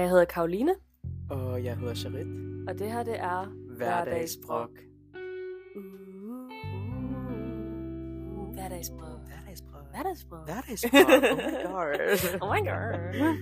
Jeg hedder Karoline, Og jeg hedder Charit. og det her det er Hverdagsbrok. Hverdagsbrok. Hverdagsbrok. Hverdagsbrok. Hverdagsbrok. Oh my god. Oh my god.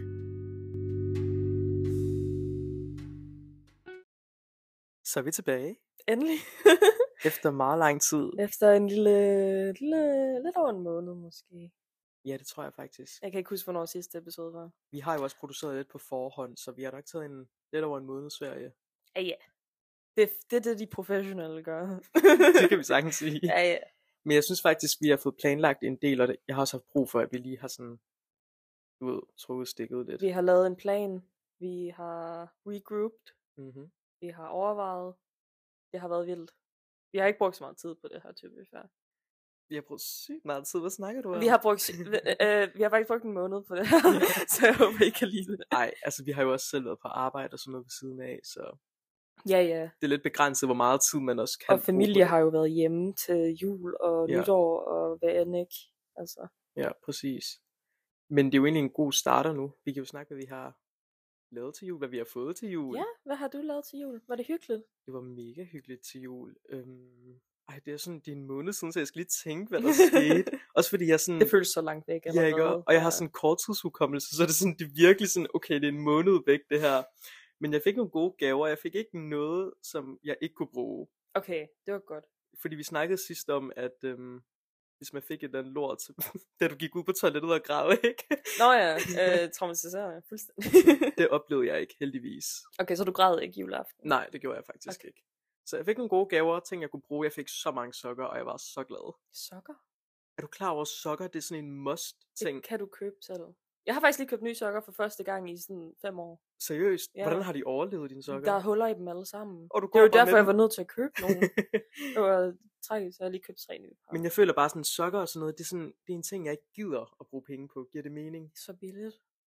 Så er vi tilbage. Endelig. Efter meget lang tid. Efter en lidt over en måned måske. Ja, det tror jeg faktisk. Jeg kan ikke huske, hvornår sidste episode var. Vi har jo også produceret lidt på forhånd, så vi har nok taget lidt over en måneds ferie. Ja. Det er det, de professionelle gør. Det kan vi sagtens sige. Ja. Men jeg synes faktisk, vi har fået planlagt en del, og jeg har også haft brug for, at vi lige har sådan, du ved, trukket stikket lidt. Vi har lavet en plan. Vi har regrouped. Mm-hmm. Vi har overvejet. Det har været vildt. Vi har ikke brugt så meget tid på det her, typisk. Vi har brugt sygt meget tid. Hvad snakker du om? Vi har faktisk brugt en måned på det her, så jeg håber, I kan lide det. Nej, altså vi har jo også selv været på arbejde og sådan noget ved siden af, så Ja. det er lidt begrænset, hvor meget tid man også kan Og familie har jo været hjemme til jul og nytår og hvad end ikke. Altså. Ja, præcis. Men det er jo egentlig en god starter nu. Vi kan jo snakke, hvad vi har lavet til jul, hvad vi har fået til jul. Ja, hvad har du lavet til jul? Var det hyggeligt? Det var mega hyggeligt til jul. Det er sådan, det er en måned siden, så jeg skal lige tænke, hvad der skete. Også fordi jeg sådan... Det føles så langt væk. Ja, ikke? Og jeg har sådan en korttidshukommelse, så det er sådan, det er virkelig sådan, okay, det er en måned væk, det her. Men jeg fik nogle gode gaver, jeg fik ikke noget, som jeg ikke kunne bruge. Okay, det var godt. Fordi vi snakkede sidst om, at hvis man fik et eller andet lort, da du gik ud på toilettet og græd, ikke? Nå ja, traumatiserende, fuldstændig. Det oplevede jeg ikke, heldigvis. Okay, så du græd ikke juleaften? Nej, det gjorde jeg faktisk ikke. Så jeg fik nogle gode gaver, ting jeg kunne bruge. Jeg fik så mange sokker, og jeg var så glad. Sokker? Er du klar over, sokker det er sådan en must-ting? Det kan du købe selv. Jeg har faktisk lige købt nye sokker for første gang i sådan 5 år. Seriøst? Ja. Hvordan har de overlevet dine sokker? Der er huller i dem alle sammen. Og du Det går er jo bare derfor, med jeg var nødt til at købe nogle. Det var trækket, så jeg har lige købt 3 nye par. Men jeg føler bare sådan, sokker og sådan noget, det er en ting, jeg ikke gider at bruge penge på. Giver det mening? Så billigt.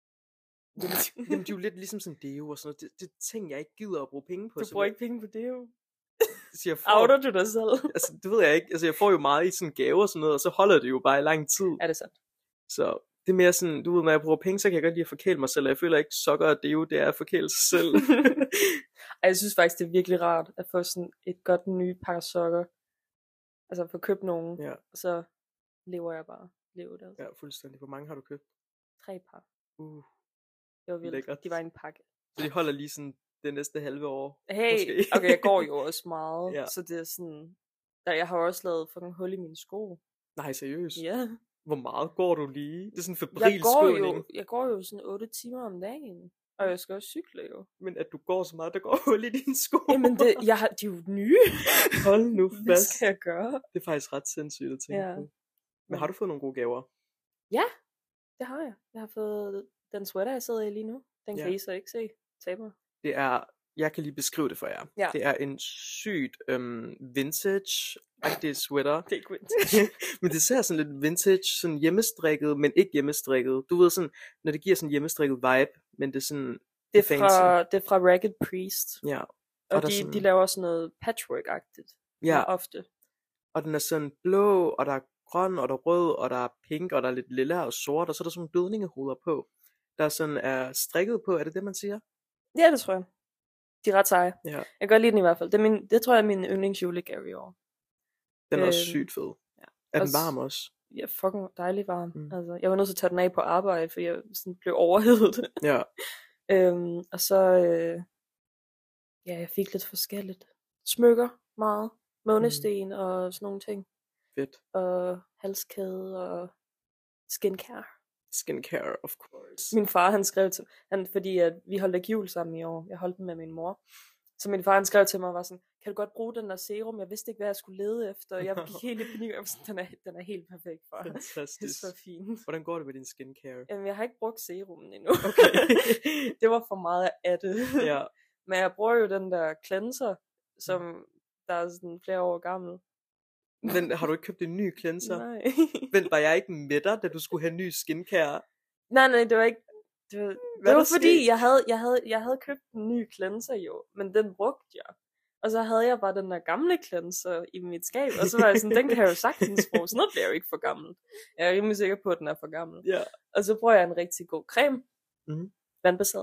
Jamen, det er jo lidt ligesom sådan deo og sådan noget. Det er ting, jeg ikke gider at bruge penge på. Du bruger ikke penge på det jo. Så jeg får, Outer du dig selv? Altså, det ved jeg ikke. Altså, jeg får jo meget i sådan gaver og sådan noget, og så holder det jo bare i lang tid. Er det sandt? Så det er mere sådan, du ved, når jeg bruger penge, så kan jeg godt lide at forkæle mig selv, og jeg føler ikke, sokker og deo, det er at forkæle sig selv. Jeg synes faktisk, det er virkelig rart at få sådan et godt nye par sokker. Altså få købt nogen, Ja. og så lever jeg bare livet. Altså. Ja, fuldstændig. Hvor mange har du købt? 3 par. Det var vildt. Lækkert. De var i en pakke. Så de holder lige sådan det næste halve år? Hey, måske. okay, jeg går jo også meget, Ja. så det er sådan... Jeg har også lavet fucking hul i mine sko. Nej, seriøst? Ja. Hvor meget går du lige? Det er sådan en febril skåning. Jeg går jo sådan 8 timer om dagen. Og jeg skal også cykle jo. Men at du går så meget, der går hul i dine sko. Jamen, de er jo nye. Hold nu Hvad fast. skal jeg gøre? Det er faktisk ret sindssygt at tænke på. Men har du fået nogle gode gaver? Ja, det har jeg. Jeg har fået den sweater, jeg sidder i lige nu. Den kan I så ikke se. Taber. Det er, jeg kan lige beskrive det for jer. Ja. Det er en sygt vintage-agtig sweater. Det er ikke vintage. Men det ser sådan lidt vintage, sådan hjemmestrikket, men ikke hjemmestrikket. Du ved sådan, når det giver sådan en hjemmestrikket vibe, men det er sådan det er fra Ragged Priest. Ja. Og de laver sådan noget patchwork-agtigt. Ja. Ofte. Og den er sådan blå, og der er grøn, og der er rød, og der er pink, og der er lidt lilla og sort, og så er der sådan nogle dødningehoveder på, der sådan er strikket på. Er det det, man siger? Ja, det tror jeg. De er ret seje. Ja. Jeg kan godt lide den i hvert fald. Det tror jeg er min yndlingsjulegave i år. Den er også sygt fed. Ja. Er den varm også? Ja, fucking dejlig varm. Altså, jeg var nødt til at tage den af på arbejde, for jeg sådan blev overhedet. Ja. Og så jeg fik lidt forskelligt. Smykker meget. Månesten og sådan nogle ting. Fedt. Og halskæde og skincare. Skincare, of course. Min far, han skrev til fordi at vi holdt ikke jul sammen i år. Jeg holdt den med min mor. Så min far, han skrev til mig og var sådan, kan du godt bruge den der serum? Jeg vidste ikke, hvad jeg skulle lede efter. Jeg gik helt i panik, og sådan, den er helt perfekt for. Fantastisk. Det er så fint. Hvordan går det med din skincare? Jamen, jeg har ikke brugt serumen endnu. Okay. Det var for meget af det. Ja. Men jeg bruger jo den der cleanser, som der er sådan flere år gammel. Men har du ikke købt en ny cleanser? Nej. Vent, var jeg ikke med dig, da du skulle have ny skincare? Nej, det var ikke... Det var fordi, jeg havde købt en ny cleanser jo, men den brugte jeg. Og så havde jeg bare den der gamle cleanser i mit skab, og så var jeg sådan, den kan jeg jo sagtens bruge, sådan noget bliver jo ikke for gammel. Jeg er rimelig sikker på, at den er for gammel. Ja. Og så bruger jeg en rigtig god creme, vandbaseret,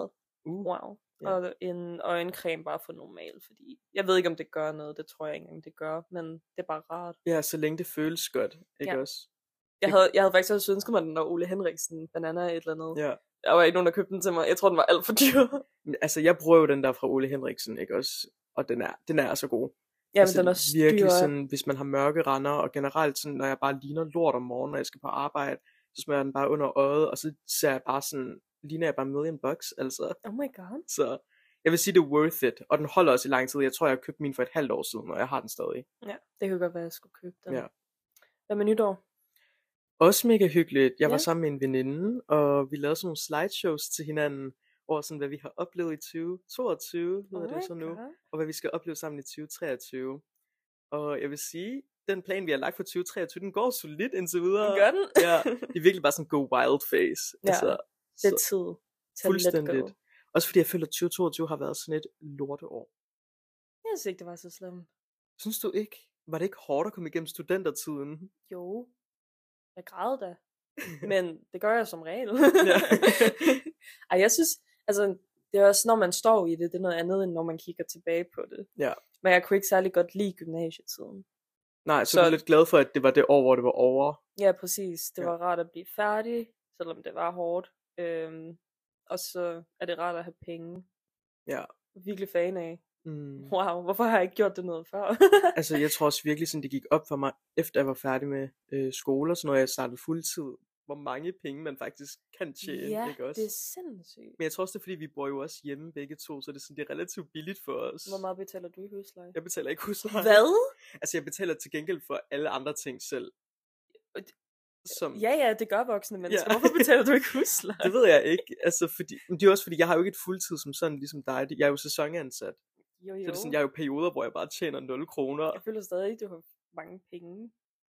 Wow. Ja. Og en øjencreme bare for normal, fordi jeg ved ikke, om det gør noget. Det tror jeg ikke engang, det gør. Men det er bare rart. Ja, så længe det føles godt, ikke også? Jeg havde faktisk også ønsket mig den der Ole Henriksen banana et eller andet. Ja. Der var ikke nogen, der købte den til mig. Jeg tror, den var alt for dyr. Men, altså, jeg bruger jo den der fra Ole Henriksen, ikke også? Og den er så god. Ja, men altså, den er også virkelig dyr. sådan, hvis man har mørke render, og generelt sådan, når jeg bare ligner lort om morgenen, når jeg skal på arbejde, så smører jeg den bare under øjet, og så ser jeg bare sådan, ligner jeg bare $1,000,000, altså. Oh my god. Så jeg vil sige, det er worth it, og den holder også i lang tid. Jeg tror, jeg har købt min for et halvt år siden, og jeg har den stadig. Ja, det kunne godt være, at jeg skulle købe den. Ja. Hvad med nytår? Også mega hyggeligt. Jeg var sammen med en veninde, og vi lavede sådan nogle slideshows til hinanden, over sådan, hvad vi har oplevet i 2022, hedder det så nu, og hvad vi skal opleve sammen i 2023. Og jeg vil sige, den plan, vi har lagt for 2023, den går solidt indtil videre. Den gør den? Ja, det er virkelig bare sådan en go wild phase. Ja, altså, det er tid. Fuldstændigt. Også fordi jeg føler, at 2022 har været sådan et lorteår. Jeg synes ikke, det var så slemt. Synes du ikke? Var det ikke hårdt at komme igennem studentertiden? Jo. Jeg græd da. Men det gør jeg som regel. Ja. Ej, jeg synes, altså, det er også, når man står i det, det er noget andet, end når man kigger tilbage på det. Ja. Men jeg kunne ikke særlig godt lide gymnasietiden. Nej, så du er lidt glad for, at det var det år, hvor det var over. Ja, præcis. Det var rart at blive færdig, selvom det var hårdt. Og så er det rart at have penge. Ja. Virkelig fan af. Mm. Wow, hvorfor har jeg ikke gjort det noget før? Altså, jeg tror også virkelig, sådan det gik op for mig, efter jeg var færdig med skole, og så når jeg startede fuldtid, hvor mange penge man faktisk kan tjene, ja, ikke også? det er sindssygt. Men jeg tror også, det er fordi, vi bor jo også hjemme begge to, så det er, sådan, det er relativt billigt for os. Hvor meget betaler du i husleje? Jeg betaler ikke husleje. Hvad? Altså, jeg betaler til gengæld for alle andre ting selv. Som... Ja, det gør voksne mennesker. Ja. Hvorfor betaler du ikke husleje? Det ved jeg ikke. Altså, men det er også fordi, jeg har jo ikke et fuldtid som sådan, ligesom dig. Jeg er jo sæsonansat. Jo. Så det er sådan, jeg er jo perioder, hvor jeg bare tjener 0 kroner. Jeg føler stadig ikke, du har mange penge.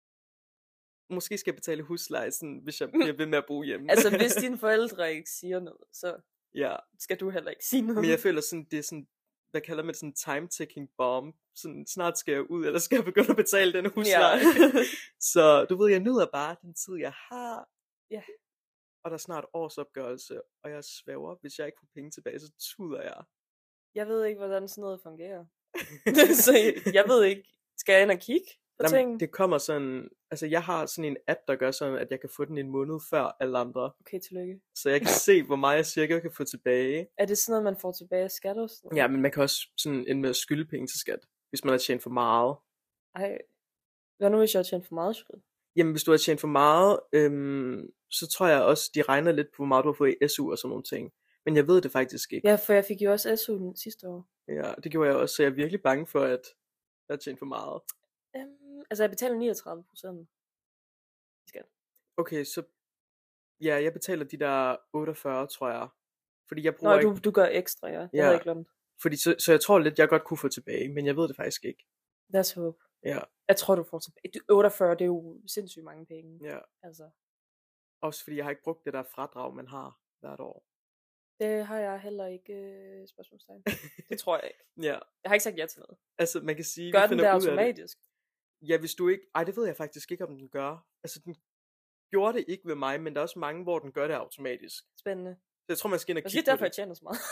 Måske skal jeg betale husleje, sådan, hvis jeg bliver ved med at bo hjemme. Altså, hvis dine forældre ikke siger noget, så skal du heller ikke sige noget. Men jeg føler sådan, det er sådan, hvad kalder man sådan time-ticking bomb. Sådan, snart skal jeg ud, eller skal jeg begynde at betale den husleje. Ja. Så du ved, jeg nyder bare den tid, jeg har. Ja. Og der er snart årsopgørelse, og jeg svæver, hvis jeg ikke får penge tilbage, så tuder jeg. Jeg ved ikke, hvordan sådan noget fungerer. Så jeg ved ikke, skal jeg ind og kigge på ting? Det kommer sådan, altså jeg har sådan en app, der gør sådan, at jeg kan få den en måned før alle andre. Okay, tillykke. Så jeg kan se, hvor meget jeg cirka kan få tilbage. Er det sådan noget, man får tilbage af skat og sådan? Ja, men man kan også sådan ende med at skylde penge til skat, hvis man har tjent for meget. Ej, hvad nu hvis jeg har tjent for meget skyld? Jamen, hvis du har tjent for meget, så tror jeg også, de regner lidt på, hvor meget du har fået i SU og sådan nogle ting. Men jeg ved det faktisk ikke. Ja, for jeg fik jo også SU sidste år. Ja, det gjorde jeg også, så jeg er virkelig bange for, at jeg har tjent for meget. Altså, jeg betaler 39% i skat. Okay, så ja, jeg betaler de der 48, tror jeg. Fordi jeg bruger du gør ekstra, ja. Det havde jeg glemt. Fordi så jeg tror lidt, jeg godt kunne få tilbage, men jeg ved det faktisk ikke. Let's hope. Ja. Jeg tror, du får tilbage. 48, det er jo sindssygt mange penge. Ja. Altså. Også fordi jeg har ikke brugt det der fradrag, man har hvert år. Det har jeg heller ikke spørgsmålstegn. Det tror jeg ikke. Ja. Jeg har ikke sagt ja til noget. Altså, man kan sige... Gør den det automatisk? Ja, hvis du ikke... Ej, det ved jeg faktisk ikke, om den gør. Altså, den gjorde det ikke ved mig, men der er også mange, hvor den gør det automatisk. Spændende. Så jeg tror, man skal ind og kigge på det. Det er derfor, jeg tjener så meget.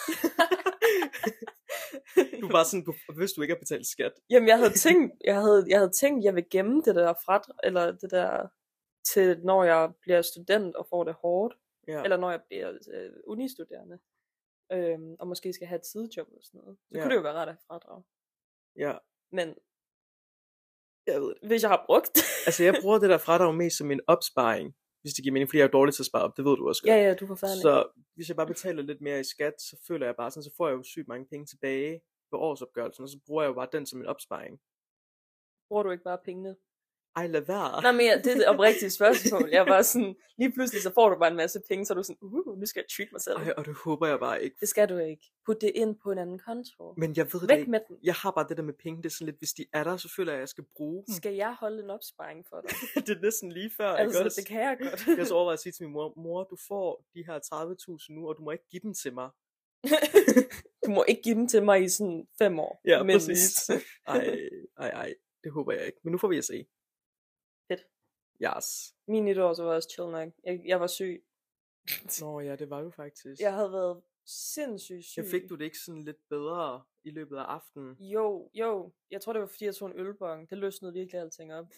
Du er bare sådan, hvis du ikke har betalt skat. Jamen, jeg havde tænkt, jeg vil gemme det der eller det der, til når jeg bliver student og får det hårdt. Ja. Eller når jeg bliver unistuderende. Og måske skal have et sidejob og sådan noget. Så kunne det jo være ret at have fradrag. Ja. Men jeg ved det. Hvis jeg har brugt altså, jeg bruger det der fradrag mest som en opsparing. Hvis det giver mening, fordi jeg er dårlig til at spare op. Det ved du også godt. Ja, du får færdig. Så hvis jeg bare betaler lidt mere i skat, så føler jeg bare sådan, så får jeg jo sygt mange penge tilbage på årsopgørelsen, og så bruger jeg jo bare den som en opsparing. Bruger du ikke bare pengene? Ej, lad være. Nej, men det er det oprigtige spørgsmål. Jeg var sådan, lige pludselig så får du bare en masse penge, så er du sådan, nu skal jeg treat mig selv. Ej, og det håber jeg bare ikke. Det skal du ikke. Put det ind på en anden konto. Men jeg ved Væk det ikke. med den. Jeg har bare det der med penge, det er sådan lidt, hvis de er der, så føler jeg, at jeg skal bruge dem. Skal jeg holde en opsparing for dig? Det er næsten lige før, altså, ikke også? Det kan jeg godt. Jeg så overvejet at sige til min mor, du får de her 30.000 nu, og du må ikke give dem til mig. Du må ikke give dem til mig i sådan 5 år. Ja, mindst. Præcis. Ej, det håber jeg ikke. Men nu får vi at se. Fedt. Yes. Min nytår så var også chill nok. Jeg var syg. Nå ja, det var du faktisk. Jeg havde været sindssygt syg. Ja, fik du det ikke sådan lidt bedre i løbet af aftenen? Jo. Jeg tror, det var fordi, jeg tog en ølbong. Det løsnede virkelig alting op.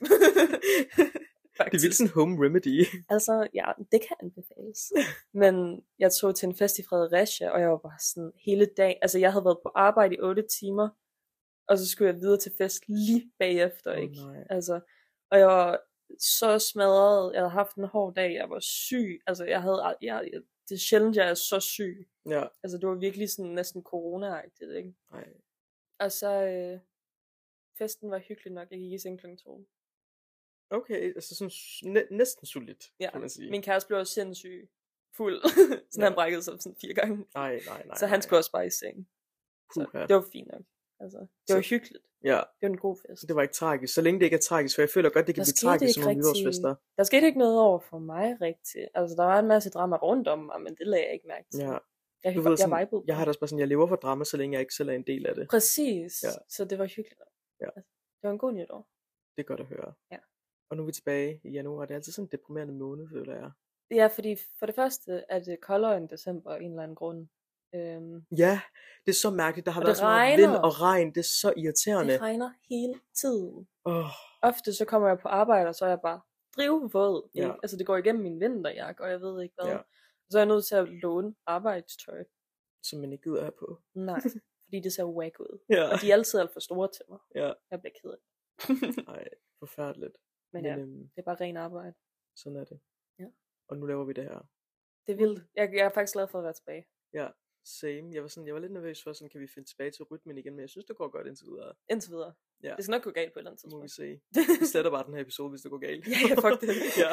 Det er vildt sådan home remedy. Altså, ja, det kan anbefales. Men jeg tog til en fest i Fredericia, og jeg var bare sådan hele dag. Altså, jeg havde været på arbejde i 8 timer, og så skulle jeg videre til fest lige bagefter, ikke? Nej. Altså, og jeg var så smadret. Jeg havde haft en hård dag. Jeg var syg. Altså, det er sjældent, jeg er så syg. Ja. Altså, det var virkelig sådan næsten corona-agtigt, ikke? Nej. Og så festen var hyggelig nok. Jeg gik i seng kl. 2. Okay, altså sådan næsten solidt, kan man sige. Min kæreste blev også sindssyg fuld. Så han brækkede sig sådan 4 gange. Nej. Så han skulle også bare i seng. Så det var fint nok. Altså, det var hyggeligt. Ja. Det var en god fest. Det var ikke tragisk. Så længe det ikke er tragisk, for jeg føler godt, det kan blive tragisk som nogle nytårsfester. Der skete ikke noget over for mig rigtigt. Altså, der var en masse drama rundt om mig, men det lagde jeg ikke mærke til. Ja. Jeg har da også bare sådan, jeg lever for drama, så længe jeg ikke selv er en del af det. Præcis. Ja. Så det var hyggeligt. Ja. Altså, det var en god nytår. Det er godt at høre. Ja. Og nu er vi tilbage i januar. Det er altid sådan en deprimerende måned, føler jeg. Ja, fordi for det første er det koldere end december af en eller anden grund. Ja, det er så mærkeligt. Der har været så meget vind og regn. Det er så irriterende. Det regner hele tiden. Oh. Ofte så kommer jeg på arbejde, og så er jeg bare drivvåd. Ja. Altså det går igennem min vinterjakke, og jeg ved ikke hvad. Ja. Så er jeg nødt til at låne arbejdstøj. Som man ikke gider have på. Nej, fordi det ser wack ud. Ja. Og de er altid alt for store til mig. Ja. Jeg bliver ked af det. Nej, forfærdeligt. Men ja, det er bare ren arbejde. Sådan er det. Ja. Og nu laver vi det her. Det er vildt. Jeg er faktisk glad for at være tilbage. Ja, same. Jeg var lidt nervøs for, sådan, kan vi finde tilbage til rytmen igen, men jeg synes, det går godt indtil videre. Indtil videre. Ja. Det skal nok gå galt på et eller andet tidspunkt. Må vi se. Vi sletter bare den her episode, hvis det går galt. Ja, fuck det. Ja.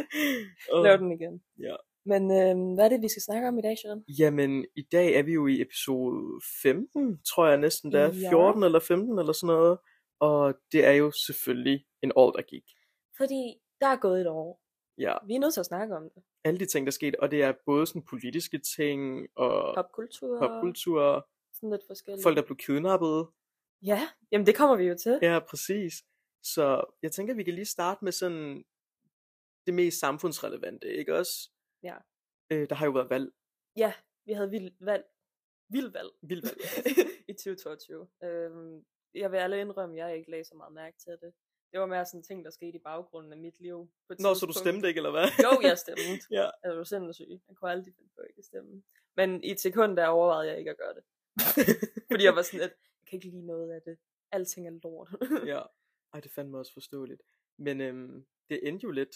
Lav den igen. Ja. Men hvad er det, vi skal snakke om i dag, Sharon? Jamen, i dag er vi jo i episode 15, tror jeg næsten, der er 14 eller 15 eller sådan noget. Og det er jo selvfølgelig en år, der gik. Fordi der er gået et år. Ja. Vi er nødt til at snakke om det. Alle de ting, der skete, og det er både sådan politiske ting og popkultur. Sådan lidt forskelligt. Folk, der blev kidnappet. Ja, jamen det kommer vi jo til. Ja, præcis. Så jeg tænker, at vi kan lige starte med sådan det mest samfundsrelevante, ikke også? Ja. Der har jo været valg. Ja, vi havde vild valg. I 2022. Jeg vil alle indrømme, at jeg ikke lagde så meget mærke til det. Det var mere sådan ting, der skete i baggrunden af mit liv. Nå, så du stemte ikke, eller hvad? Jo, jeg stemte. Ja. Jeg var sindssyg. Jeg kunne aldrig finde på ikke at stemme. Men i et sekund, der overvejede jeg ikke at gøre det. Fordi jeg var sådan, at jeg kan ikke lide noget af det. Alting er lort. Ja. Ej, det fandt mig også forståeligt. Men det endte jo lidt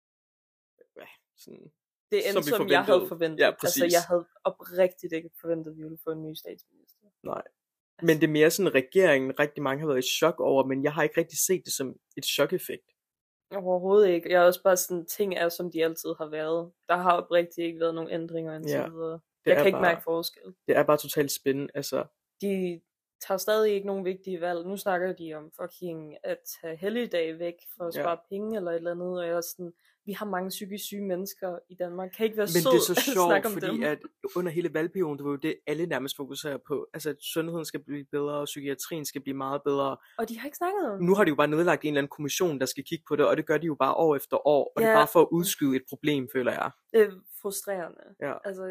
sådan... Det endte, som jeg havde forventet. Ja, præcis. Altså, jeg havde oprigtigt ikke forventet, at vi ville få en ny statsminister. Nej. Men det er mere sådan, regeringen rigtig mange har været i chok over, men jeg har ikke rigtig set det som et chok-effekt. Overhovedet ikke. Jeg er også bare sådan, ting er, som de altid har været. Der har oprigtigt ikke været nogen ændringer indtil videre. Jeg kan ikke mærke forskel. Det er bare totalt spændende, altså. De tager stadig ikke nogen vigtige valg. Nu snakker de om fucking at tage helligdag væk for at spare penge eller et eller andet, og jeg er sådan, vi har mange psykisk syge mennesker i Danmark. Kan ikke være sød at snakke om dem? Men det er så sjovt, fordi dem? At under hele valgperioden, det var jo det, alle nærmest fokuserer på. Altså, at sundheden skal blive bedre, og psykiatrien skal blive meget bedre. Og de har ikke snakket om det. Nu har de jo bare nedlagt en eller anden kommission, der skal kigge på det, og det gør de jo bare år efter år. Og det er bare for at udskyde et problem, føler jeg. Det er frustrerende. Ja. Altså,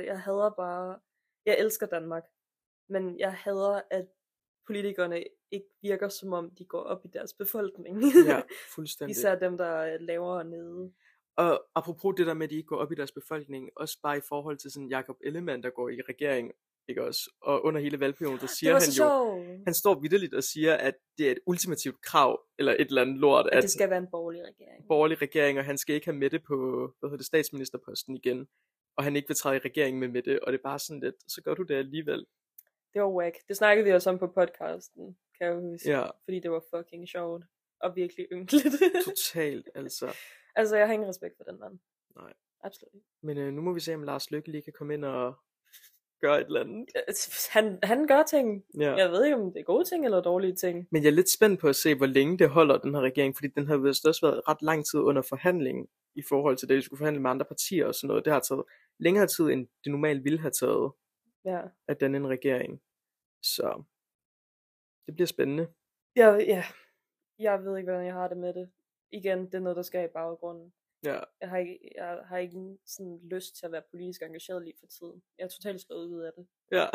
jeg elsker Danmark, men jeg hader, at politikerne ikke virker, som om de går op i deres befolkning. Ja, fuldstændig. Især dem, der er lavere nede. Og apropos det der med, at de ikke går op i deres befolkning, også bare i forhold til sådan Jakob Ellemann, der går i regering, ikke også? Og under hele valgperioden, der siger han jo, han står vitterligt og siger, at det er et ultimativt krav, eller et eller andet lort, at det skal være en borgerlig regering, og han skal ikke have Mette på, statsministerposten igen, og han ikke vil træde i regeringen med Mette, og det er bare sådan lidt, så gør du det alligevel. Det var whack. Det snakkede vi også om på podcasten, kan jeg huske. Ja. Fordi det var fucking sjovt. Og virkelig ynkeligt. Totalt, altså. Altså, jeg har ingen respekt for den mand. Nej. Absolut ikke. Men nu må vi se, om Lars Løkke lige kan komme ind og gøre et eller andet. Han gør ting. Ja. Jeg ved ikke, om det er gode ting eller dårlige ting. Men jeg er lidt spændt på at se, hvor længe det holder, den her regering. Fordi den har vist også været ret lang tid under forhandling, i forhold til det, de skulle forhandle med andre partier og sådan noget. Det har taget længere tid, end det normalt ville have taget. Ja. At danne en regering. Så det bliver spændende. Ja. Jeg ved ikke, hvordan jeg har det med det. Igen, det er noget, der skal i baggrunden. Ja. Jeg har ikke sådan lyst til at være politisk engageret lige for tiden. Jeg er totalt skrevet ud af det. Ja.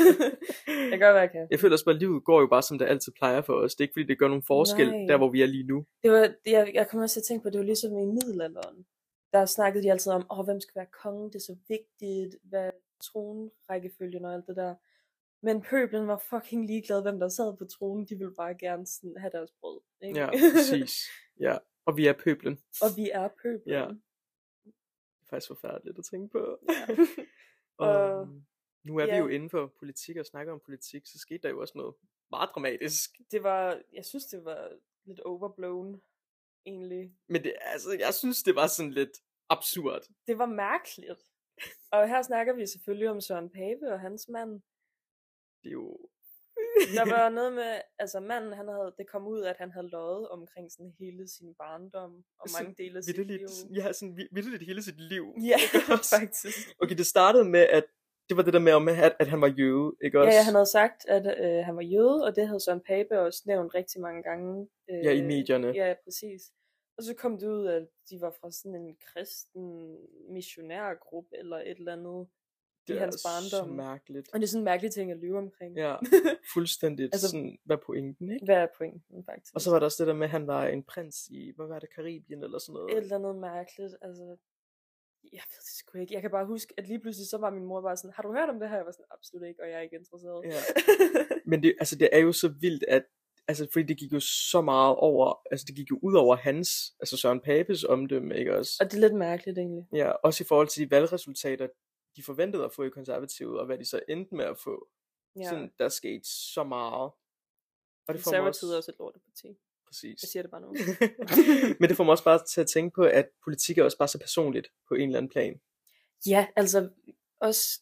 Jeg gør, hvad jeg kan. Jeg føler også bare, at livet går jo bare, som det altid plejer for os. Det er ikke, fordi det gør nogen forskel, der hvor vi er lige nu. Jeg kommer også til at tænke på, at det var ligesom i middelalderen. Der snakkede de altid om, hvem skal være konge, det er så vigtigt, hvad tronrækkefølgen og alt det der. Men pøblen var fucking ligeglad, hvem der sad på tronen. De ville bare gerne sådan have deres brød. Ikke? Ja, præcis. Ja, og vi er pøblen. Og vi er pøblen. Ja. Det er faktisk forfærdeligt at tænke på. Ja. Og nu er vi jo inden for politik og snakker om politik, så skete der jo også noget meget dramatisk. Jeg synes, det var lidt overblown, egentlig. Men jeg synes, det var sådan lidt absurd. Det var mærkeligt. Og her snakker vi selvfølgelig om Søren Pape og hans mand. Det er jo... Der var noget med, altså manden, det kom ud, at han havde løjet omkring sådan hele sin barndom, og mange dele af sit liv. Ja, sådan vitterligt hele sit liv. Ja, faktisk. Okay, det startede med, at det var det der med, at han var jøde, ikke også? Ja, han havde sagt, at han var jøde, og det havde Søren Pape også nævnt rigtig mange gange. Ja, i medierne. Ja, præcis. Og så kom det ud, at de var fra sådan en kristen missionærgruppe, eller et eller andet. Det i hans barndom. Så mærkeligt. Og det er sådan en mærkelig ting at lyve omkring. Ja, fuldstændigt. Altså, sådan, hvad er pointen, ikke? Hvad er pointen, faktisk? Og så var der også det der med, at han var en prins i, hvad var det, Karibien eller sådan noget? Et eller andet mærkeligt, altså... Jeg ved det sgu ikke. Jeg kan bare huske, at lige pludselig så var min mor bare sådan, har du hørt om det her? Jeg var sådan, absolut ikke, og jeg er ikke interesseret. Ja. Men det er jo så vildt, at fordi det gik jo så meget over, altså det gik jo ud over hans, altså Søren Papes omdømme, ikke også? Og det er lidt mærkeligt egentlig. Ja, også i forhold til de valgresultater, de forventede at få i Konservativet, og hvad de så endte med at få. Ja. Sådan, der skete så meget. Og det Konservativet er også et lorteparti. Præcis. Jeg siger det bare nu. Men det får mig også bare til at tænke på, at politik er også bare så personligt på en eller anden plan. Ja, altså også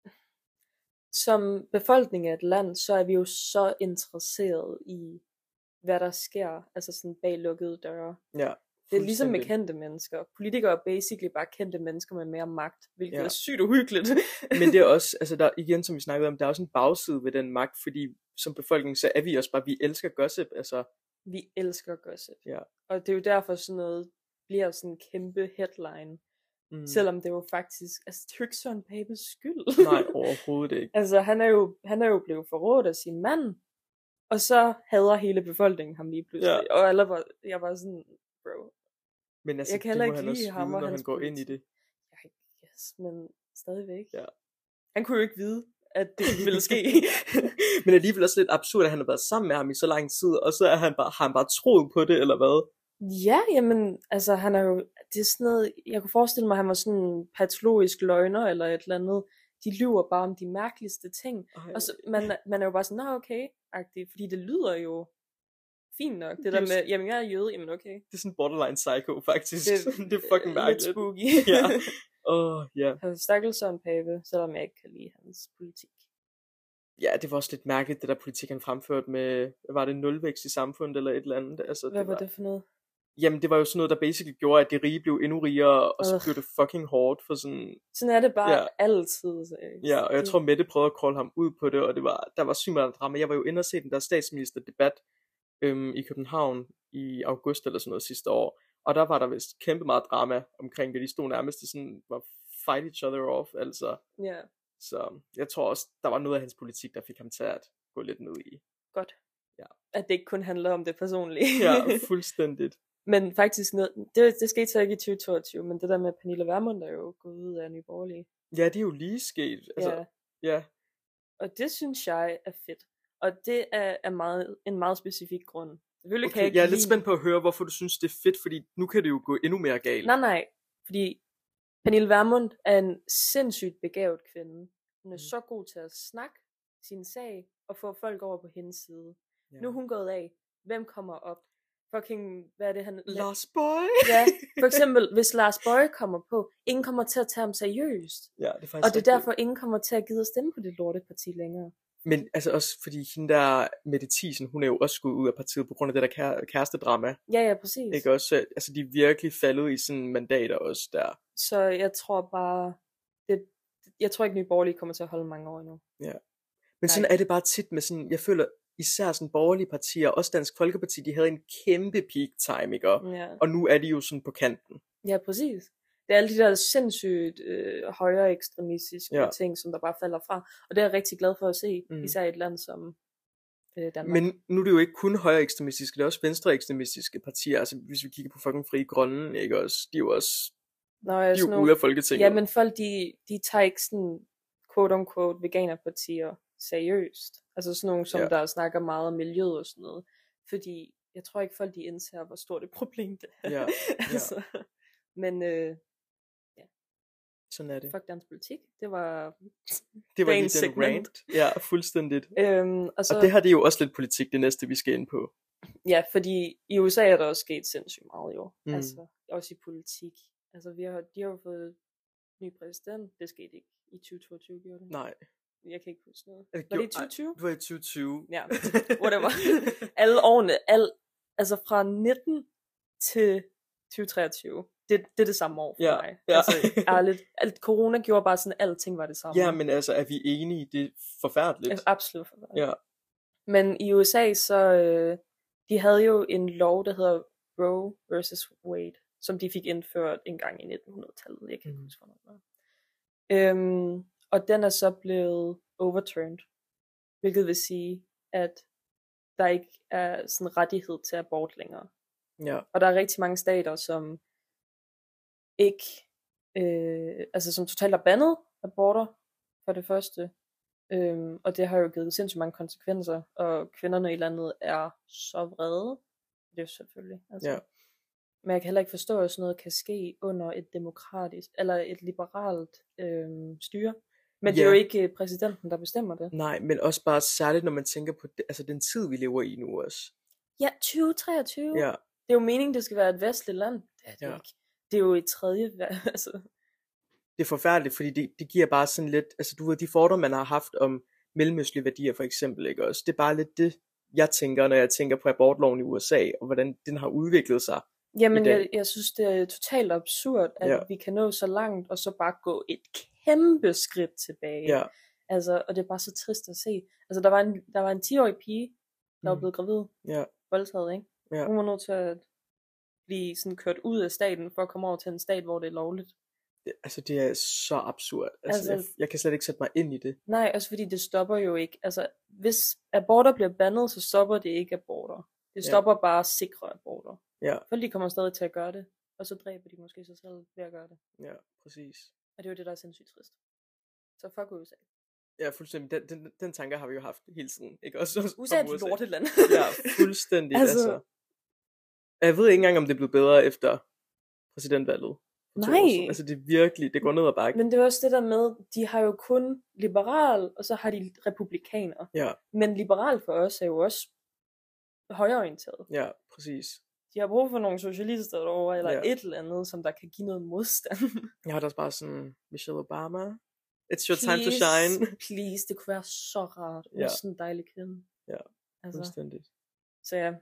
som befolkning af et land, så er vi jo så interesseret i, hvad der sker, altså sådan bag lukkede døre. Ja. Det er ligesom med kendte mennesker. Politikere er basically bare kendte mennesker med mere magt, hvilket er sygt uhyggeligt. Men det er også, altså der igen, som vi snakkede om, der er også en bagside ved den magt, fordi som befolkning, så er vi også bare, vi elsker gossip, altså. Vi elsker gossip. Ja. Og det er jo derfor sådan noget, bliver sådan en kæmpe headline. Selvom det jo faktisk, altså det er jo ikke Søren Papes skyld. Nej, overhovedet ikke. Altså han er jo blevet forrådt af sin mand, og så hader hele befolkningen ham lige pludselig. Ja. Og jeg var sådan, bro. Men altså, jeg kan heller ikke lide ham, når han går ind i det. Yes, men stadigvæk. Ja. Han kunne jo ikke vide, at det ville ske. Men alligevel også lidt absurd, at han har været sammen med ham i så lang tid, og så har han bare troet på det, eller hvad? Ja, jamen, altså han er jo, det er sådan noget, jeg kunne forestille mig, at han var sådan en patologisk løgner, eller et eller andet. De lyver bare om de mærkeligste ting. Og så, man er jo bare sådan, okay-agtig, fordi det lyder jo fint nok. Det der med, jamen jeg er jøde, jamen okay. Det er sådan borderline psycho, faktisk. Det er fucking mærkeligt. Lidt spooky. Ja. Ja. Stakkels Søren Pape, selvom jeg ikke kan lide hans politik. Ja, det var også lidt mærkeligt, det der politik han fremførte med, var det nulvækst i samfundet, eller et eller andet. Altså, hvad var det for noget? Jamen, det var jo sådan noget, der basically gjorde, at de rige blev endnu rigere, og så blev det fucking hårdt for sådan... Sådan er det bare altid. Ja, og jeg tror, Mette prøvede at call ham ud på det, og der var sygt meget drama. Jeg var jo inde og se den der statsministerdebat i København i august eller sådan noget sidste år, og der var der vist kæmpe meget drama omkring det. De stod nærmest til sådan, var fight each other off, altså. Ja. Så jeg tror også, der var noget af hans politik, der fik ham til at gå lidt ned i. Godt. Ja. At det ikke kun handler om det personlige. Ja, fuldstændigt. Men faktisk, det skete så ikke i 2022, men det der med Pernille Vermund er jo gået ud af Nye Borgerlige. Ja, det er jo lige sket. Altså, ja. Og det synes jeg er fedt. Og det er en meget specifik grund. Okay, jeg er lidt spændt på at høre, hvorfor du synes, det er fedt, fordi nu kan det jo gå endnu mere galt. Nej, fordi Pernille Vermund er en sindssygt begavet kvinde. Hun er så god til at snakke sin sag, og få folk over på hendes side. Ja. Nu er hun gået af. Hvem kommer op? Fucking, hvad er det han... Lars Boy! Ja, for eksempel, hvis Lars Boy kommer på, ingen kommer til at tage ham seriøst. Ja, det er faktisk og det er derfor, ingen kommer til at gide at stemme på det lorteparti længere. Men altså også fordi hende der Mette Thiesen, hun er jo også gået ud af partiet på grund af det der kærestedrama. Ja, præcis. Ikke også? Altså de er virkelig faldet i sådan mandater også der. Så jeg tror bare, jeg tror ikke Nye Borgerlige kommer til at holde mange år endnu. Ja. Men sådan er det bare tit med sådan, jeg føler især sådan borgerlige partier, også Dansk Folkeparti, de havde en kæmpe peak time, ikke? Ja. Og nu er de jo sådan på kanten. Ja, præcis. Det er alle de der sindssygt højere ekstremistiske ting, som der bare falder fra. Og det er jeg rigtig glad for at se, især i et land som Danmark. Men nu er det jo ikke kun højere ekstremistiske, det er også venstre ekstremistiske partier. Altså hvis vi kigger på fucking Frie Grønne, ikke også? De er jo også ude af Folketinget. Ja, men folk de tager ikke sådan quote-unquote veganerpartier seriøst. Altså sådan nogle, som der snakker meget om miljøet og sådan noget. Fordi jeg tror ikke folk de indser, hvor stort et problem det er. Ja. Altså, men sådan er det. Fuck dansk politik. Det var lige den rant. Ja, fuldstændigt. Og det her det er jo også lidt politik, det næste vi skal ind på. Ja, fordi i USA er der også sket sindssygt meget jo. Altså også i politik. Altså de har jo fået ny præsident. Det skete ikke i 2022, gjorde det? Nej. Jeg kan ikke huske noget. Var det i 2020? Det var i 2020. Ja, whatever. Alle årene, altså fra 19 til 2023. Det er det samme år for mig. Ja. Altså ærligt. Corona gjorde bare sådan, alting var det samme. Ja, men altså er vi enige? Det er forfærdeligt. Absolut forfærdeligt. Ja. Men i USA så, de havde jo en lov, der hedder Roe versus Wade, som de fik indført en gang i 1900-tallet. Jeg kan ikke huske, hvornår. Og den er så blevet overturned, hvilket vil sige, at der ikke er sådan rettighed til abort længere. Ja. Og der er rigtig mange stater, som ikke, altså som totalt har bandet aborter for det første. Og det har jo givet sindssygt mange konsekvenser, og kvinderne i landet er så vrede. Det er jo selvfølgelig. Altså. Ja. Men jeg kan heller ikke forstå, at sådan noget kan ske under et demokratisk, eller et liberalt styre. Men det er jo ikke præsidenten, der bestemmer det. Nej, men også bare særligt, når man tænker på altså den tid, vi lever i nu også. Ja, 2023. Ja. Det er jo meningen, det skal være et vestligt land. Det er det ikke. Det er jo et tredje, altså. Det er forfærdeligt, fordi det giver bare sådan lidt, altså du ved, de fordomme, man har haft om mellemøstlige værdier for eksempel, ikke også? Det er bare lidt det, jeg tænker, når jeg tænker på abortloven i USA, og hvordan den har udviklet sig. Jamen, jeg synes, det er totalt absurd, at vi kan nå så langt, og så bare gå et kæmpe skridt tilbage. Ja. Altså, og det er bare så trist at se. Altså, der var en 10-årig pige, der var blevet gravid. Ja. Voldtaget, ikke? Ja. Hun var nødt til at blive sådan kørt ud af staten, for at komme over til en stat, hvor det er lovligt. Det er så absurd. Altså jeg kan slet ikke sætte mig ind i det. Nej, også fordi det stopper jo ikke. Altså, hvis aborter bliver bandet, så stopper det ikke aborter. Det stopper bare sikre aborter. Ja. For de kommer stadig til at gøre det, og så dræber de måske sig selv ved at gøre det. Ja, præcis. Og det er jo det, der er sindssygt trist. Så fuck USA. Ja, fuldstændig. Den tanker har vi jo haft hele tiden. Ikke? Også USA er et lorteland. Ja, fuldstændig. altså. Jeg ved ikke engang, om det blev bedre efter præsidentvalget. Nej. Altså det er virkelig, det går ned ad bakke. Men det er også det der med, de har jo kun liberal, og så har de republikaner. Ja. Men liberal for os er jo også højreorienteret. Ja, præcis. De har brug for nogle socialister derovre, eller et eller andet, som der kan give noget modstand. Jeg har da også bare sådan, Michelle Obama, it's your time to shine. Please, det kunne være så rart. Hun er sådan en dejlig kvinde. Ja, fuldstændigt. Så ja.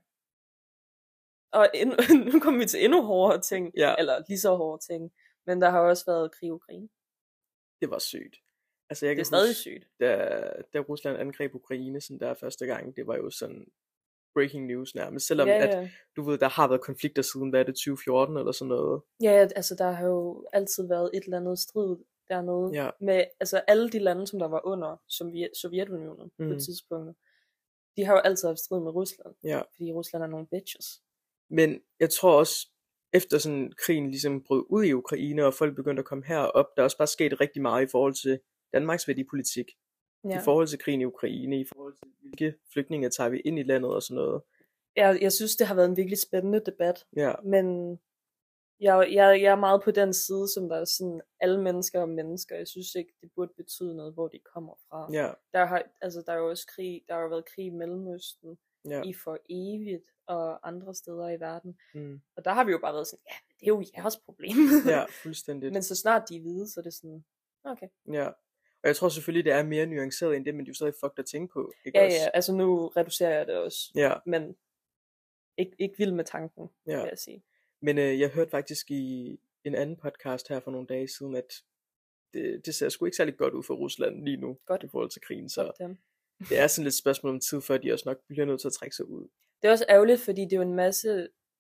Og nu kommer vi til endnu hårdere ting, eller lige så hårde ting. Men der har også været krig i Ukraine. Det var sygt. Altså, jeg det er stadig sygt. Da Rusland angreb Ukraine sådan der første gang, det var jo sådan breaking news nærmest. Selvom at, du ved, der har været konflikter siden, hvad er det, 2014 eller sådan noget? Ja, altså der har jo altid været et eller andet strid dernede. Med altså alle de lande, som der var under Sovjetunionen på et tidspunkt. De har jo altid haft strid med Rusland. Fordi Rusland er nogle bitches. Men jeg tror også, efter sådan krigen ligesom brød ud i Ukraine, og folk begyndte at komme herop, der er også bare sket rigtig meget i forhold til Danmarks værdipolitik. I forhold til krigen i Ukraine, i forhold til hvilke flygtninge tager vi ind i landet og sådan noget. Jeg synes, det har været en virkelig spændende debat. Men jeg er meget på den side, som der er sådan alle mennesker og mennesker. Jeg synes ikke, det burde betyde noget, hvor de kommer fra. Der er jo også krig, der har jo været krig i Mellemøsten i for evigt, og andre steder i verden. Og der har vi jo bare været sådan, ja, det er jo jeres problem. Ja, fuldstændigt. Men så snart de er hvide, så er det sådan, okay. Ja, og jeg tror selvfølgelig, det er mere nuanceret end det, men det er jo stadig fucked at tænke på. Ikke også? Altså nu reducerer jeg det også. Men ikke vild med tanken, vil jeg sige. Men jeg hørte faktisk i en anden podcast her for nogle dage siden, at det ser sgu ikke særlig godt ud for Rusland lige nu, i forhold til krigen. Så det er sådan lidt spørgsmål om tid, før de også nok bliver nødt til at trække sig ud. Det er også ærgerligt, fordi det er jo en masse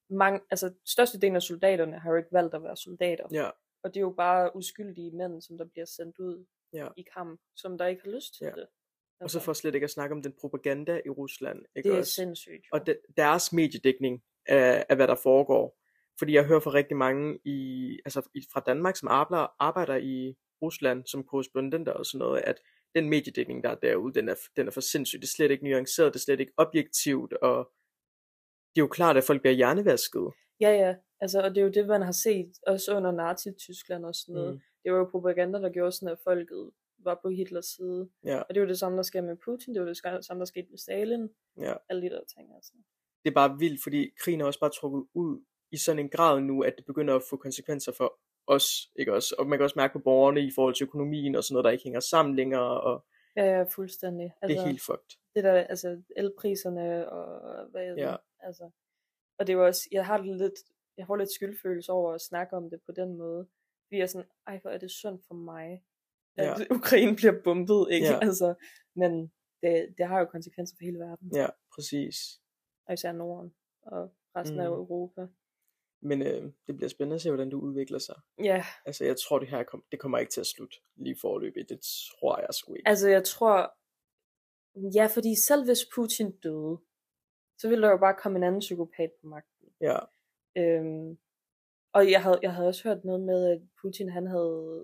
størstedelen af soldaterne har jo ikke valgt at være soldater. Ja. Og det er jo bare uskyldige mænd, som der bliver sendt ud i kamp, som der ikke har lyst til det. Og så for slet ikke at snakke om den propaganda i Rusland. Ikke det er også? Sindssygt. Og deres mediedækning af hvad der foregår. Fordi jeg hører fra rigtig mange fra Danmark, som arbejder i Rusland som korrespondenter og sådan noget, at den mediedækning, der er derude, den er for sindssygt. Det er slet ikke nuanceret, det er slet ikke objektivt, og det er jo klart, at folk bliver hjernevasket. Ja, altså, og det er jo det, man har set, også under Nazi-Tyskland og sådan noget. Det var jo propaganda, der gjorde sådan, at folket var på Hitlers side. Ja. Og det er jo det samme, der sker med Putin, det er jo det samme, der skete med Stalin. Ja. Alle de der ting, altså. Det er bare vildt, fordi krigen er også bare trukket ud i sådan en grad nu, at det begynder at få konsekvenser for os, ikke også? Og man kan også mærke på borgerne i forhold til økonomien og sådan noget, der ikke hænger sammen længere. Og ja, fuldstændig. Altså, det er helt fucked. Det der, altså elpriserne og hvad jeg ved, altså. Og det er jo også, jeg får lidt skyldfølelse over at snakke om det på den måde. Fordi jeg er sådan, hvor er det synd for mig, at Ukraine bliver bombet, ikke? Ja. Altså, men det har jo konsekvenser for hele verden. Ja, præcis. Og især Norden og resten af Europa. Men det bliver spændende at se, hvordan du udvikler sig. Ja. Altså, jeg tror, det kommer ikke til at slutte lige forløbet. Det tror jeg sgu ikke. Altså, jeg tror... Ja, fordi selv hvis Putin døde, så ville der jo bare komme en anden psykopat på magten. Ja. Og jeg havde også hørt noget med, at Putin, han havde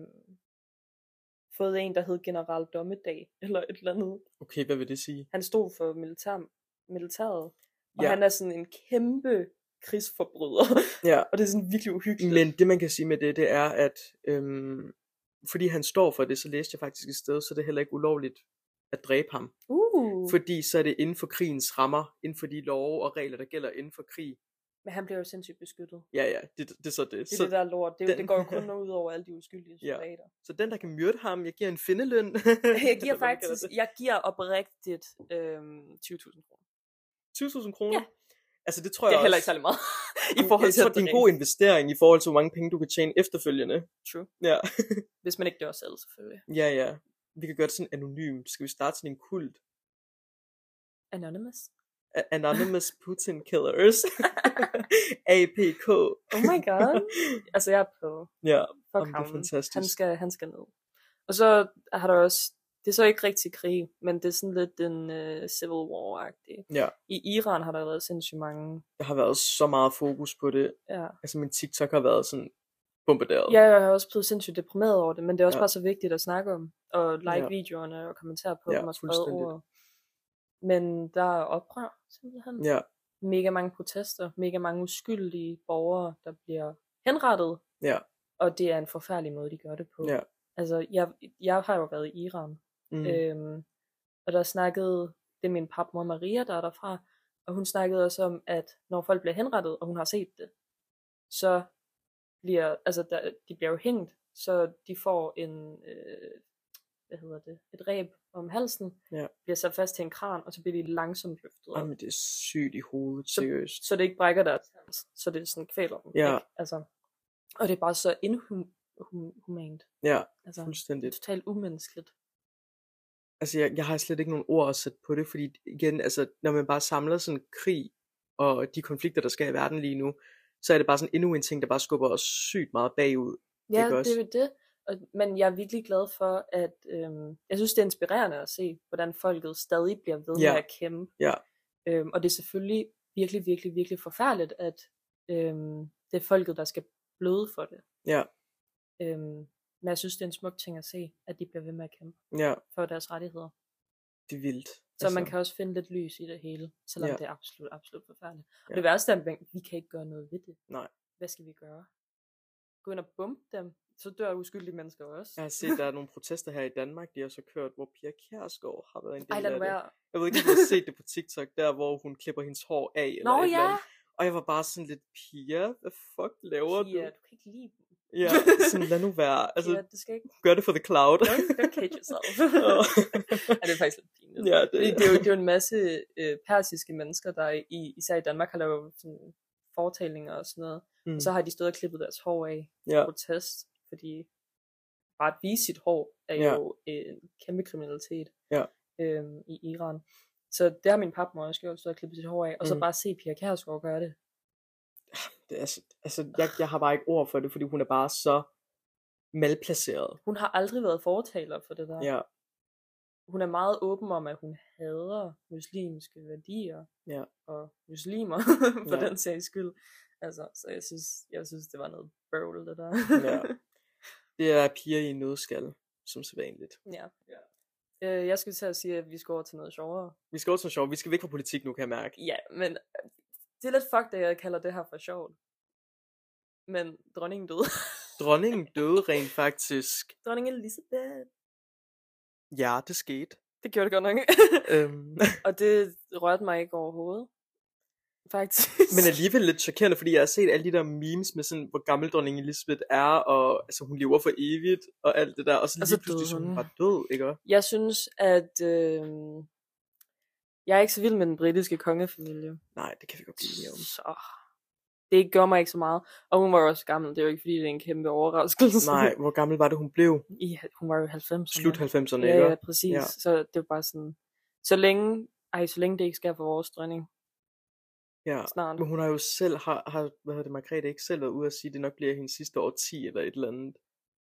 fået en, der hed General Dommedag, eller et eller andet. Okay, hvad vil det sige? Han stod for militæret, og han er sådan en kæmpe krigsforbryder. Ja. Og det er sådan virkelig uhyggeligt. Men det man kan sige med det er, at fordi han står for det, så læste jeg faktisk et sted, så det er heller ikke ulovligt at dræbe ham. Fordi så er det inden for krigens rammer, inden for de love og regler, der gælder inden for krig. Men han bliver jo sindssygt beskyttet. Ja, det er så det. Det er det der lort. Det går jo kun ud over alle de uskyldige soldater. Ja. Så den, der kan myrde ham, jeg giver en findeløn. jeg giver oprigtigt 20.000 kroner. 20.000 kroner? Ja. Altså det tror jeg det er heller ikke særlig meget. I forhold til, det er en god investering i forhold til, hvor mange penge du kan tjene efterfølgende. True. Ja. Hvis man ikke dør selv, selvfølgelig. Ja. Vi kan gøre det sådan anonymt. Skal vi starte sådan en kult? Anonymous? Anonymous Putin Killers. APK. Oh my god. Altså jeg er på. Ja, fuck det er fantastisk. Han skal ned. Og så har der også, det er så ikke rigtig krig, men det er sådan lidt en civil war-agtig. Ja. I Iran har der været sindssygt mange. Der har været så meget fokus på det. Ja. Altså min TikTok har været sådan bombarderet. Ja, jeg har også blevet sindssygt deprimeret over det, men det er også bare så vigtigt at snakke om, og like videoerne og kommentere på dem og sprede ord. Men der er oprør, simpelthen. Ja. Mega mange protester, mega mange uskyldige borgere, der bliver henrettet. Ja. Og det er en forfærdelig måde, de gør det på. Ja. Altså, jeg har jo været i Iran. Og der snakkede, det er min papmor Maria, der er derfra, og hun snakkede også om, at når folk bliver henrettet, og hun har set det, så bliver, de bliver jo hængt, så de får en, et reb om halsen, bliver sat fast til en kran, og så bliver de langsomt løftet op. Jamen det er sygt i hovedet, seriøst. Så det ikke brækker der, så det sådan kvæler dem. Ja. Ikke? Altså, og det er bare så inhumant. Ja, fuldstændig. Totalt umenneskeligt. Altså jeg har slet ikke nogen ord at sætte på det, fordi igen, altså når man bare samler sådan krig, og de konflikter, der sker i verden lige nu, så er det bare sådan endnu en ting, der bare skubber os sygt meget bagud. Ja, det er jo det. Men jeg er virkelig glad for, at jeg synes, det er inspirerende at se, hvordan folket stadig bliver ved med at kæmpe. Ja. Og det er selvfølgelig virkelig, virkelig, virkelig forfærdeligt, at det er folket, der skal bløde for det. Ja. Men jeg synes, det er en smuk ting at se, at de bliver ved med at kæmpe for deres rettigheder. Det er vildt. Så man kan også finde lidt lys i det hele, selvom det er absolut, absolut forfærdeligt. Og det værste er, at vi kan ikke gøre noget ved det. Nej. Hvad skal vi gøre? Gå ind og bombe dem? Så dør uskyldige mennesker også. Jeg har set, der er nogle protester her i Danmark, de har så kørt, hvor Pia Kjærsgaard har været en del af det. Være. Jeg ved ikke, om du har set det på TikTok, der hvor hun klipper hendes hår af. Eller et eller andet. Og jeg var bare sådan lidt, Pia, hvad fuck laver du? Pia, du kan ikke lide dem. Ja, sådan lad nu være. Altså, Pia, det skal ikke... gør det for the cloud. Don't cage yourself. Det er faktisk lidt pinligt. Ja, det er jo en masse persiske mennesker, der især i Danmark har lavet sådan fortællinger og sådan noget. Og så har de stået og klippet deres hår af protest, fordi bare at vise sit hår er jo en kæmpe kriminalitet i Iran. Så det har min papmor også gjort, stået og klippet sit hår af, og så bare se Pia Kjærsgaard gøre det. jeg har bare ikke ord for det, fordi hun er bare så malplaceret. Hun har aldrig været fortaler for det der. Ja. Hun er meget åben om, at hun hader muslimske værdier. Ja. Og muslimer, for den sags skyld. Altså, så jeg synes, det var noget bøvl, det der. Ja. Det er piger i en nødskal, som sædvanligt. Ja. Jeg skulle til at sige, at vi skal over til noget sjovere. Vi skal over til noget sjovere. Vi skal væk fra politik nu, kan jeg mærke. Ja, men det er lidt fucked, at jeg kalder det her for sjovt. Men dronningen døde. Dronningen døde rent faktisk. Dronning Elizabeth. Ja, det skete. Det gjorde det godt nok. Og det rørte mig ikke overhovedet. Faktisk. Men alligevel lidt chokerende, fordi jeg har set alle de der memes med sådan, hvor gammel dronning Elizabeth er, og altså, hun lever for evigt, og alt det der, og så lige pludselig så hun var død, ikke? Jeg synes, at jeg er ikke så vild med den britiske kongefamilie. Nej, det kan vi godt blive enige om. Så det gør mig ikke så meget. Og hun var jo også gammel, det er jo ikke fordi, det er en kæmpe overraskelse. Nej, hvor gammel var det, hun blev? Hun var jo 90'erne. Slut 90'erne, ikke? Ja, præcis. Ja. Så det var bare sådan, så længe det ikke sker for vores dronning. Ja, snart. Men hun har jo selv, Margrethe ikke selv været ude at sige, at det nok bliver hendes sidste årti, eller et eller andet.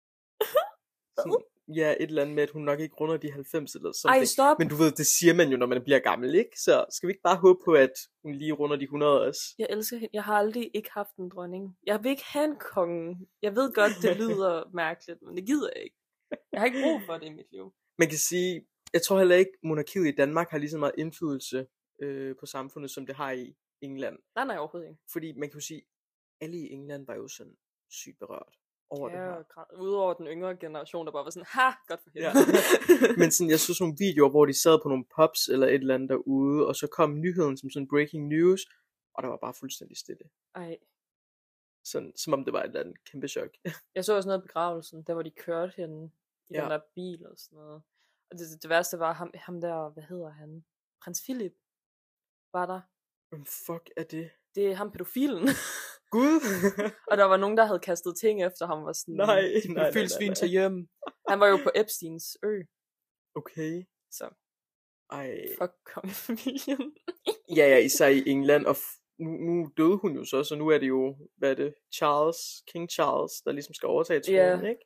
Sådan, ja, et eller andet med, at hun nok ikke runder de 90 eller sådan. Ej, stop! Men du ved, det siger man jo, når man bliver gammel, ikke? Så skal vi ikke bare håbe på, at hun lige runder de 100 også? Jeg elsker hende. Jeg har aldrig ikke haft en dronning. Jeg vil ikke have en konge. Jeg ved godt, det lyder mærkeligt, men det gider jeg ikke. Jeg har ikke brug for det i mit liv. Man kan sige, jeg tror heller ikke, monarkiet i Danmark har lige så meget indflydelse på samfundet, som det har i England. Nej, overhovedet ikke. Fordi man kan jo sige, alle i England var jo sådan sygt berørt over det her. Udover den yngre generation, der bare var sådan, ha, godt for hende. Ja. Men sådan, jeg så sådan nogle videoer, hvor de sad på nogle pubs eller et eller andet derude, og så kom nyheden som sådan breaking news, og der var bare fuldstændig stille. Ej. Sådan, som om det var et eller andet kæmpe chok. Jeg så også noget af begravelsen, der hvor de kørte hende i den der bil og sådan noget. Og det værste var ham der, hvad hedder han? Prins Philip var der. Hvem fuck er det? Det er ham pædofilen. Gud! Og der var nogen, der havde kastet ting efter ham, var sådan, nej. Svin til hjem. Han var jo på Epsteins ø. Okay. Så. Ej. Fuck kongefamilien. ja, især i England, og nu døde hun jo så nu er det jo, hvad er det, King Charles, der ligesom skal overtage tronen, ikke?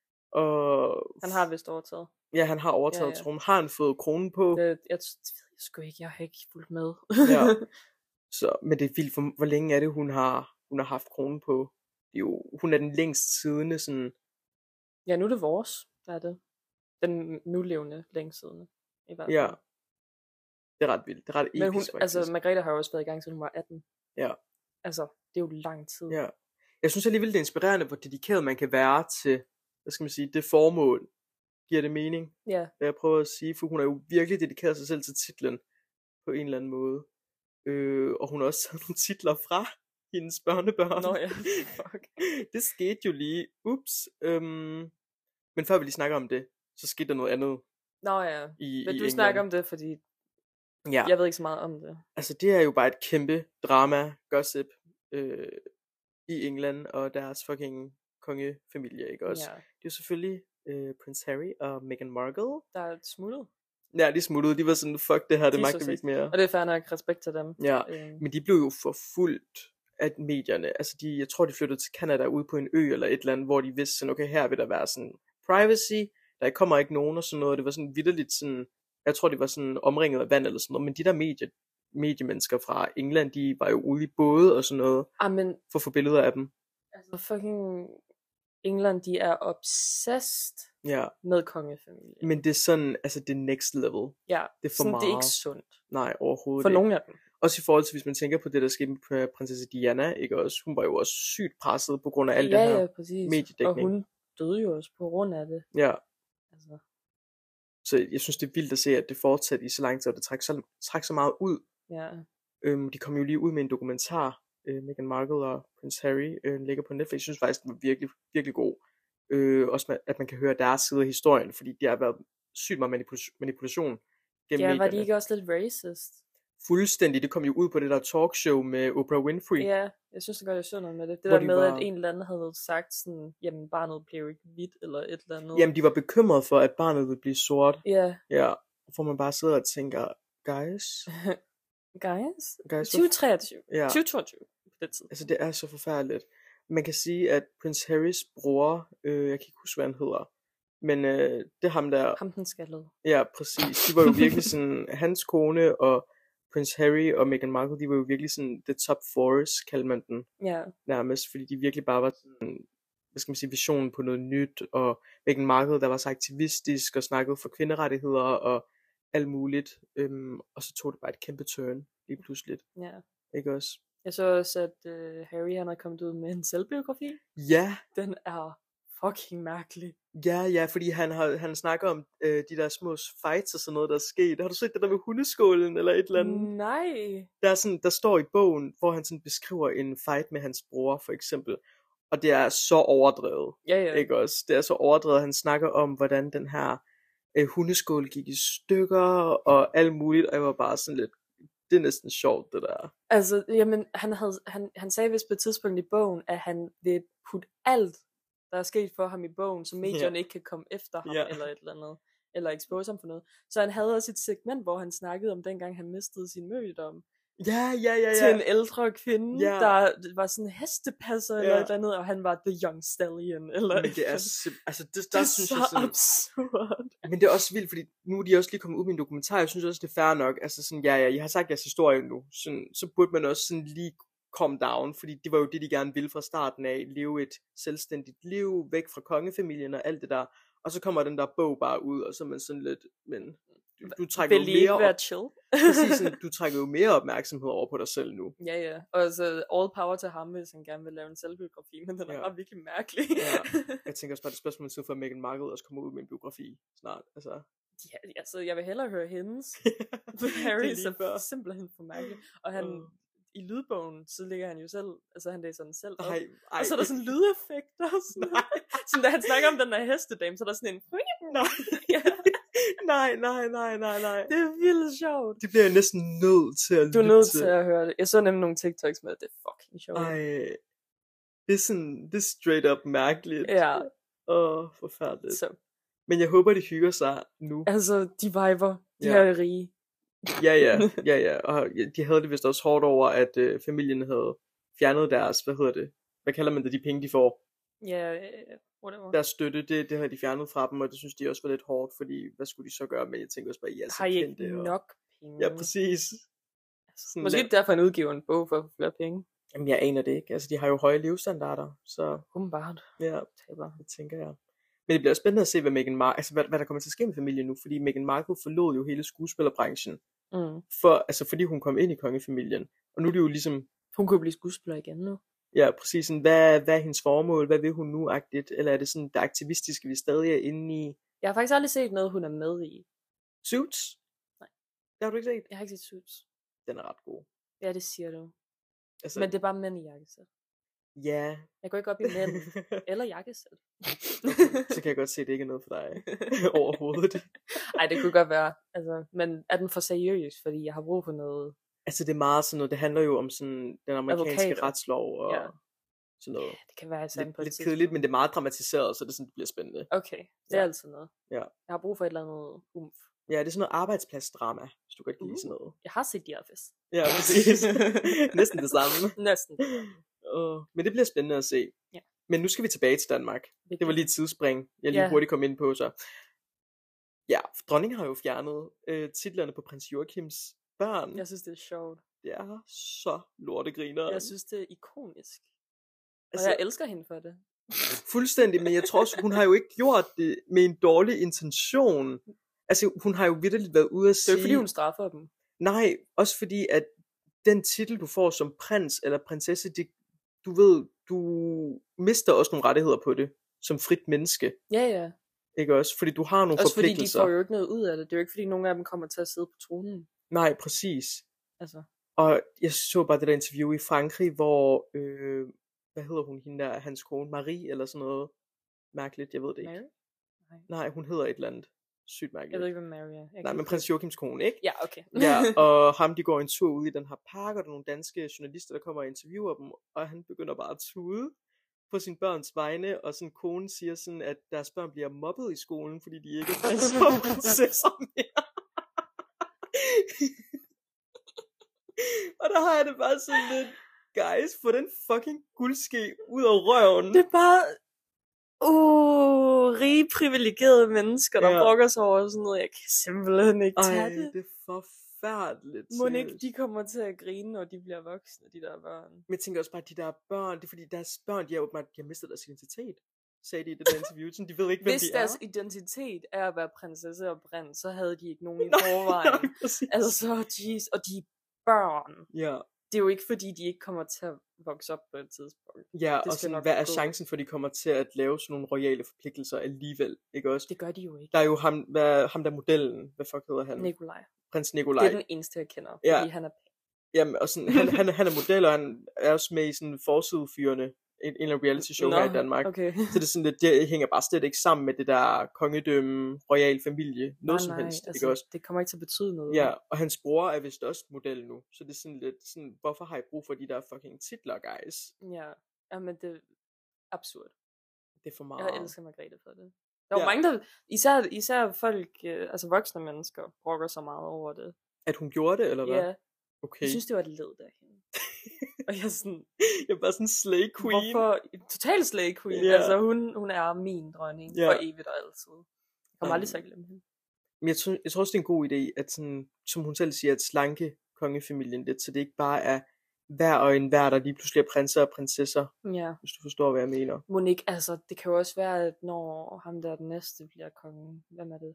Og han har vist overtaget. Ja, han har overtaget tronen. Har han fået kronen på? Jeg sgu ikke, jeg har ikke fulgt med. Ja. Så, men det er vildt, hvor længe er det, hun har haft kronen på? Hun er den længst siddende sådan. Ja, nu er det vores, der er det. Den nulevende længst siddende. I hvert fald. Ja. Det er ret vildt. Det er ret episk, men faktisk. Altså, Margrethe har jo også været i gang, siden hun var 18. Ja. Altså, det er jo lang tid. Ja. Jeg synes alligevel, det er inspirerende, hvor dedikeret man kan være til, hvad skal man sige, det formål. Giver det mening? Ja. Hvad jeg prøver at sige, for hun har jo virkelig dedikeret sig selv til titlen, på en eller anden måde. Og hun har også taget nogle titler fra hendes børnebørn. Nå ja, fuck. Det skete jo lige. Ups. Men før vi lige snakker om det, så skete der noget andet. Nå ja, men du snakker om det, fordi jeg ved ikke så meget om det. Altså det er jo bare et kæmpe drama, gossip, i England og deres fucking kongefamilie, ikke også? Ja. Det er jo selvfølgelig Prince Harry og Meghan Markle. Der er smuttet. Ja, de smuttede. De var sådan, fuck det her, det magter vi ikke mere. Og det er fair nok, respekt til dem. Ja, men de blev jo forfulgt af medierne. Altså, jeg tror, de flyttede til Canada ude på en ø eller et eller andet, hvor de vidste sådan, okay, her vil der være sådan privacy, der kommer ikke nogen og sådan noget. Det var sådan vitterligt sådan, jeg tror, det var sådan omringet af vand eller sådan noget. Men de der mediemennesker fra England, de var jo ude i både og sådan noget, for at få billeder af dem. Altså, fucking England, de er obsessed med kongefamilien. Men det er sådan, altså det er next level. Ja, det er for meget. Det er ikke sundt. Nej, overhovedet for ikke. For nogen af dem. Også i forhold til, hvis man tænker på det, der skete med prinsesse Diana, ikke også? Hun var jo også sygt presset på grund af alt det her mediedækning. Og hun døde jo også på grund af det. Ja. Altså. Så jeg synes, det er vildt at se, at det fortsatte i så lang tid, og det trækker så meget ud. Ja. De kom jo lige ud med en dokumentar, Meghan Markle og Prince Harry, ligger på Netflix. Jeg synes faktisk, den var virkelig, virkelig god. Også at man kan høre deres side af historien, fordi det har været sygt meget manipulation gennem medierne. Var de ikke også lidt racist? Fuldstændig, det kom jo ud på det der talkshow med Oprah Winfrey. Ja, jeg synes det godt, jeg så noget med det. Det der med, at en eller anden havde sagt sådan, jamen barnet bliver ikke hvidt, eller et eller andet. Jamen, de var bekymrede for, at barnet ville blive sort. Ja. Ja, hvor man bare sidder og tænker, guys? 2023. Ja. 2022. Altid. Altså, det er så forfærdeligt. Man kan sige, at Prince Harrys bror, jeg kan ikke huske, hvad han hedder, men det er ham der... Ham den skaldede. Ja, præcis. De var jo virkelig sådan, hans kone og Prince Harry og Meghan Markle, de var jo virkelig sådan the top fours, kaldte man den nærmest, fordi de virkelig bare var sådan, hvad skal man sige, visionen på noget nyt, og Meghan Markle, der var så aktivistisk og snakkede for kvinderettigheder og alt muligt, og så tog det bare et kæmpe turn lige pludselig. Ja. Ikke også? Jeg så også, at Harry han er kommet ud med en selvbiografi. Ja. Den er fucking mærkelig. Ja, fordi han snakker om de der små fights og sådan noget, der er sket. Har du set det der med hundeskålen eller et eller andet? Nej. Der står i bogen, hvor han sådan beskriver en fight med hans bror, for eksempel. Og det er så overdrevet. Ja. Ikke også? Det er så overdrevet. Han snakker om, hvordan den her hundeskål gik i stykker og alt muligt. Og jeg var bare sådan lidt, det er næsten sjovt, det der. Altså, jamen, han sagde vist på et tidspunkt i bogen, at han vil putte alt, der er sket for ham i bogen, så medierne ikke kan komme efter ham eller et eller andet, eller expose ham for noget. Så han havde også et segment, hvor han snakkede om dengang han mistede sin mødom. Ja. Til en ældre kvinde, der var sådan en hestepasser eller et eller andet, og han var the young stallion. Eller men det er altså det er synes så jeg sådan, absurd. Men det er også vildt, fordi nu er de også lige kommet ud med en dokumentar. Jeg synes også, det er fair nok. Altså sådan, jeg har sagt jeres historie nu. Sådan, så burde man også sådan lige calm down, fordi det var jo det, de gerne ville fra starten af. Leve et selvstændigt liv, væk fra kongefamilien og alt det der. Og så kommer den der bog bare ud, og så er man sådan lidt, men du trækker jo mere være chill. præcis, sådan, du trækker jo mere opmærksomhed over på dig selv nu. Ja. Og så all power til ham, hvis han gerne vil lave en selvbiografi, men den er bare virkelig mærkelig. Jeg tænker også bare, det spørgsmål til for Meghan Markle også kommer ud med en biografi snart. Altså. Ja, altså, jeg vil hellere høre hendes. Harry er simpelthen for mærkelig. Og han, i lydbogen, så ligger han jo selv, altså han læser den selv op. Og så er der sådan lydeffekter. Så da han snakker om den der hestedame, så er der sådan en... Nej. Det er vildt sjovt. Det bliver jeg næsten nødt til at lytte til. Du er nødt til at høre det. Jeg så nemlig nogle TikToks med, det er fucking sjovt. Det er sådan, det er straight up mærkeligt. Ja. Forfærdeligt. Så. Men jeg håber, de hygger sig nu. Altså, de viber. De er rige. Ja. Og de havde det vist også hårdt over, at familien havde fjernet deres, hvad kalder man det, de penge, de får? Whatever. Deres støtte, det havde de fjernet fra dem, og det synes de også var lidt hårdt, fordi hvad skulle de så gøre med? Jeg tænker også bare, har I ikke nok penge? Ja, præcis. Sådan måske derfor han udgiver en bog for flere penge. Jamen, jeg aner det ikke. Altså, de har jo høje levestandarder, så... Umiddelbart. Ja, det tænker jeg. Men det bliver spændende at se, hvad der kommer til at ske med familien nu, fordi Meghan Markle forlod jo hele skuespillerbranchen, fordi hun kom ind i kongefamilien. Og nu er det jo ligesom... Hun kunne blive skuespiller igen nu. Ja, præcis. Sådan, hvad er hendes formål? Hvad vil hun nu-agtigt? Eller er det sådan det aktivistiske, vi stadig er inde i? Jeg har faktisk aldrig set noget, hun er med i. Suits? Nej. Det har du ikke set? Jeg har ikke set Suits. Den er ret god. Ja, det siger du. Altså... Men det er bare mænd i jakkesæt. Ja. Jeg går ikke op i mænd. Eller jakkesæt. Okay, så kan jeg godt se, at det ikke er noget for dig. Overhovedet. Ej, det kunne godt være. Altså, men er den for seriøs? Fordi jeg har brug for noget... Altså det er meget sådan noget, det handler jo om sådan den amerikanske retslov og sådan noget. Ja, det kan være sådan lidt kedeligt, men det er meget dramatiseret, så det sådan, det bliver spændende. Okay, det er altid noget. Ja. Jeg har brug for et eller andet umf. Ja, det er sådan noget arbejdspladsdrama, hvis du godt kan lide sådan noget. Jeg har set The Office. Ja, præcis. Næsten det samme. Næsten. Men det bliver spændende at se. Ja. Men nu skal vi tilbage til Danmark. Det var lige et tidsspring, jeg lige hurtigt kom ind på så. Ja, dronningen har jo fjernet titlerne på prins Joachims børn. Jeg synes, det er sjovt. Det er så lortegriner. Jeg synes, det er ikonisk. Og jeg elsker hende for det. Fuldstændig, men jeg tror også, hun har jo ikke gjort det med en dårlig intention. Altså, hun har jo virkelig været ude at sige... Det er jo fordi, hun straffer dem. Nej, også fordi, at den titel, du får som prins eller prinsesse, det, du ved, du mister også nogle rettigheder på det, som frit menneske. Ja. Ikke også? Fordi du har nogle også forpligtelser. Også fordi de får jo ikke noget ud af det. Det er jo ikke fordi, nogen af dem kommer til at sidde på tronen. Nej, præcis. Altså. Og jeg så bare det der interview i Frankrig, hvor, hvad hedder hun, hende der, hans kone, Marie, eller sådan noget mærkeligt, jeg ved det ikke. Mary? Nej, hun hedder et eller andet sygt mærkeligt. Jeg ved ikke, hvad Mary er. Nej, men prins Joachims kone, ikke? Ja, okay. Ja, og ham, de går en tur ud i den her park, og der er nogle danske journalister, der kommer og interviewer dem, og han begynder bare at tude på sin børns vegne, og sådan konen siger sådan, at deres børn bliver mobbet i skolen, fordi de ikke er prinsesser mere. Og der har jeg det bare sådan lidt, Guys, få den fucking guldske ud af røven. Det er bare... rige, privilegerede mennesker, der brokker sig over sådan noget. Jeg kan simpelthen ikke tage det. Det er forfærdeligt. Må ikke, de kommer til at grine, når de bliver voksne, de der børn. Men jeg tænker også bare, at de der børn, det er fordi deres børn, de har mistet deres identitet. Sagde de i det der interview, sådan, de ved ikke, hvem de er. Hvis deres identitet er at være prinsesse og prins, så havde de ikke nogen i forvejen. Altså, jeez, og de børn. Ja. Det er jo ikke fordi, de ikke kommer til at vokse op på et tidspunkt. Ja, og sådan, hvad er chancen for, at de kommer til at lave sådan nogle royale forpligtelser alligevel, ikke også? Det gør de jo ikke. Der er jo ham der modellen, hvad fuck hedder han? Nikolaj. Prins Nikolaj. Det er den eneste, jeg kender, fordi han er... Jamen, og sådan, han er model, og han er også med i sådan forsidefyrene, en eller anden reality show her i Danmark. Okay. Så det er sådan lidt, det hænger bare slet ikke sammen med det der kongedømme, royal familie, noget som helst, altså, ikke også? Det kommer ikke til at betyde noget. Ja, og hans bror er vist også model nu, så det er sådan lidt sådan, hvorfor har I brug for de der fucking titler, guys? Ja, men det er absurd. Det er for meget. Jeg elsker Margrethe for det. Der er mange, der, især folk, altså voksne mennesker, brokker så meget over det. At hun gjorde det, eller hvad? Ja. Okay. Jeg synes, det var et led derhen. Og jeg er sådan... Jeg er bare sådan slay queen. Hvorfor? Total slay queen. Yeah. Altså, hun er min dronning for evigt og altid. Jeg kommer aldrig til at glemme hende. Men jeg tror også, det er en god idé, at sådan, som hun selv siger, at slanke kongefamilien lidt, så det ikke bare er hver og enhver, der lige pludselig er prinser og prinsesser. Ja. Hvis du forstår, hvad jeg mener. Monique, altså, det kan jo også være, at når ham der den næste bliver kongen. Hvem er det?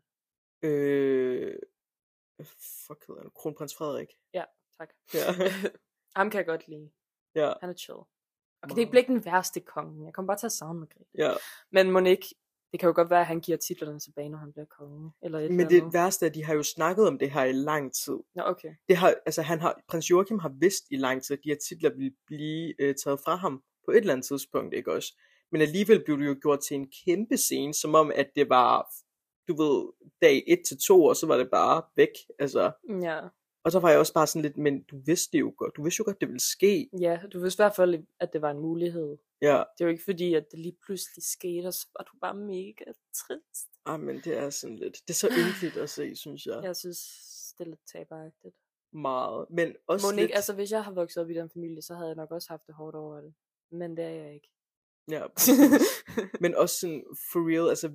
Fuck hedder han? Kronprins Frederik. Ja, tak. Ja. Ham kan jeg godt lide. Ja. Han er chill. Okay, det bliver ikke den værste konge. Jeg kommer bare til at savne Margrethe. Ja. Men Monique, det kan jo godt være, at han giver titlerne tilbage, når han bliver konge. Eller men det værste er, at de har jo snakket om det her i lang tid. Ja, okay. Prins Joachim har vidst i lang tid, at de her titler ville blive taget fra ham på et eller andet tidspunkt, ikke også? Men alligevel blev det jo gjort til en kæmpe scene, som om, at det var, du ved, dag 1-2, og så var det bare væk, altså. Ja. Og så var jeg også bare sådan lidt, men du vidste jo godt, det ville ske. Ja, du vidste i hvert fald, at det var en mulighed. Ja. Det er jo ikke fordi, at det lige pludselig skete, og så var du bare mega trist. Men det er sådan lidt, det er så ynkeligt at se, synes jeg. Jeg synes, det er lidt taberagtigt. Meget, men også Monique, lidt... altså hvis jeg har vokset op i den familie, så havde jeg nok også haft det hårdt over det. Men det er jeg ikke. Ja, men også sådan, for real, altså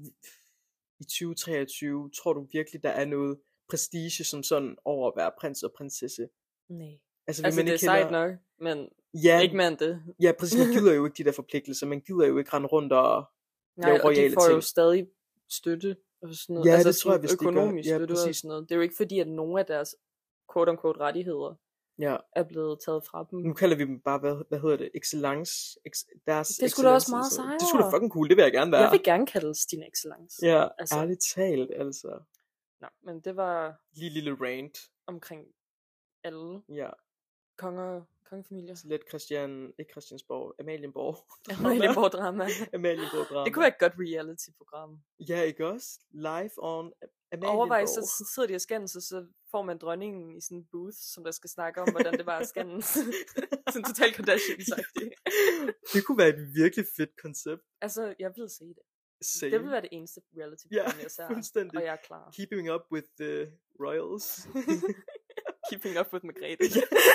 i 2023, tror du virkelig, der er noget prestige som sådan over at være prins og prinsesse? Nej. Altså det er sejt nok, men ikke mere end det. Ja, præcis, man gider jo ikke de der forpligtelser, man gider jo ikke rende rundt og lave royale ting. Nej, og de får jo stadig støtte og sådan noget. Ja, altså, det tror jeg, hvis økonomisk de gør. støtte og sådan noget. Det er jo ikke fordi, at nogen af deres quote-unquote rettigheder er blevet taget fra dem. Nu kalder vi dem bare, hvad hedder det, excellence. Det skulle da også meget sejere. Det skulle da fucking cool, det vil jeg gerne være. Jeg vil gerne kaldes din excellence. Ja, altså. Ærligt talt, altså. Nå, men det var... Lille rant. Omkring alle. Ja. Kongefamilier. Så lidt ikke Christiansborg, Amalienborg. Amalienborg-drama. Amalienborg-drama. Det kunne være et godt reality-program. Ja, ikke også? Live on Amalienborg. Overvej, så sidder de og skændes, og så får man dronningen i sådan en booth, som der skal snakke om, hvordan det var at skændes. Sådan total Kardashian-agtigt. Det kunne være et virkelig fedt koncept. Altså, jeg vil se det. Same. Det vil være det eneste reality-program, jeg ser. Fuldstændig. Og jeg er klar. Keeping up with the royals. Keeping up with Margrethe.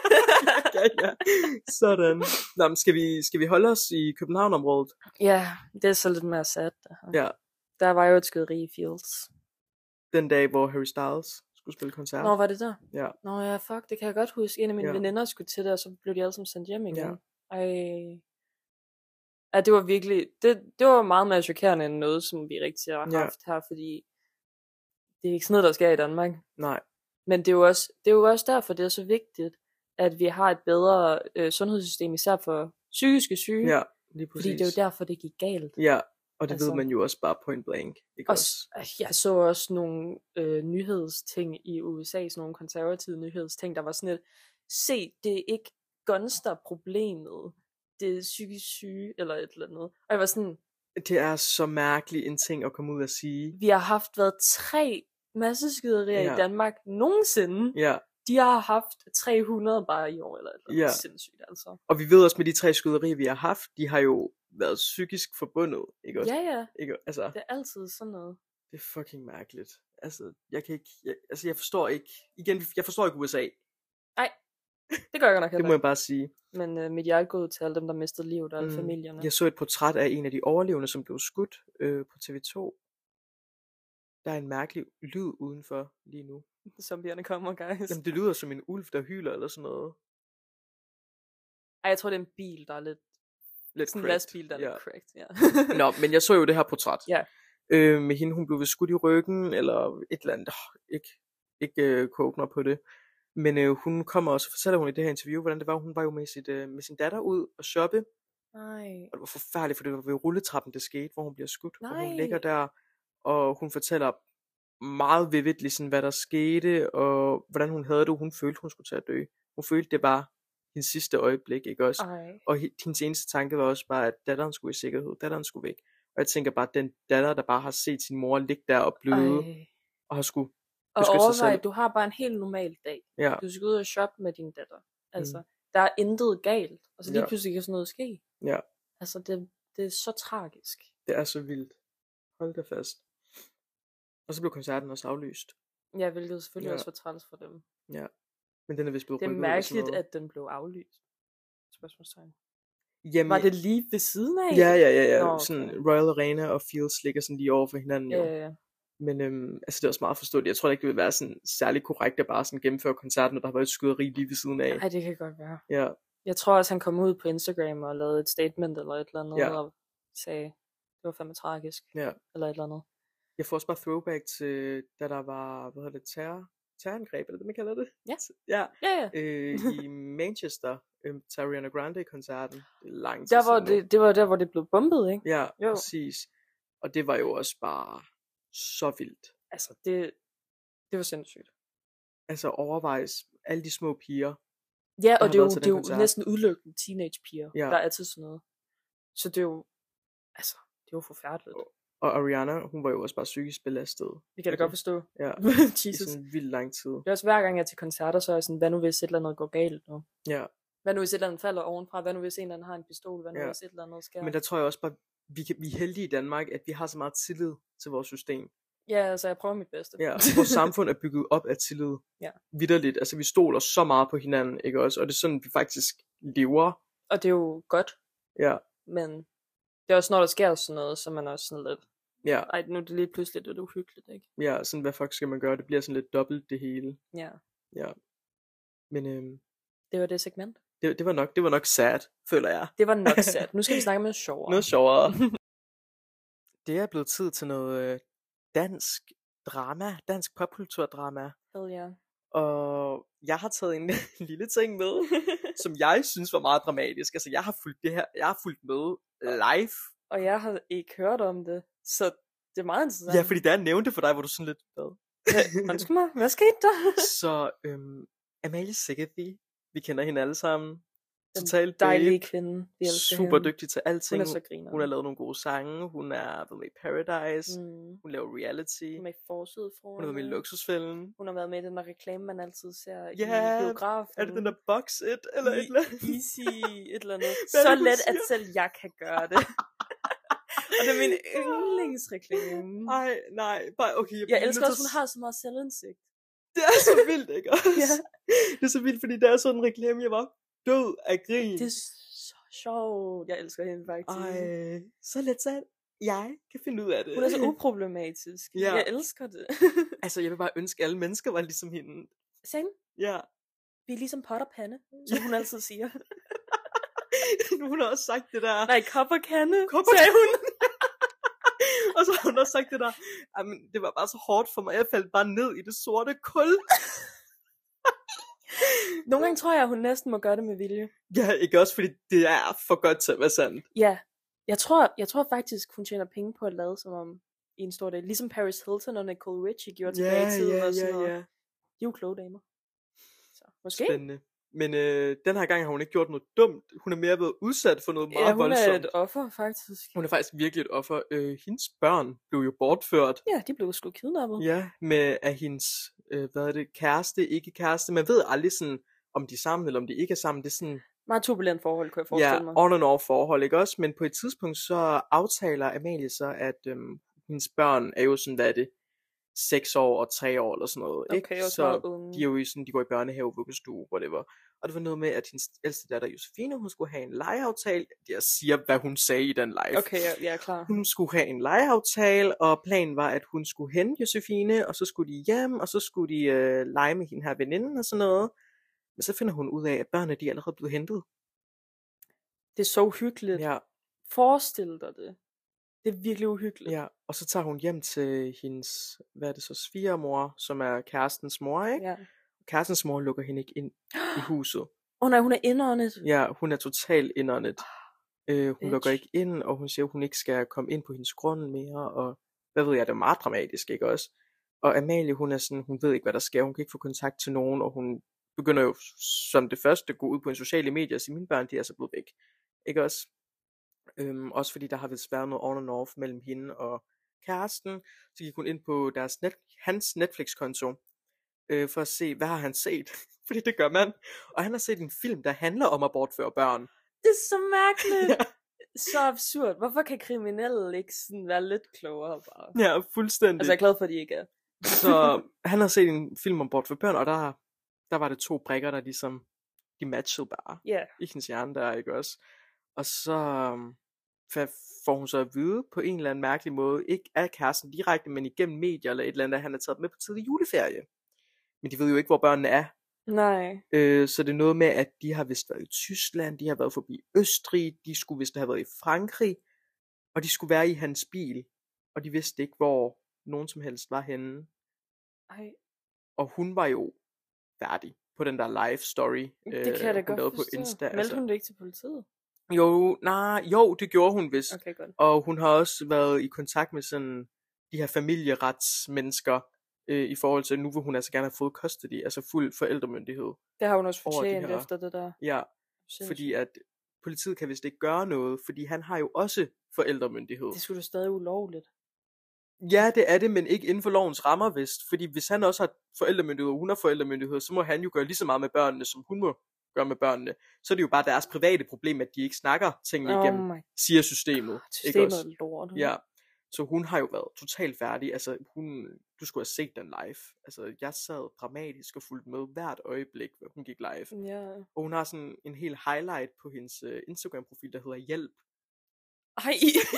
ja. Sådan. Nå, men skal vi holde os i København-området? Ja, det er så lidt mere sad. Ja. Der var jo et skyderi i Fields. Den dag, hvor Harry Styles skulle spille koncert. Nå, var det der? Ja. Nå ja, fuck, det kan jeg godt huske. En af mine veninder skulle til det, og så blev de alle sammen sendt hjem igen. Ja. Ja, det var virkelig, det var meget mere chokerende end noget, som vi rigtig har haft her, fordi det er ikke sådan noget, der sker i Danmark. Nej. Men det er jo også derfor, det er så vigtigt, at vi har et bedre sundhedssystem, især for psykiske syge. Ja, lige præcis. Fordi det er jo derfor, det gik galt. Ja, og det ved man jo også bare point blank. Ikke også? Jeg så også nogle nyhedsting i USA, sådan nogle konservative nyhedsting, der var sådan et, se, det er ikke guns, der er problemet. Det er psykisk syge, eller et eller andet. Og jeg var sådan... Det er så mærkeligt en ting at komme ud og sige. Vi har været 3 masseskyderier i Danmark nogensinde. Ja. De har haft 300 bare i år, eller et eller andet. Sindssygt, altså. Og vi ved også med de 3 skyderier, vi har haft, de har jo været psykisk forbundet, ikke også? Ja. Ikke, altså, det er altid sådan noget. Det er fucking mærkeligt. Altså, jeg forstår ikke... Igen, jeg forstår ikke USA. Nej. Det gør jeg nok heller. Det må jeg bare sige. Men mit hjerte går ud til alle dem, der mistede livet, og alle familierne. Jeg så et portræt af en af de overlevende, som blev skudt på TV2. Der er en mærkelig lyd udenfor lige nu. Zombierne kommer, guys. Jamen, det lyder som en ulv, der hyler eller sådan noget. Ej, jeg tror, det er en bil, der er lidt sådan en lastbil, der er lidt cracked. Ja. Nå, men jeg så jo det her portræt. Ja. Med hende, hun blev skudt i ryggen, eller et eller andet. Ikke koge mig på det. Men hun kommer også, fortæller hun i det her interview, hvordan det var. Hun var jo med sin datter ud og shoppe. Nej. Og det var forfærdeligt, for det var ved rulletrappen, det skete, hvor hun bliver skudt. Nej. Og hun ligger der, og hun fortæller meget vividt, ligesom, hvad der skete, og hvordan hun havde det. Hun følte, hun skulle til at dø. Hun følte, det var hendes sidste øjeblik, ikke også? Ej. Og hendes eneste tanke var også bare, at datteren skulle i sikkerhed. Datteren skulle væk. Og jeg tænker bare, den datter, der bare har set sin mor ligge der og bløde, og har skulle beskytte sig selv. Du har bare en helt normal dag. Ja. Du skal ud og shoppe med din datter. Altså, der er intet galt. Og så lige pludselig kan sådan noget ske. Ja. Altså, det er så tragisk. Det er så vildt. Hold da fast. Og så blev koncerten også aflyst. Ja, hvilket selvfølgelig også var træls for dem. Ja. Men den er vist blevet rykket. Det er mærkeligt, at den blev aflyst. Spørgsmålstegn. Jamen, var det lige ved siden af? Ja. Nå, okay. Sådan Royal Arena og Fields ligger sådan lige over for hinanden. Ja. Men altså det er også meget forståeligt. Jeg tror ikke, det vil være sådan særlig korrekt at bare sådan gennemføre koncerten, når der har været et skyderi lige ved siden af. Nej, det kan godt være. Ja. Jeg tror også, han kom ud på Instagram og lavede et statement eller et eller andet, og sagde, det var fandme tragisk. Ja. Eller et eller andet. Jeg får også bare throwback til, da der var, terrorangreb, eller det man kalder det? Ja. I Manchester, til Ariana Grande-koncerten. Lang tid det var der, hvor det blev bombet, ikke? Ja, jo. Præcis. Og det var jo også bare så vildt. Altså, det var sindssygt. Altså, overvejs alle de små piger. Ja, og det er jo næsten udelukkende teenage-piger, der er til sådan noget. Så det er jo, altså, det var forfærdeligt. Og Ariana, hun var jo også bare psykisk belastet. Det kan jeg da godt forstå. Ja, Jesus. I sådan en vild lang tid. Det er også hver gang jeg er til koncerter, så er jeg sådan, hvad nu hvis et eller andet går galt nu? Ja. Hvad nu hvis et eller andet falder ovenfra? Hvad nu hvis en eller anden har en pistol? Hvad nu hvis et eller andet sker? Men der tror jeg også bare, vi er heldige i Danmark, at vi har så meget tillid til vores system. Ja, altså jeg prøver mit bedste. Ja, vores samfund er bygget op af tillid. Ja. Vitterligt. Altså vi stoler så meget på hinanden, ikke også? Og det er sådan, vi faktisk lever. Og det er jo godt. Ja. Men det er også, når der sker sådan noget, så man også sådan lidt... Ja. Ej, nu er det lige pludselig lidt uhyggeligt, ikke? Ja, sådan hvad fuck skal man gøre? Det bliver sådan lidt dobbelt det hele. Ja. Ja. Men det var det segment. Det var nok sad, føler jeg. Det var nok sad. Nu skal vi snakke med noget sjovere. Noget sjovere. Det er blevet tid til noget dansk drama, dansk popkulturdrama. Hell yeah. Og jeg har taget en lille ting med, som jeg synes var meget dramatisk. Altså jeg har fulgt med live. Og jeg har ikke hørt om det, så det er meget interessant. Ja, fordi da jeg nævnte for dig, hvor du sådan lidt... Undskyld mig, hvad skete der? Så Amalie Sigeti, vi kender hende alle sammen. Den dejlige kvinde. Super dygtig til alting. Hun er så griner. Hun har lavet nogle gode sange. Hun er været med i Paradise. Hun laver reality. Hun er med i Forsøget for. Hun har været med i Luksusfælden. Hun har været med i den der reklame, man altid ser i biografen. Er det den der Box It? Eller et eller andet? Easy, et eller andet. Så let, at selv jeg kan gøre det. Og det er min yndlingsreklame. Nej. Bare okay. Jeg elsker også, hun har så meget selvindsigt. Det er så vildt, ikke også? Ja. Det er så vildt, fordi der er sådan en reklame, jeg var død af grin. Det er så sjovt. Jeg elsker hende faktisk. Så let så jeg kan finde ud af det. Hun er så uproblematisk. Ja. Jeg elsker det. Altså, jeg vil bare ønske, at alle mennesker var ligesom hende. Same. Ja. Vi er ligesom pot og pande, som hun altid siger. Hun har også sagt det der. Nej, kop og kande, sagde hun. Og så har hun også sagt det der. Jamen, det var bare så hårdt for mig. Jeg faldt bare ned i det sorte kul. Nogle gange tror jeg, at hun næsten må gøre det med vilje. Ja, ikke også, fordi det er for godt til at være sandt. Ja, jeg tror faktisk, hun tjener penge på at lade som om i en stor del. Ligesom Paris Hilton og Nicole Richie gjorde tilbage i tiden og sådan noget. De er jo kloge damer. Så, måske. Spændende. Men den her gang har hun ikke gjort noget dumt. Hun er mere været udsat for noget meget voldsomt. Ja, hun er et offer, faktisk. Hun er faktisk virkelig et offer. Hendes børn blev jo bortført. Ja, de blev sgu kidnappet. Ja, af hendes, kæreste, ikke kæreste. Man ved aldrig sådan, om de er sammen, eller om de ikke er sammen. Det er sådan... Meget turbulent forhold, kan jeg forestille mig. Ja, on and off forhold, ikke også? Men på et tidspunkt så aftaler Amalie så, at hendes børn er jo sådan, hvad er det? 6 år og 3 år eller sådan noget, ikke? Okay, så de er jo sådan, de går i børnehave, vuggestue, whatever. Og det var noget med, at hendes ældste datter, Josefine, hun skulle have en legeaftale. Jeg siger, hvad hun sagde i den live. Okay, jeg er klar. Hun skulle have en legeaftale, og planen var, at hun skulle hente Josefine, og så skulle de hjem, og så skulle de lege med hende her veninden og sådan noget. Men så finder hun ud af, at børnene de er allerede blevet hentet. Det er så uhyggeligt. Ja. Forestil dig det. Det er virkelig uhyggeligt. Ja, og så tager hun hjem til hendes, hvad er det så, svigermor, som er kærestens mor, ikke? Ja. Kærestens mor lukker hende ikke ind i huset. Nej, hun er indåndet. Ja, hun er totalt indåndet. Hun lukker ikke ind, og hun siger, at hun ikke skal komme ind på hendes grund mere, og hvad ved jeg, det er meget dramatisk, ikke også? Og Amalie, hun er sådan, hun ved ikke, hvad der sker, hun kan ikke få kontakt til nogen, og hun begynder jo som det første at gå ud på en sociale medier og sige, mine børn, de er så blevet væk. Ikke også? Også fordi der har vist været noget on and off mellem hende og kæresten, så gik hun ind på hans Netflix-konto, for at se, hvad har han set, fordi det gør man, og han har set en film, der handler om at bortføre børn. Det er så mærkeligt. Ja. Så absurd. Hvorfor kan kriminelle ikke sådan være lidt klogere bare? Ja, fuldstændig. Altså jeg er glad for, at de ikke er. Så han har set en film om bortføre børn, og der var det 2 brikker, der ligesom, de matchede bare i hendes hjerne der, ikke også? Og så får hun så at vide på en eller anden mærkelig måde, ikke af kæresten direkte, men igennem medier eller et eller andet, at han er taget med på tidlig juleferie. Men de ved jo ikke, hvor børnene er. Nej. Så det er noget med, at de har vist været i Tyskland, de har været forbi Østrig, de skulle vist have været i Frankrig, og de skulle være i hans bil, og de vidste ikke, hvor nogen som helst var henne. Ej. Og hun var jo færdig på den der live story, det kan jeg da godt på Insta. Meldte hun det ikke til politiet? Jo, det gjorde hun vist. Okay, godt. Og hun har også været i kontakt med sådan de her familieretsmennesker, i forhold til, nu vil hun altså gerne have fået custody, altså fuld forældremyndighed. Det har hun også fortjent efter det der. Ja, fordi at politiet kan vist ikke gøre noget, fordi han har jo også forældremyndighed. Det skulle da stadig ulovligt. Ja, det er det, men ikke inden for lovens rammer vist, fordi hvis han også har forældremyndighed, og hun har forældremyndighed, så må han jo gøre lige så meget med børnene, som hun må gøre med børnene. Så er det jo bare deres private problem, at de ikke snakker tingene igennem, siger systemet. Systemet er lort. Ja. Så hun har jo været totalt færdig. Altså, du skulle have set den live. Altså, jeg sad dramatisk og fulgte med hvert øjeblik, hvor hun gik live. Ja. Og hun har sådan en hel highlight på hendes Instagram-profil, der hedder Hjælp. Ej.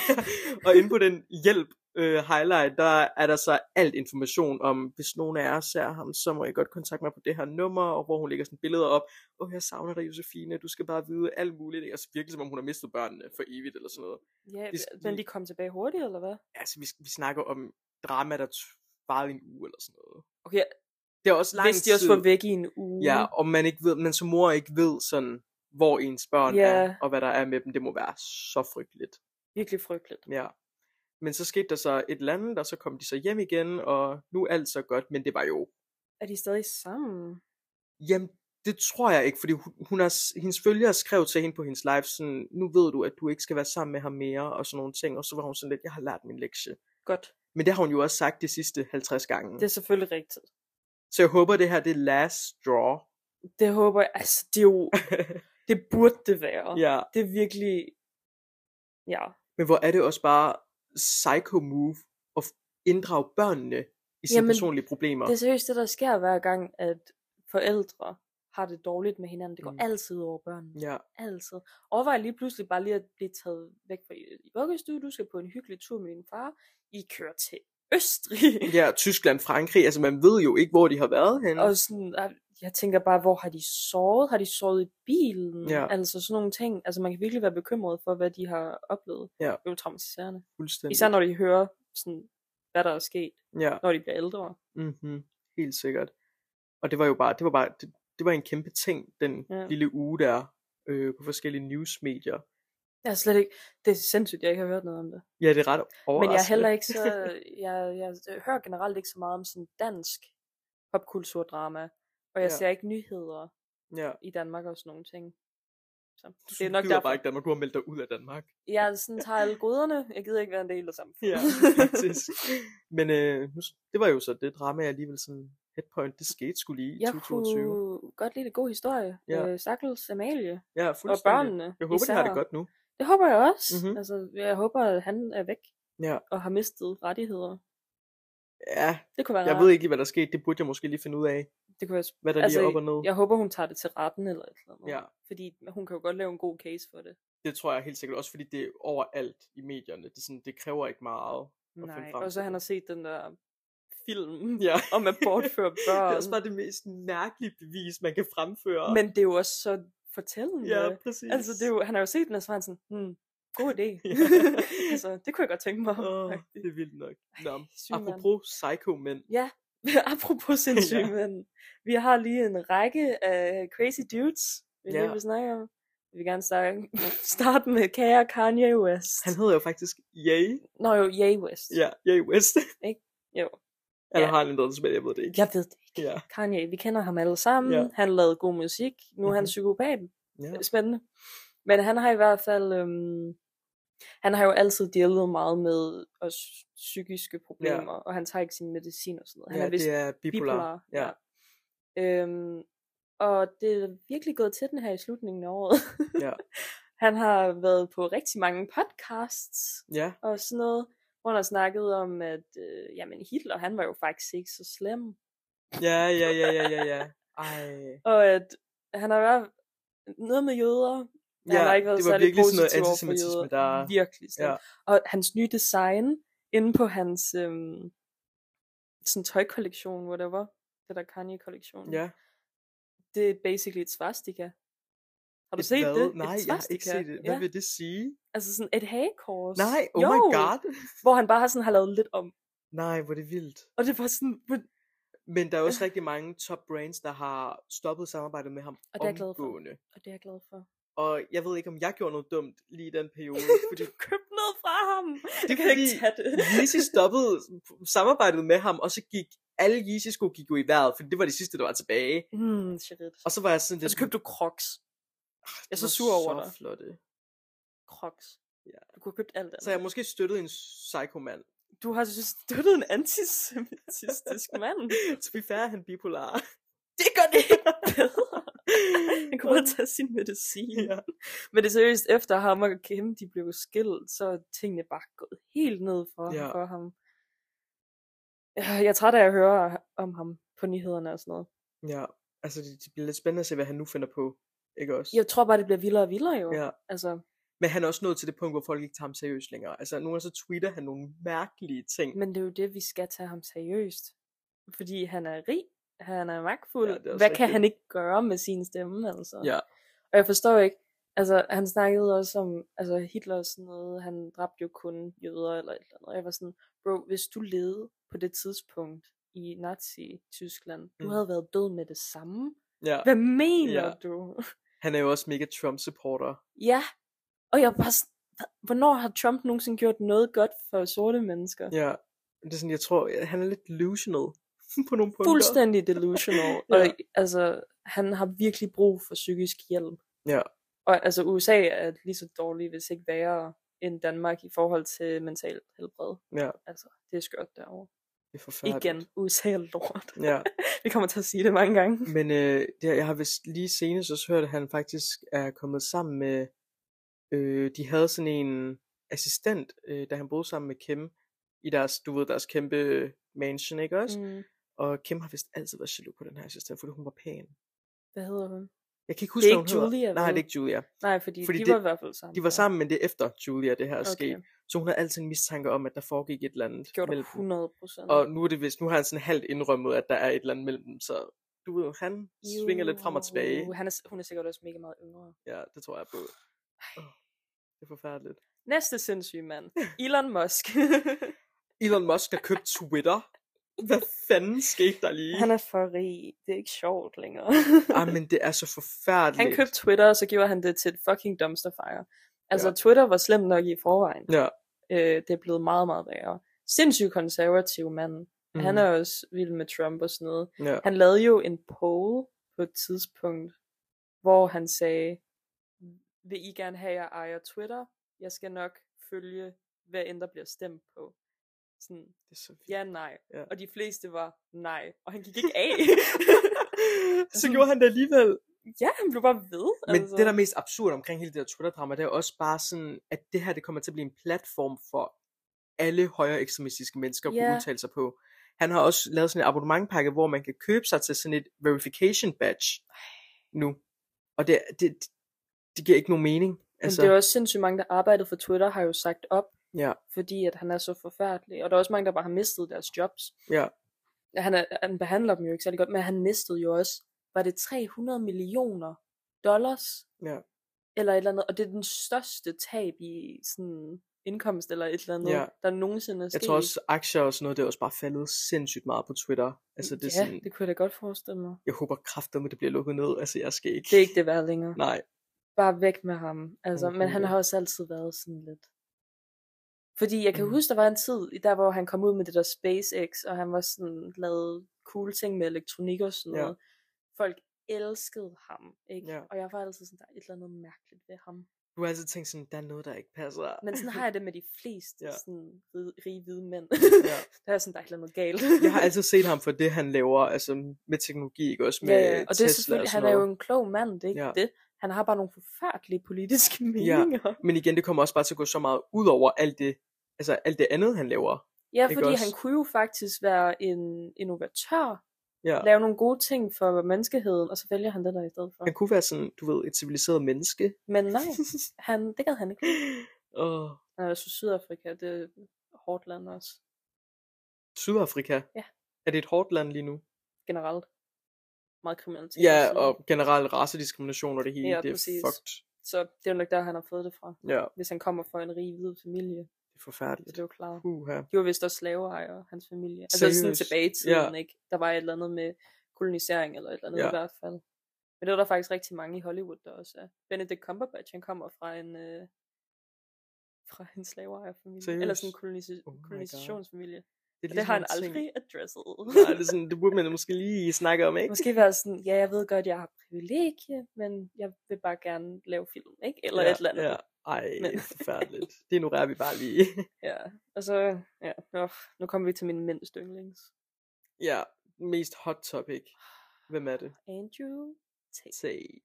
Og inde på den Hjælp highlight, der er der så alt information om, hvis nogen af jer ser ham, så må I godt kontakte mig på det her nummer, og hvor hun lægger sådan billeder op. Jeg savner dig, Josefine, du skal bare vide alt muligt. Det er altså virkelig som om hun har mistet børnene for evigt eller sådan noget. Ja, men de kom tilbage hurtigt, eller hvad? Altså, vi snakker om drama, der varede en uge eller sådan noget. Okay, det er også lang hvis de også var væk i en uge. Ja, og man som mor ikke ved sådan, hvor ens børn er, og hvad der er med dem, det må være så frygteligt. Virkelig frygteligt. Ja. Men så skete der så et eller andet, og så kom de så hjem igen, og nu er alt så godt, men det var jo... Er de stadig sammen? Jamen, det tror jeg ikke, fordi hendes følgere skrev til hende på hendes live sådan, nu ved du, at du ikke skal være sammen med ham mere, og sådan nogle ting, og så var hun sådan lidt, jeg har lært min lektie. Godt. Men det har hun jo også sagt de sidste 50 gange. Det er selvfølgelig rigtigt. Så jeg håber, det her det er last straw. Det håber jeg, altså det er jo, det burde det være. Ja. Det er virkelig, ja. Men hvor er det også bare psycho move at inddrage børnene i sine personlige problemer. Det er seriøst det, der sker hver gang, at forældre har det dårligt med hinanden. Det går altid over børnene. Ja. Altid. Overvej lige pludselig bare lige at blive taget væk fra i vuggestue. Du skal på en hyggelig tur med din far. I kører til Østrig. Ja, Tyskland, Frankrig. Altså man ved jo ikke, hvor de har været henne. Og sådan, jeg tænker bare, hvor har de sovet? Har de sovet i bilen? Ja. Altså sådan nogle ting. Altså man kan virkelig være bekymret for, hvad de har oplevet. Ja. Det er jo traumatiserende. Fuldstændig. Især når de hører, sådan, hvad der er sket, når de bliver ældre. Mm-hmm. Helt sikkert. Og det var jo bare, det var en kæmpe ting, den lille uge der, på forskellige newsmedier. Jeg er slet ikke, det er sindssygt, jeg ikke har hørt noget om det. Ja, det er ret overraskende. Men jeg er heller ikke så, jeg hører generelt ikke så meget om sådan dansk popkulturdrama, og jeg ser ikke nyheder i Danmark og sådan nogle ting. Så det er nok derfor. Bare ikke Danmark, du har meldt dig ud af Danmark. Jeg sådan tager alle goderne, jeg gider ikke være en del af samfundet. Ja, faktisk. Men det var jo så det drama, jeg alligevel sådan headpoint, det skete skulle lige i 2022. Jeg kunne godt lide det god historie. Stakkels Amalie. Ja, og børnene. Jeg håber, de har det godt nu. Det håber jeg også. Mm-hmm. Altså, jeg håber, at han er væk. Og har mistet rettigheder. Ja, det kunne være jeg ved ikke, hvad der skete. Det burde jeg måske lige finde ud af. Det kunne hvad der lige er op og ned. Jeg håber, hun tager det til retten eller et eller andet. Ja. Fordi hun kan jo godt lave en god case for det. Det tror jeg helt sikkert også, fordi det er overalt i medierne. Det kræver ikke meget at finde frem og så til han har set den der film ja. om at bortføre børn. Det er også bare det mest mærkelige bevis, man kan fremføre. Men det er jo også så fortællende. Ja, præcis. Altså, han har jo set den, og så var han sådan, god idé. Altså, det kunne jeg godt tænke mig. Det er vildt nok. Nå, apropos psycho-mænd. Ja, apropos sindssyge mænd. Vi har lige en række af crazy dudes, vi lige vil snakke om. Vi vil gerne starte med kære Kanye West. Han hedder jo faktisk Ye. Nå jo, Ye West. Ja, Ye West. Ikke? Jo. Eller har han ændret det tilbage, jeg ved det ikke. Jeg ved det ikke. Ja. Kanye, vi kender ham alle sammen. Ja. Han lavede god musik. Nu er han psykopat. Ja. Spændende. Men han har i hvert fald... han har jo altid dealet meget med også psykiske problemer. Og han tager ikke sin medicin og sådan noget. Han er vist det er bipolar. Ja. Og det er virkelig gået til den her i slutningen af året. Ja. Han har været på rigtig mange podcasts. Ja. Og sådan noget. Hvor han har snakket om, at jamen Hitler, han var jo faktisk ikke så slem. Ja. Ej. Og at han har været noget med jøder. Ja, han har ikke været det var virkelig sådan noget antisemitisme, der... Virkelig slemt. Ja. Og hans nye design, inde på hans sådan tøjkollektion, whatever, det der Kanye-kollektion. Ja. Det er basically et svastika. Har du set det? Nej, jeg har ikke set det. Hvad vil det sige? Altså sådan et hagekors. Nej, my god. Hvor han bare har lavet lidt om. Nej, hvor det er vildt. Og det var sådan... Men der er også rigtig mange top brands, der har stoppet samarbejdet med ham og det er omgående. Og det er jeg glad for. Og jeg ved ikke, om jeg gjorde noget dumt lige i den periode. Fordi du købte noget fra ham. Det kan ikke tage det. Yeezy stoppede samarbejdet med ham, og så gik alle Yeezy-sko gik jo i vejret, for det var de sidste, der var tilbage. Shit. Og så var jeg sådan... Og så købte du Crocs. Jeg er så sur over dig. Flotte. Crocs. Ja. Du kunne have købt alt andet. Så jeg måske støttet en psycho-mand. Du har støttet en antisemitisk mand. To be fair, han bipolar. Det gør det ikke bedre. Han kunne bare tage sin medicin. Ja. Men det er seriøst, efter ham og Kim, de blev skilt, så er tingene bare gået helt ned for ham. Jeg er træt af at høre om ham på nyhederne og sådan noget. Ja, altså det bliver lidt spændende at se, hvad han nu finder på. Ikke også? Jeg tror bare, det bliver vildere og vildere jo. Ja. Altså. Men han er også nået til det punkt, hvor folk ikke tager ham seriøst længere. Altså nogle gange så tweeter han nogle mærkelige ting. Men det er jo det, vi skal tage ham seriøst. Fordi han er rig, han er magtfuld. Ja, hvad kan han ikke gøre med sin stemme, altså? Ja. Og jeg forstår ikke, altså han snakkede også om, altså Hitler og sådan noget, han dræbte jo kun jøder eller et eller andet. Og jeg var sådan, bro, hvis du levede på det tidspunkt i Nazi-Tyskland, du havde været død med det samme. Ja. Hvad mener du? Han er jo også mega Trump-supporter. Ja, og jeg bare hvornår har Trump nogensinde gjort noget godt for sorte mennesker? Ja, det er sådan, jeg tror, han er lidt delusional på nogle punkter. Fuldstændig delusional. Og altså, han har virkelig brug for psykisk hjælp. Ja. Og altså, USA er lige så dårlig, hvis ikke værre end Danmark i forhold til mental helbred. Ja. Altså, det er skørt derovre. Det er forfærdeligt. Igen, USA er lort. Ja. Vi kommer til at sige det mange gange. Men jeg har vist lige senest også hørt, at han faktisk er kommet sammen med, de havde sådan en assistent, da han boede sammen med Kim, i deres, du ved, deres kæmpe mansion, ikke også? Og Kim har vist altid været jaloux på den her assistent, fordi hun var pæn. Hvad hedder hun? Jeg kan ikke huske, hvad hun hedder. Julia, nej, det er ikke Julia. Nej, fordi de var i hvert fald sammen. De var sammen, men det er efter Julia, det her skete. Så hun har altid en mistanke om, at der foregik et eller andet. Det gjorde der 100%. Og nu er det vist, nu har han sådan halvt indrømmet, at der er et eller andet mellem dem, så du ved, han svinger lidt frem og tilbage. Hun er sikkert også mega meget yngre. Ja, det tror jeg på. Det er forfærdeligt. Næste sindssyge mand. Elon Musk. Elon Musk har købt Twitter. Hvad fanden skete der lige? Han er for rig. Det er ikke sjovt længere. Men det er så forfærdeligt. Han købte Twitter, og så gjorde han det til et fucking dumpster fire. Altså Twitter var slemt nok i forvejen. Ja. Det er blevet meget, meget værre. Sindssygt konservativ mand. Han er også vild med Trump og sådan noget. Ja. Han lavede jo en poll på et tidspunkt, hvor han sagde, vil I gerne have, at jeg ejer Twitter? Jeg skal nok følge, hvad end der bliver stemt på. Sådan, det er så ja, nej. Ja. Og de fleste var nej. Og han gik ikke af. Så gjorde han det alligevel. Ja, han blev bare ved. Men det, der er mest absurd omkring hele det der Twitter-drama, det er også bare sådan, at det her, det kommer til at blive en platform for alle højere ekstremistiske mennesker at kunne udtale sig på. Han har også lavet sådan en abonnementpakke, hvor man kan købe sig til sådan et verification badge nu. Og det giver ikke nogen mening. Altså, men det er også sindssygt mange, der arbejdede for Twitter, har jo sagt op, ja. Fordi at han er så forfærdelig. Og der er også mange, der bare har mistet deres jobs. Ja. Han behandler dem jo ikke særlig godt, men han mistede jo også, var det $300 millioner? Ja. Eller et eller andet, og det er den største tab i sådan indkomst eller et eller andet, der nogensinde er sket. Jeg tror også, aktier og sådan noget, det er også bare faldet sindssygt meget på Twitter. Altså, det er sådan, det kunne jeg da godt forestille mig. Jeg håber kraftigt, at det bliver lukket ned. Altså, jeg skal ikke. Det er ikke det værd længere. Nej. Bare væk med ham. Altså, men han har også altid været sådan lidt. Fordi jeg kan huske, der var en tid, der hvor han kom ud med det der SpaceX, og han var sådan, lavet cool ting med elektronik og sådan noget. Folk elskede ham, ikke? Ja. Og jeg var altid sådan, der er et eller andet mærkeligt ved ham. Du har altid tænkt sådan, der er noget, der ikke passer. Men sådan har jeg det med de fleste sådan rige hvide mænd. Der er sådan, der er et eller andet galt. Jeg har altid set ham for det, han laver, altså med teknologi, ikke også med Tesla. Og det er selvfølgelig, han er jo en klog mand, det er ikke det. Han har bare nogle forfærdelige politiske meninger. Ja. Men igen, det kommer også bare til at gå så meget ud over alt det, altså alt det andet, han laver. Ja, fordi også? Han kunne jo faktisk være en innovatør. Lave nogle gode ting for menneskeheden, og så vælger han det der i stedet for. Han kunne være sådan, du ved, et civiliseret menneske. Men nej, det gad han ikke. Altså Sydafrika, det er et hårdt land også. Sydafrika? Ja. Er det et hårdt land lige nu? Generelt. Meget kriminalitet. Ja, og generelt racediskrimination og det hele, det præcis. Er fucked. Så det er jo nok der, han har fået det fra. Ja. Hvis han kommer fra en rig hvid familie. Det er forfærdeligt. Det er jo klart. De var vist også slaveejere, hans familie. Altså sådan tilbage i tiden, ikke? Der var et eller andet med kolonisering eller et eller andet i hvert fald. Men det var der faktisk rigtig mange i Hollywood, der også er. Benedict Cumberbatch, han kommer fra en slaveejerfamilie. Eller sådan en kolonisationsfamilie. Det har han aldrig addresset. Nej, det er sådan, det burde man måske lige snakke om, ikke? Måske være sådan, ja, jeg ved godt, jeg har privilegie, men jeg vil bare gerne lave film, ikke? Eller et eller andet. Ja. Ej, forfærdeligt. Det ignorerer vi bare lige. Ja, og så, nu kommer vi til min mindst yndlings. Ja, mest hot topic. Hvem er det? Andrew Tate.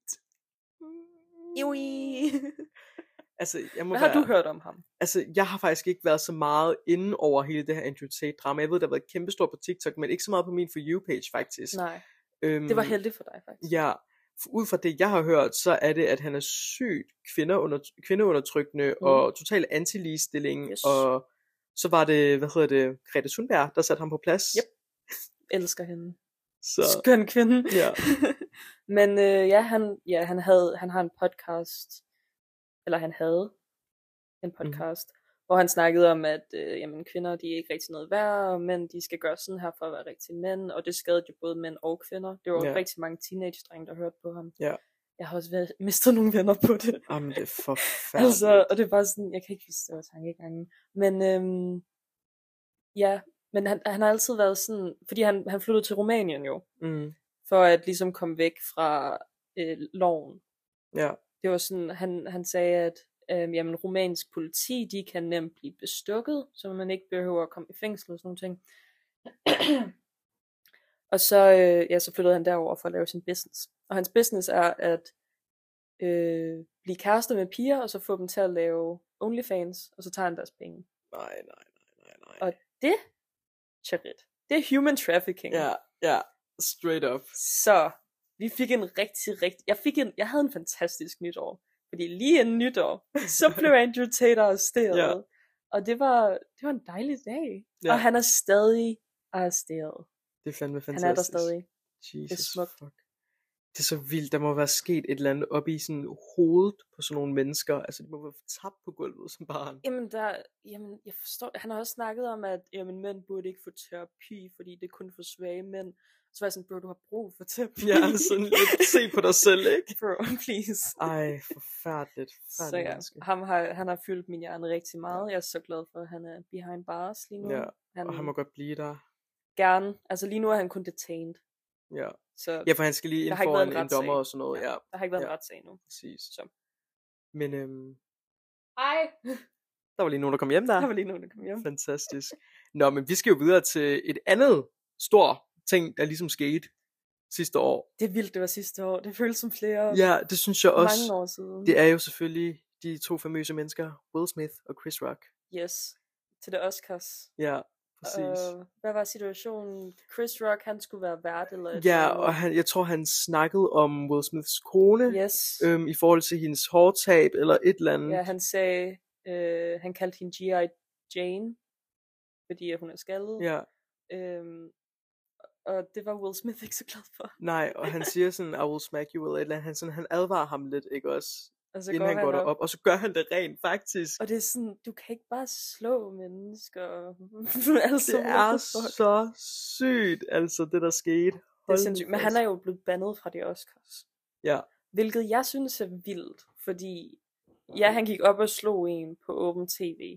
Altså, Hvad har du hørt om ham? Altså, jeg har faktisk ikke været så meget inde over hele det her Andrew Tate-drama. Jeg ved, der har været kæmpestort på TikTok, men ikke så meget på min For You-page, faktisk. Nej, det var heldigt for dig, faktisk. Ja, ud fra det, jeg har hørt, så er det, at han er sygt kvindeundertrykkende og total anti-ligestilling. Yes. Og så var det, Greta Thunberg, der satte ham på plads. Yep. Elsker hende. Så. Skøn kvinde. Ja. Men han har en podcast, eller han havde en podcast, hvor han snakkede om, at kvinder, de er ikke rigtig noget værd, og mænd, de skal gøre sådan her for at være rigtige mænd, og det skadede jo både mænd og kvinder. Det var rigtig mange teenage-drenge, der hørte på ham. Ja. Jeg har også mistet nogle venner på det. Jamen, det er forfærdeligt. Altså, og det er bare sådan, jeg kan ikke forstå tankegangen. Men men han har altid været sådan, fordi han flyttede til Rumænien jo, for at ligesom komme væk fra loven. Ja. Det var sådan, han sagde, at rumænsk politi, de kan nemt blive bestukket, så man ikke behøver at komme i fængsel og sådan nogle ting. Og så flyttede han derover for at lave sin business. Og hans business er at blive kærester med piger, og så få dem til at lave OnlyFans, og så tager han deres penge. Nej. Og det, Charit, det er human trafficking. Ja, straight up. Så vi fik en jeg havde en fantastisk nytår. Fordi lige inden nytår, så blev Andrew Tate arresteret. Og det var en dejlig dag. Ja. Og han er stadig arresteret. Det er fandme fantastisk. Han er der stadig. Jesus, det er smukt. Fuck. Det er så vildt. Der må være sket et eller andet op i sådan hovedet på sådan nogle mennesker. Altså det må være tabt på gulvet som barn. Jamen, jeg forstår. Han har også snakket om, at mænd burde ikke få terapi, fordi det er kun for svage mænd. Så var jeg sådan, bro, du har brug for terapi. Ja, sådan lidt se på dig selv, ikke? Bro, please. Ej, forfærdeligt. Så ja, han har fyldt min hjerne rigtig meget. Jeg er så glad for, at han er behind bars lige nu. Ja, og han må godt blive der. Gerne. Altså lige nu er han kun detained. Ja. Så Ja, for han skal lige ind for en dommer og sådan noget. Ja. Der har ikke været en retssag nu. Præcis. Så. Men Ej. Der var lige nogen, der kom hjem der. Der var lige nogen, der kom hjem. Fantastisk. Nå, men vi skal jo videre til et andet stort ting, der ligesom skete sidste år. Det er vildt, det var sidste år. Det føles som flere. Ja, det synes jeg også. Mange år siden. Det er jo selvfølgelig de to famøse mennesker, Will Smith og Chris Rock. Yes. Til det Oscars. Ja, præcis. Hvad var situationen? Chris Rock, han skulle være vært eller et Ja, eller og jeg tror, han snakkede om Will Smiths kone, Yes. I forhold til hendes hårtab, eller et eller andet. Ja, han sagde, han kaldte hende G.I. Jane, fordi hun er skaldet. Ja. Og det var Will Smith ikke så glad for. Nej, og han siger sådan, I will smack you, eller et eller andet. Han advarer ham lidt, ikke også? Og så inden han går derop, og så gør han det rent, faktisk. Og det er sådan, du kan ikke bare slå mennesker. Altså, det er så sygt, altså, det der skete. Det er sindssygt, men han er jo blevet bandet fra de Oscars. Ja. Hvilket jeg synes er vildt, fordi ja, han gik op og slog en på åben tv.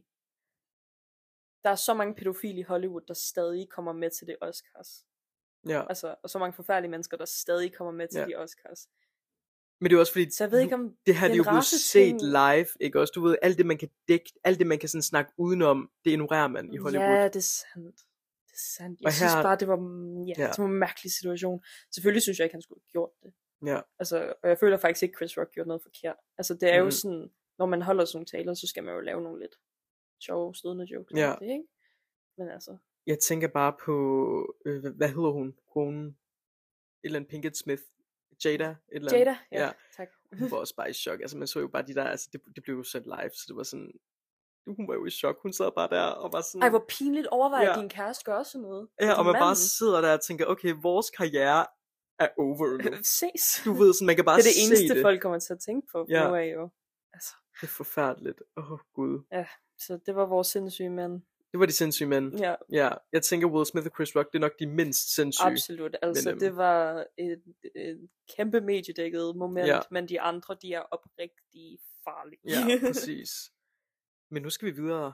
Der er så mange pædofile i Hollywood, der stadig kommer med til det Oscars. Ja. Altså, og så mange forfærdelige mennesker, der stadig kommer med til de Oscars. Men det er også fordi, så jeg ved ikke, om det har de jo blevet set live, ikke også? Du ved, alt det man kan dække, alt det man kan sådan snakke udenom, det ignorerer man i Hollywood. Ja, det er sandt. Det er sandt. Jeg synes bare, det var, det var en mærkelig situation. Selvfølgelig synes jeg ikke, han skulle have gjort det. Ja. Altså, og jeg føler faktisk ikke, Chris Rock gjorde noget forkert. Altså, det er jo sådan, når man holder sådan nogle taler, så skal man jo lave nogle lidt sjove, stødende jokes. Ja. Det, ikke? Men altså. Jeg tænker bare på, hvad hedder hun? Konen? Et eller andet Pinkett Smith. Jada, et eller andet. Jada, ja, tak. Hun var også bare i chok. Altså man så jo bare de der, altså det blev jo sendt live, så det var sådan, hun var jo i chok. Hun sad bare der og var sådan. Ej, hvor pinligt overvejer din kæreste gør sådan noget. Ja, og man bare sidder der og tænker, okay, vores karriere er over nu. Ses. Du ved sådan, man kan bare se det. Det er det eneste, folk kommer til at tænke på. Nu er jo. Altså. Det er forfærdeligt. Gud. Ja, så det var vores sindssyge mænd. Det var de sindssyge mænd. Ja. Jeg tænker Will Smith og Chris Rock, det er nok de mindst sindssyge. Absolut. Altså det var et kæmpe mediedækket moment, men de andre, de er oprigtigt farlige. Ja, præcis. Men nu skal vi videre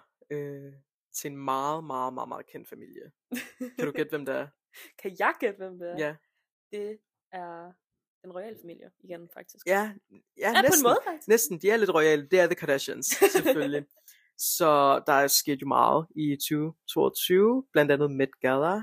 til en meget, meget, meget, meget kendt familie. Kan du gætte, hvem det er? Kan jeg gætte, hvem det er? Ja. Det er den royale familie igen, faktisk. Ja, næsten, på en måde, faktisk. Næsten, de er lidt royale. Det er The Kardashians, selvfølgelig. Så der er sket jo meget i 2022, blandt andet Met Gala,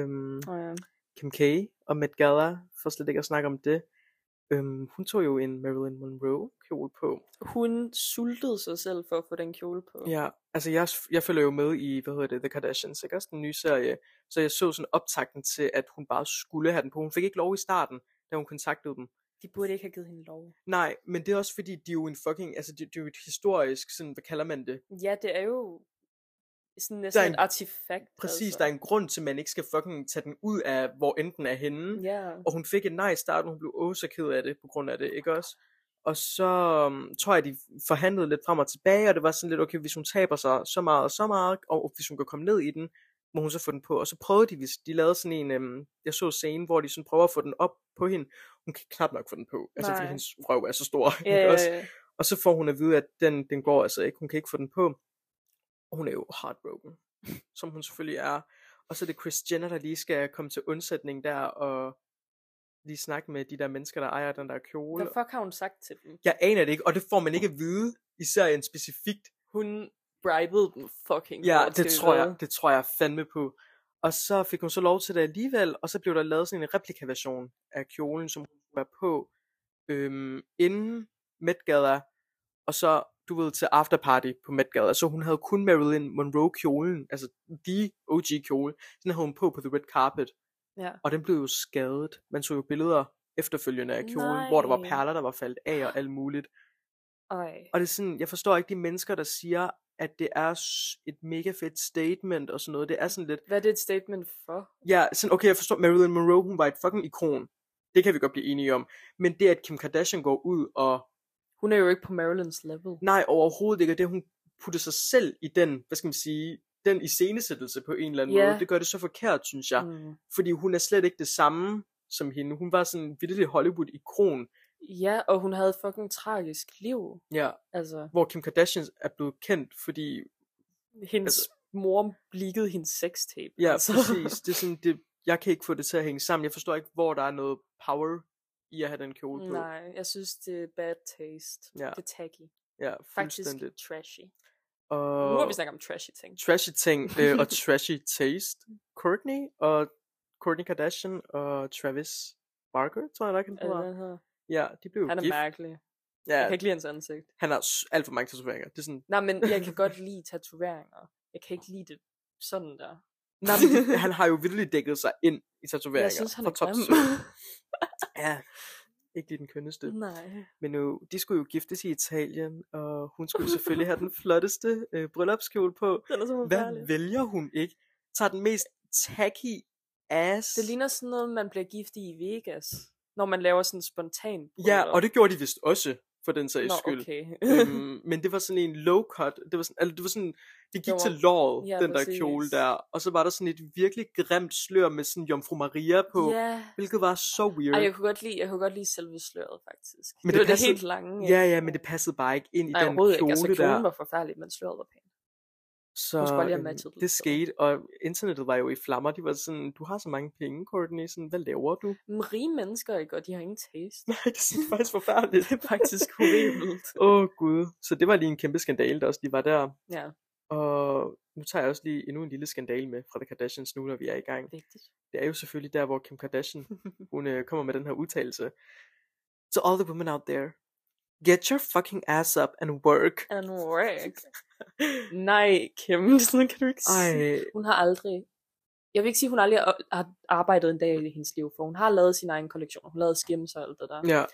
Kim K og Met Gala, for slet ikke at snakke om det. Hun tog jo en Marilyn Monroe kjole på. Hun sultede sig selv for at få den kjole på. Ja, altså jeg følger jo med i, The Kardashians, ikke også den nye serie, så jeg så sådan optakten til, at hun bare skulle have den på. Hun fik ikke lov i starten, da hun kontaktede dem. De burde ikke have givet hende lov. Nej, men det er også fordi, de er jo en fucking, altså det er jo et historisk, sådan, hvad kalder man det? Ja, det er jo sådan næsten et artefakt. Præcis, altså. Der er en grund til, at man ikke skal fucking tage den ud af, hvor enten er henne. Yeah. Og hun fik et nej i starten, hun blev så ked af det, på grund af det, ikke også? Og så tror jeg, de forhandlede lidt frem og tilbage, og det var sådan lidt, okay, hvis hun taber sig så meget, og hvis hun kan komme ned i den, må hun så få den på. Og så prøvede de lavede sådan en, jeg så scene, hvor de sådan prøver at få den op på hende. Hun kan knap nok få den på, altså fordi hendes røv er så stor. Yeah. Også? Og så får hun at vide, at den går altså ikke, hun kan ikke få den på. Og hun er jo heartbroken, som hun selvfølgelig er. Og så er det Kris Jenner, der lige skal komme til undsætning der, og lige snakke med de der mennesker, der ejer den der kjole. Hvad fuck har hun sagt til dem? Jeg aner det ikke, og det får man ikke at vide, i serien specifikt. Hun bribede dem fucking. Ja, det tror jeg fandme på. Og så fik hun så lov til det alligevel, og så blev der lavet sådan en replikaversion af kjolen, som hun var på inden Met Gala, og så, du ved, til afterparty på Met Gala. Så hun havde kun Marilyn Monroe kjolen, altså de OG kjole, den havde hun på The Red Carpet. Ja. Og den blev jo skadet. Man så jo billeder efterfølgende af kjolen, hvor der var perler, der var faldet af og alt muligt. Ej. Og det er sådan, jeg forstår ikke de mennesker, der siger, at det er et mega fedt statement og sådan noget. Det er sådan lidt. Hvad er det et statement for? Ja, sådan, okay, jeg forstår, Marilyn Monroe, hun var et fucking ikon. Det kan vi godt blive enige om. Men det, at Kim Kardashian går ud og... Hun er jo ikke på Marilyns level. Nej, overhovedet ikke. Det, hun putter sig selv i den, hvad skal man sige, den iscenesættelse på en eller anden måde. Det gør det så forkert, synes jeg. Fordi hun er slet ikke det samme som hende. Hun var sådan en vitterlig Hollywood-ikon. Ja, og hun havde et fucking tragisk liv. Ja, altså. Hvor Kim Kardashian er blevet kendt, fordi... Hendes mor blikkede hendes sextape. Ja, altså. Præcis. Det er sådan, jeg kan ikke få det til at hænge sammen. Jeg forstår ikke, hvor der er noget power i at have den kjole på. Nej, jeg synes, det er bad taste. Ja. Det er tacky. Ja, fuldstændig. Faktisk trashy. Og nu har vi snakket om trashy ting. Trashy ting og trashy taste. Kourtney Kardashian og Travis Barker, tror jeg nok han hedder. Ja, de blev han er gift. mærkelig. Ja. Jeg kan ikke lide hans ansigt. Han har alt for mange tatoveringer. Det er sådan... Nej, men jeg kan godt lide tatoveringer. Jeg kan ikke lide det sådan der. Nej, men han har jo virkelig dækket sig ind i tatoveringer. Jeg synes, han er top grim. Ja, ikke lige den kønneste. Nej. Men nu, de skulle jo giftes i Italien, og hun skulle selvfølgelig have den flotteste bryllupskjole på. Den er så Hvad vælger hun ikke? Tager den mest tacky ass. Det ligner sådan noget, man bliver gift i Vegas, når man laver sådan en spontan bryllup. Ja, og det gjorde de vist også, for den sags skyld. Okay. Men det var sådan en low cut. Det var sådan, det gik til låret, ja, den præcis. der kjole der. Og så var der sådan et virkelig grimt slør med sådan Jomfru Maria på, hvilket var så weird. Ej, jeg kunne godt lide selve sløret, faktisk. Men det passede, helt lange. Ja, men det passede bare ikke ind i den kjole ikke. Altså, kjolen der. var forfærdelig, men sløret var pænt. Så det skete, og internettet var jo i flammer. De var sådan, du har så mange penge, Courtney, sådan, hvad laver du? Men rige mennesker, ikke? Og de har ingen taste. Nej, det er faktisk forfærdeligt. Det er faktisk horribelt. Gud. Så det var lige en kæmpe skandale, der også lige var der. Ja. Og nu tager jeg også lige endnu en lille skandale med fra The Kardashians nu, når vi er i gang. Vigtigt. Det er jo selvfølgelig der, hvor Kim Kardashian, hun kommer med den her udtalelse. So all the women out there, get your fucking ass up and work. And work. Nej, Kim, sådan kan du ikke sige. Hun har aldrig, jeg vil ikke sige, hun aldrig har arbejdet en dag i hendes liv, for hun har lavet sin egen kollektion. Hun lavede Skims og alt det der. Ja.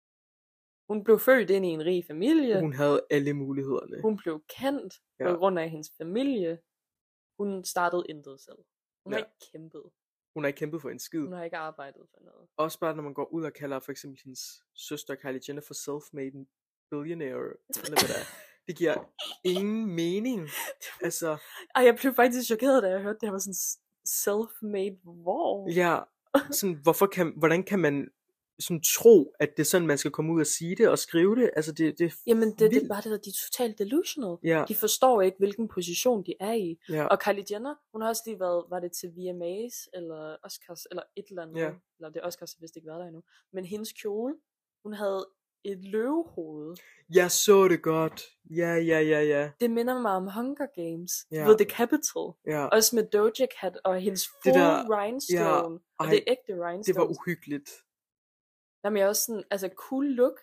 Hun blev født ind i en rig familie. Hun havde alle mulighederne. Hun blev kendt på grund af hendes familie. Hun startede intet selv. Hun har ikke kæmpet. Hun har ikke kæmpet for en skid. Hun har ikke arbejdet for noget. Også bare når man går ud og kalder for eksempel hendes søster Kylie Jenner for self-made billionaire. Eller hvad det er. Det giver ingen mening. Altså. Ej, jeg blev faktisk chokeret, da jeg hørte det her var sådan self-made hvor? Ja, sådan hvordan kan man sådan tro, at det er sådan, man skal komme ud og sige det og skrive det? Altså det jamen det er bare det der, de er totalt delusional. Ja. De forstår ikke, hvilken position de er i. Ja. Og Kylie Jenner, hun har også lige været, var det til VMAs eller Oscars, eller et eller andet. Ja. Eller det er Oscars, hvis det ikke været der endnu. Men hendes kjole, hun havde et løvehoved. Jeg så det godt. Ja. Det minder mig om Hunger Games. Ja. Ved The Capital. Ja. Også med Doja Cat og hendes full rhinestone. Og det er ægte rhinestone. Det var uhyggeligt. Jamen jeg er også sådan, altså cool look.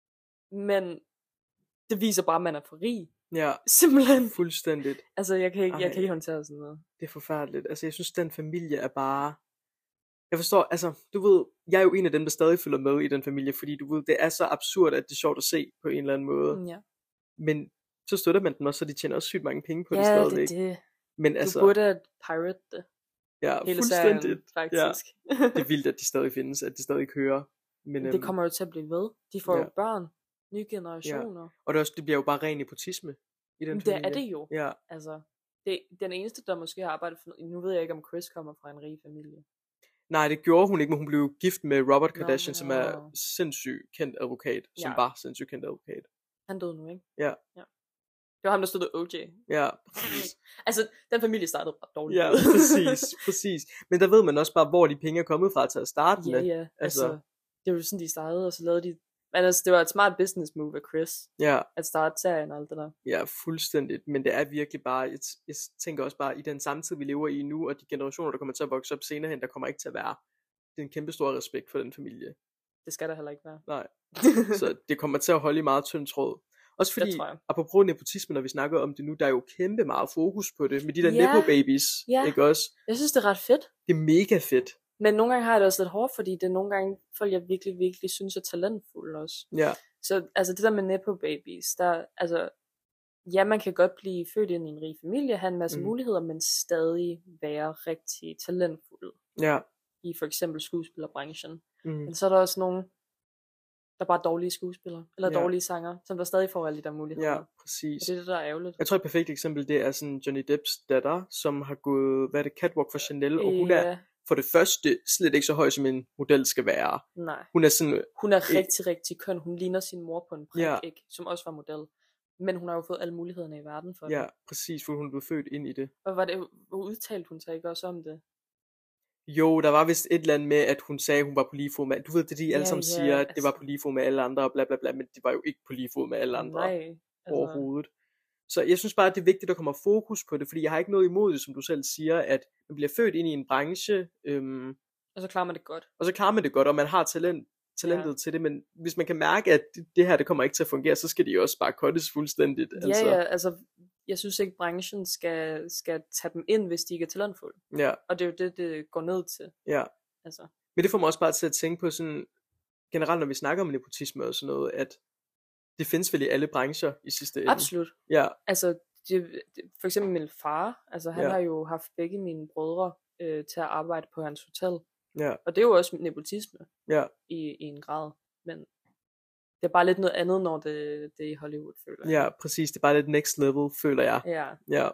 Men det viser bare, at man er for rig. Ja. Simpelthen. Fuldstændigt. Altså jeg kan ikke håndtere sådan noget. Det er forfærdeligt. Altså jeg synes, den familie er bare. Jeg forstår, altså, du ved, jeg er jo en af dem, der stadig følger med i den familie, fordi du ved, det er så absurd, at det er sjovt at se på en eller anden måde. Ja. Men så støtter man dem også, så de tjener også sygt mange penge på det stadigvæk. Ja, det. Men du altså, burde pirate det. Ja, hele fuldstændigt. Serien, faktisk. Ja. Det er vildt, at de stadig findes, at de stadig kører. Men, det kommer jo til at blive ved. De får jo børn, nye generationer. Ja. Og det bliver jo bare ren nepotisme i den familie. Det er det jo. Ja. Altså, den eneste, der måske har arbejdet for, nu ved jeg ikke, om Kris kommer fra en rig familie. Nej, det gjorde hun ikke, men hun blev gift med Robert Kardashian, som er sindssygt kendt advokat, som var sindssygt kendt advokat. Han døde nu, ikke? Ja. Det var ham, der stod OJ. Ja. Altså, den familie startede bare dårligt. Ja, præcis. Men der ved man også bare, hvor de penge er kommet fra til at starte med. Ja, altså, det var jo sådan, de startede, og så lavede de. Men altså, det var et smart business move af Kris. Ja. At starte serien og alt det der. Ja, fuldstændigt. Men det er virkelig bare, jeg tænker også bare, i den samtid, vi lever i nu, og de generationer, der kommer til at vokse op senere hen, der kommer ikke til at være en kæmpe stor respekt for den familie. Det skal der heller ikke være. Nej. Så det kommer til at holde i meget tynd tråd. Også fordi, apropos nepotisme, når vi snakker om det nu, der er jo kæmpe meget fokus på det, med de der nepo-babies, ikke også? Jeg synes, det er ret fedt. Det er mega fedt. Men nogle gange har jeg det også lidt hårdt, fordi det er nogle gange folk, jeg virkelig, virkelig synes er talentfulde også. Ja. Så altså det der med nepo-babies, der, altså, ja, man kan godt blive født ind i en rig familie, have en masse muligheder, men stadig være rigtig talentfuld. Ja. I for eksempel skuespillerbranchen. Men så er der også nogen, der er bare dårlige skuespillere, eller dårlige sanger, som der stadig får alle de der muligheder. Ja, præcis. Og det er det, der er ærgerligt. Jeg tror et perfekt eksempel, det er sådan Johnny Depps datter, som har gået, hvad er det, catwalk for Chanel, og hun er for det første slet ikke så høj, som en model skal være. Nej. Hun er sådan. Hun er rigtig, rigtig køn. Hun ligner sin mor på en prik, ikke? Som også var model. Men hun har jo fået alle mulighederne i verden for det. Ja, præcis, for hun blev født ind i det. Og hvor udtalte hun sig ikke også om det? Jo, der var vist et eller andet med, at hun sagde, at hun var på lige fod med. Du ved, det de alle sammen siger, at det var på lige fod med alle andre, og bla bla bla, men det var jo ikke på lige fod med alle andre. Nej, overhovedet. Så jeg synes bare, at det er vigtigt, at der kommer fokus på det, fordi jeg har ikke noget imod det, som du selv siger, at man bliver født ind i en branche. Og så klarer man det godt. Og så klarer man det godt, og man har talentet til det, men hvis man kan mærke, at det her, det kommer ikke til at fungere, så skal de jo også bare cuttes fuldstændigt. Altså. Ja, altså, jeg synes ikke, branchen skal tage dem ind, hvis de ikke er talentfulde. Ja. Og det er jo det går ned til. Ja. Altså. Men det får mig også bare til at tænke på sådan, generelt når vi snakker om nepotisme og sådan noget, at det findes vel i alle brancher i sidste ende. Absolut. Ja. Altså, for eksempel min far, altså han har jo haft begge mine brødre til at arbejde på hans hotel. Ja. Og det er jo også nepotisme i en grad. Men det er bare lidt noget andet, når det er i Hollywood, føler jeg. Ja, præcis. Det er bare lidt next level, føler jeg. Ja.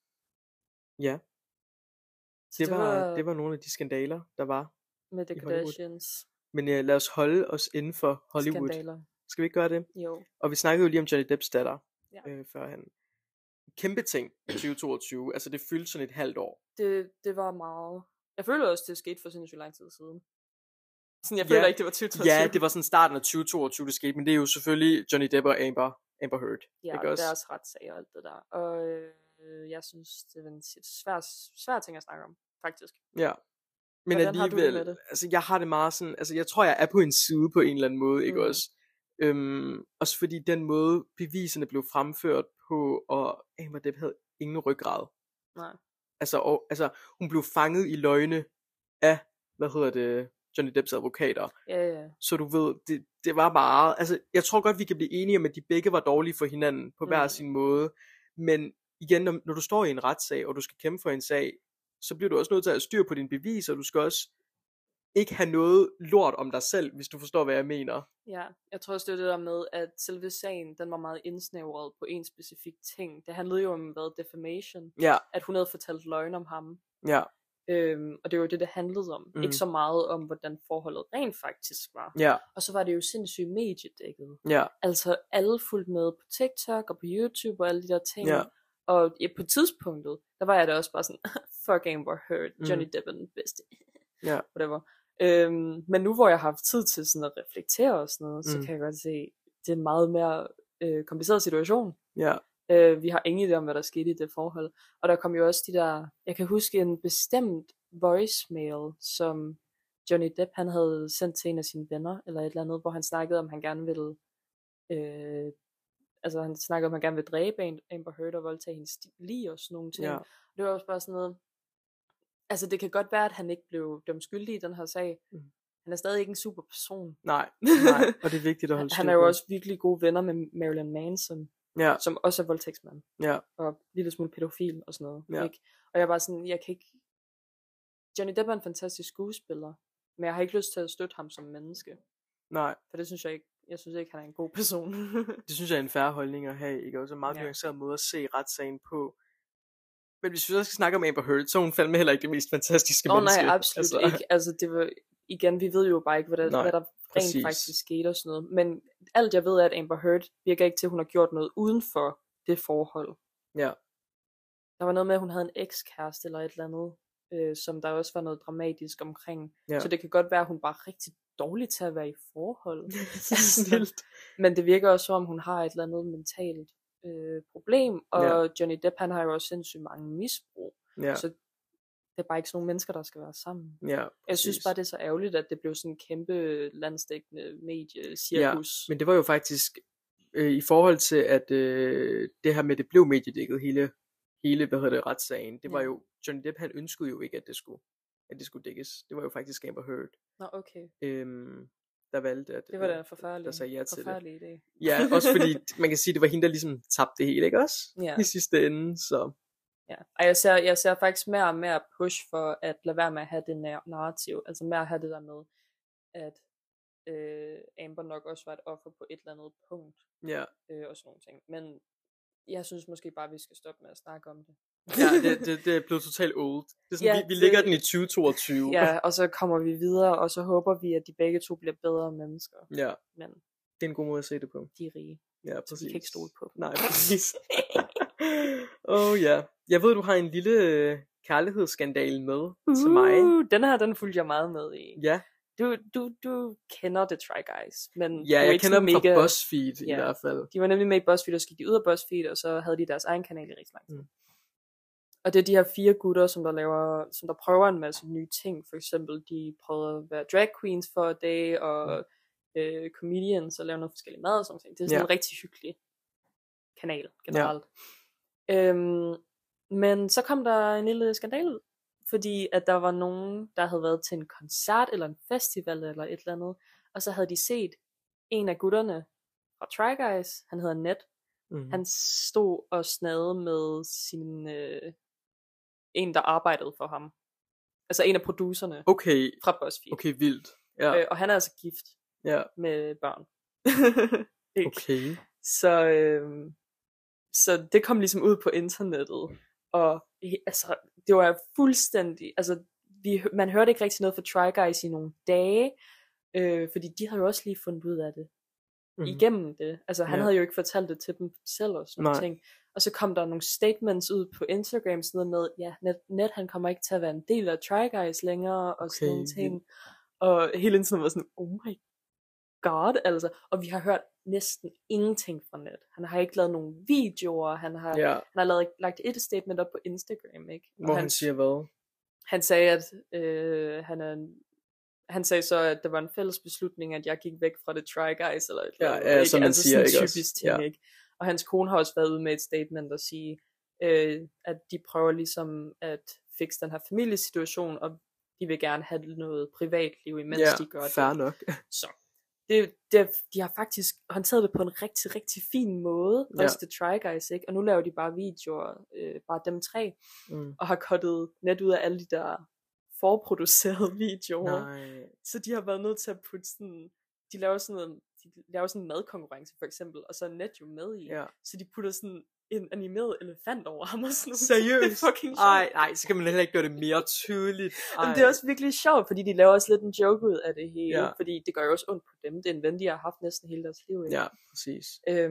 Det var nogle af de skandaler, der var med The Kardashians. Men lad os holde os inden for Hollywood. Skandaler. Skal vi ikke gøre det? Jo. Og vi snakkede jo lige om Johnny Depps datter, førhen. Kæmpe ting i 2022. Altså det fyldte sådan et halvt år. Det var meget. Jeg føler også, det skete for sindssygt lang tid siden. Sådan, jeg føler ikke, det var 2022. Ja, det var sådan starten af 2022, det skete. Men det er jo selvfølgelig Johnny Depp og Amber Heard. Ja, og deres retssag og alt det der. Og jeg synes, det er en svær ting at snakke om, faktisk. Ja. Men hvordan alligevel, altså jeg har det meget sådan, altså jeg tror, jeg er på en side på en eller anden måde, ikke også? Også fordi den måde, beviserne blev fremført på, og Amber Depp havde ingen ryggrad. Nej. Altså hun blev fanget i løgne af, Johnny Depps advokater. Ja. Så du ved, det var bare, altså jeg tror godt, vi kan blive enige om, at de begge var dårlige for hinanden, på hver sin måde. Men igen, når du står i en retssag, og du skal kæmpe for en sag, så bliver du også nødt til at have styr på dine beviser, og du skal også ikke have noget lort om dig selv, hvis du forstår, hvad jeg mener. Ja, jeg tror også, det der med, at selve sagen, den var meget indsnævret på en specifik ting. Det handlede jo om, defamation. Ja. At hun havde fortalt løgn om ham. Ja. Og det var det handlede om. Ikke så meget om, hvordan forholdet rent faktisk var. Ja. Og så var det jo sindssygt mediedækket. Ja. Altså alle fulgte med på TikTok og på YouTube og alle de der ting. Ja. Og på tidspunktet, der var jeg da også bare sådan, fuck Amber Heard, Johnny Depp er den bedste. Ja. Whatever. Men nu hvor jeg har haft tid til sådan at reflektere og sådan noget, så kan jeg godt se, det er en meget mere kompliceret situation. Ja. Vi har ingen idé om, hvad der skete i det forhold. Og der kom jo også de der, jeg kan huske en bestemt voicemail, som Johnny Depp, han havde sendt til en af sine venner, eller et eller andet, hvor han snakkede om, han gerne ville, han snakkede om, han gerne ville dræbe Amber Heard og voldtage hendes lig og sådan nogle ting. Ja. Det var også bare sådan noget, altså det kan godt være, at han ikke blev dømt skyldig i den her sag. Han er stadig ikke en super person. Nej, og det er vigtigt at holde styr på. Han er jo også virkelig gode venner med Marilyn Manson, som også er voldtægtsmand. Ja. Og en lille smule pædofil og sådan noget. Ja. Ikke? Og jeg er bare sådan, jeg kan ikke... Johnny Depp er en fantastisk skuespiller, men jeg har ikke lyst til at støtte ham som menneske. Nej. For det synes jeg ikke, han er en god person. Det synes jeg er en fair holdning at have, ikke? Også en meget nuanceret måde at se retssagen på. Men hvis vi så skal snakke om Amber Heard, så er hun fandme heller ikke det mest fantastiske menneske. Nej, absolut ikke. Altså det var, igen, vi ved jo bare ikke, hvad der rent faktisk skete og sådan noget. Men alt jeg ved er, at Amber Heard virker ikke til, at hun har gjort noget uden for det forhold. Ja. Der var noget med, at hun havde en ekskæreste eller et eller andet, som der også var noget dramatisk omkring. Så det kan godt være, at hun bare er rigtig dårlig til at være i forhold. Men det virker også som om, hun har et eller andet mentalt problem, og Johnny Depp, han har jo også sindssygt mange misbrug. Så det er bare ikke sådan nogle mennesker, der skal være sammen. Jeg synes bare, det er så ærgerligt, at det blev sådan en kæmpe landsdækkende mediecirkus. Men det var jo faktisk i forhold til, at det her med, det blev mediedækket, hele retssagen, det var jo, Johnny Depp, han ønskede jo ikke, at det skulle dækkes. Det var jo faktisk Amber Heard. Nå, okay. Der valgte, at det var da forfærdeligt. Der sagde ja til det. Idé. Ja, også fordi, man kan sige, det var hende, der ligesom tabte det hele, ikke også? I sidste ende, så... Ja, og jeg ser faktisk mere og mere push for at lade være med at have det narrativ, altså mere at have det der med, at Amber nok også var et offer på et eller andet punkt, og sådan nogle ting. Men jeg synes måske bare, vi skal stoppe med at snakke om det. Ja, det er blevet totalt old. Det er sådan, vi ligger den i 2022. Ja, og så kommer vi videre, og så håber vi, at de begge to bliver bedre mennesker. Ja, men det er en god måde at se det på. De er rige. Ja, præcis. Så vi kan ikke stole på dem. Nej, præcis. Ja. Jeg ved, du har en lille kærlighedsskandale med til mig. Den fulgte jeg meget med i. Ja. Du kender The Try Guys, men jeg kender dem fra BuzzFeed i hvert fald. De var nemlig med i BuzzFeed, og så gik de ud af BuzzFeed, og så havde de deres egen kanal i rigtig lang tid. Og det er de her 4 gutter, som der prøver en masse nye ting. For eksempel, de prøvede at være drag queens for a day, og comedians, og lave noget forskellige mad og sådan noget. Det er sådan en rigtig hyggelig kanal generelt. Men så kom der en lille skandale ud, fordi at der var nogen, der havde været til en koncert eller en festival eller et eller andet, og så havde de set en af gutterne fra Try Guys, han hedder Ned, han stod og snadede med sin en, der arbejdede for ham. Altså en af producerne fra BuzzFeed. Okay, vildt. Ja. Og han er altså gift med børn. Okay. Så det kom ligesom ud på internettet, og altså det var fuldstændig, altså man hørte ikke rigtig noget fra Try Guys i nogle dage, fordi de havde jo også lige fundet ud af det igennem det. Altså han havde jo ikke fortalt det til dem selv og sådan noget ting. Og så kom der nogle statements ud på Instagram sådan noget med, ja, Ned han kommer ikke til at være en del af Try Guys længere og sådan nogle ting. Og hele tiden var sådan, oh my god, altså. Og vi har hørt næsten ingenting fra Ned. Han har ikke lavet nogen videoer, han har lagt et statement op på Instagram, ikke? Hvor han siger hvad? Han sagde, at han sagde så, at det var en fælles beslutning, at jeg gik væk fra The Try Guys, eller et eller andet, som man altså siger, sådan en typisk ting, ikke? Og hans kone har også været ude med et statement og sige, at de prøver ligesom at fikse den her familiesituation, og de vil gerne have noget privatliv, imens de gør det. Fair nok. Så de har faktisk håndteret det på en rigtig, rigtig fin måde, også The Try Guys, ikke? Og nu laver de bare videoer, bare dem 3, og har cuttet net ud af alle de der forproducerede videoer. Nej. Så de har været nødt til at putte sådan, de laver sådan en madkonkurrence for eksempel, og så er Ned jo med i, så de putter sådan en animeret elefant over ham og sådan noget. Seriøst? Det er fucking sjovt. Nej, så kan man heller ikke gøre det mere tydeligt. Men det er også virkelig sjovt, fordi de laver også lidt en joke ud af det hele, fordi det gør jo også ondt på dem. Det er en ven, de har haft næsten hele deres liv. Ikke? Ja, præcis.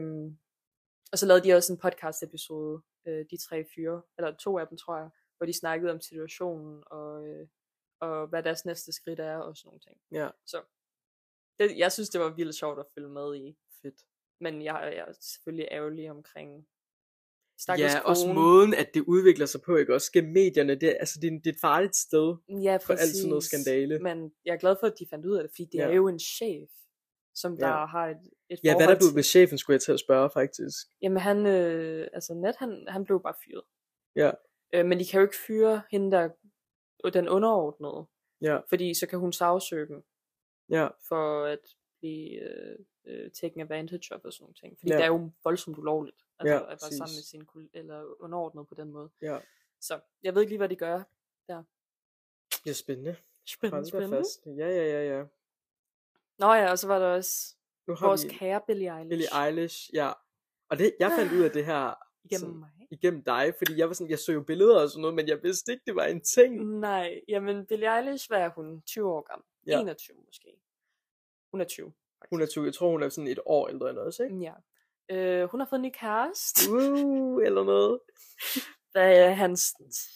Og så lavede de også en podcast episode, de 3 fyre, eller 2 af dem tror jeg, hvor de snakkede om situationen, og hvad deres næste skridt er, og sådan nogle ting. Ja. Så jeg synes, det var vildt sjovt at følge med i. Fedt. Men jeg er selvfølgelig ærgerlig omkring også måden, at det udvikler sig på, ikke? Også gennem medierne, det er et farligt sted for alt sådan noget skandale. Men jeg er glad for, at de fandt ud af det, fordi det er jo en chef, som der har et forhold hvad der blev med chefen, skulle jeg til at spørge, faktisk. Jamen han, Ned, han blev bare fyret. Ja. Men de kan jo ikke fyre hende, der den underordnede. Ja. Fordi så kan hun sagsøge dem. Ja. For at blive taken advantage of og sådan nogle ting. Fordi det er jo voldsomt ulovligt. Altså at være sammen med sin eller underordnet på den måde. Ja. Så jeg ved ikke lige, hvad de gør der. Det er spændende. Spændende. Fast. Ja. Nå ja, og så var der også vores kære Billie Eilish. Billie Eilish, ja. Og det, jeg fandt ud af det her igennem dig, fordi jeg var sådan, jeg så jo billeder og sådan noget, men jeg vidste ikke, det var en ting. Nej, jamen Billie Eilish, hvad er hun? 20 år gammel. 21 måske. Hun er 20. Faktisk. Hun er 20, jeg tror hun er sådan et år ældre end os, ikke? Ja. Hun har fået en ny kæreste. Eller noget. Hvad er hans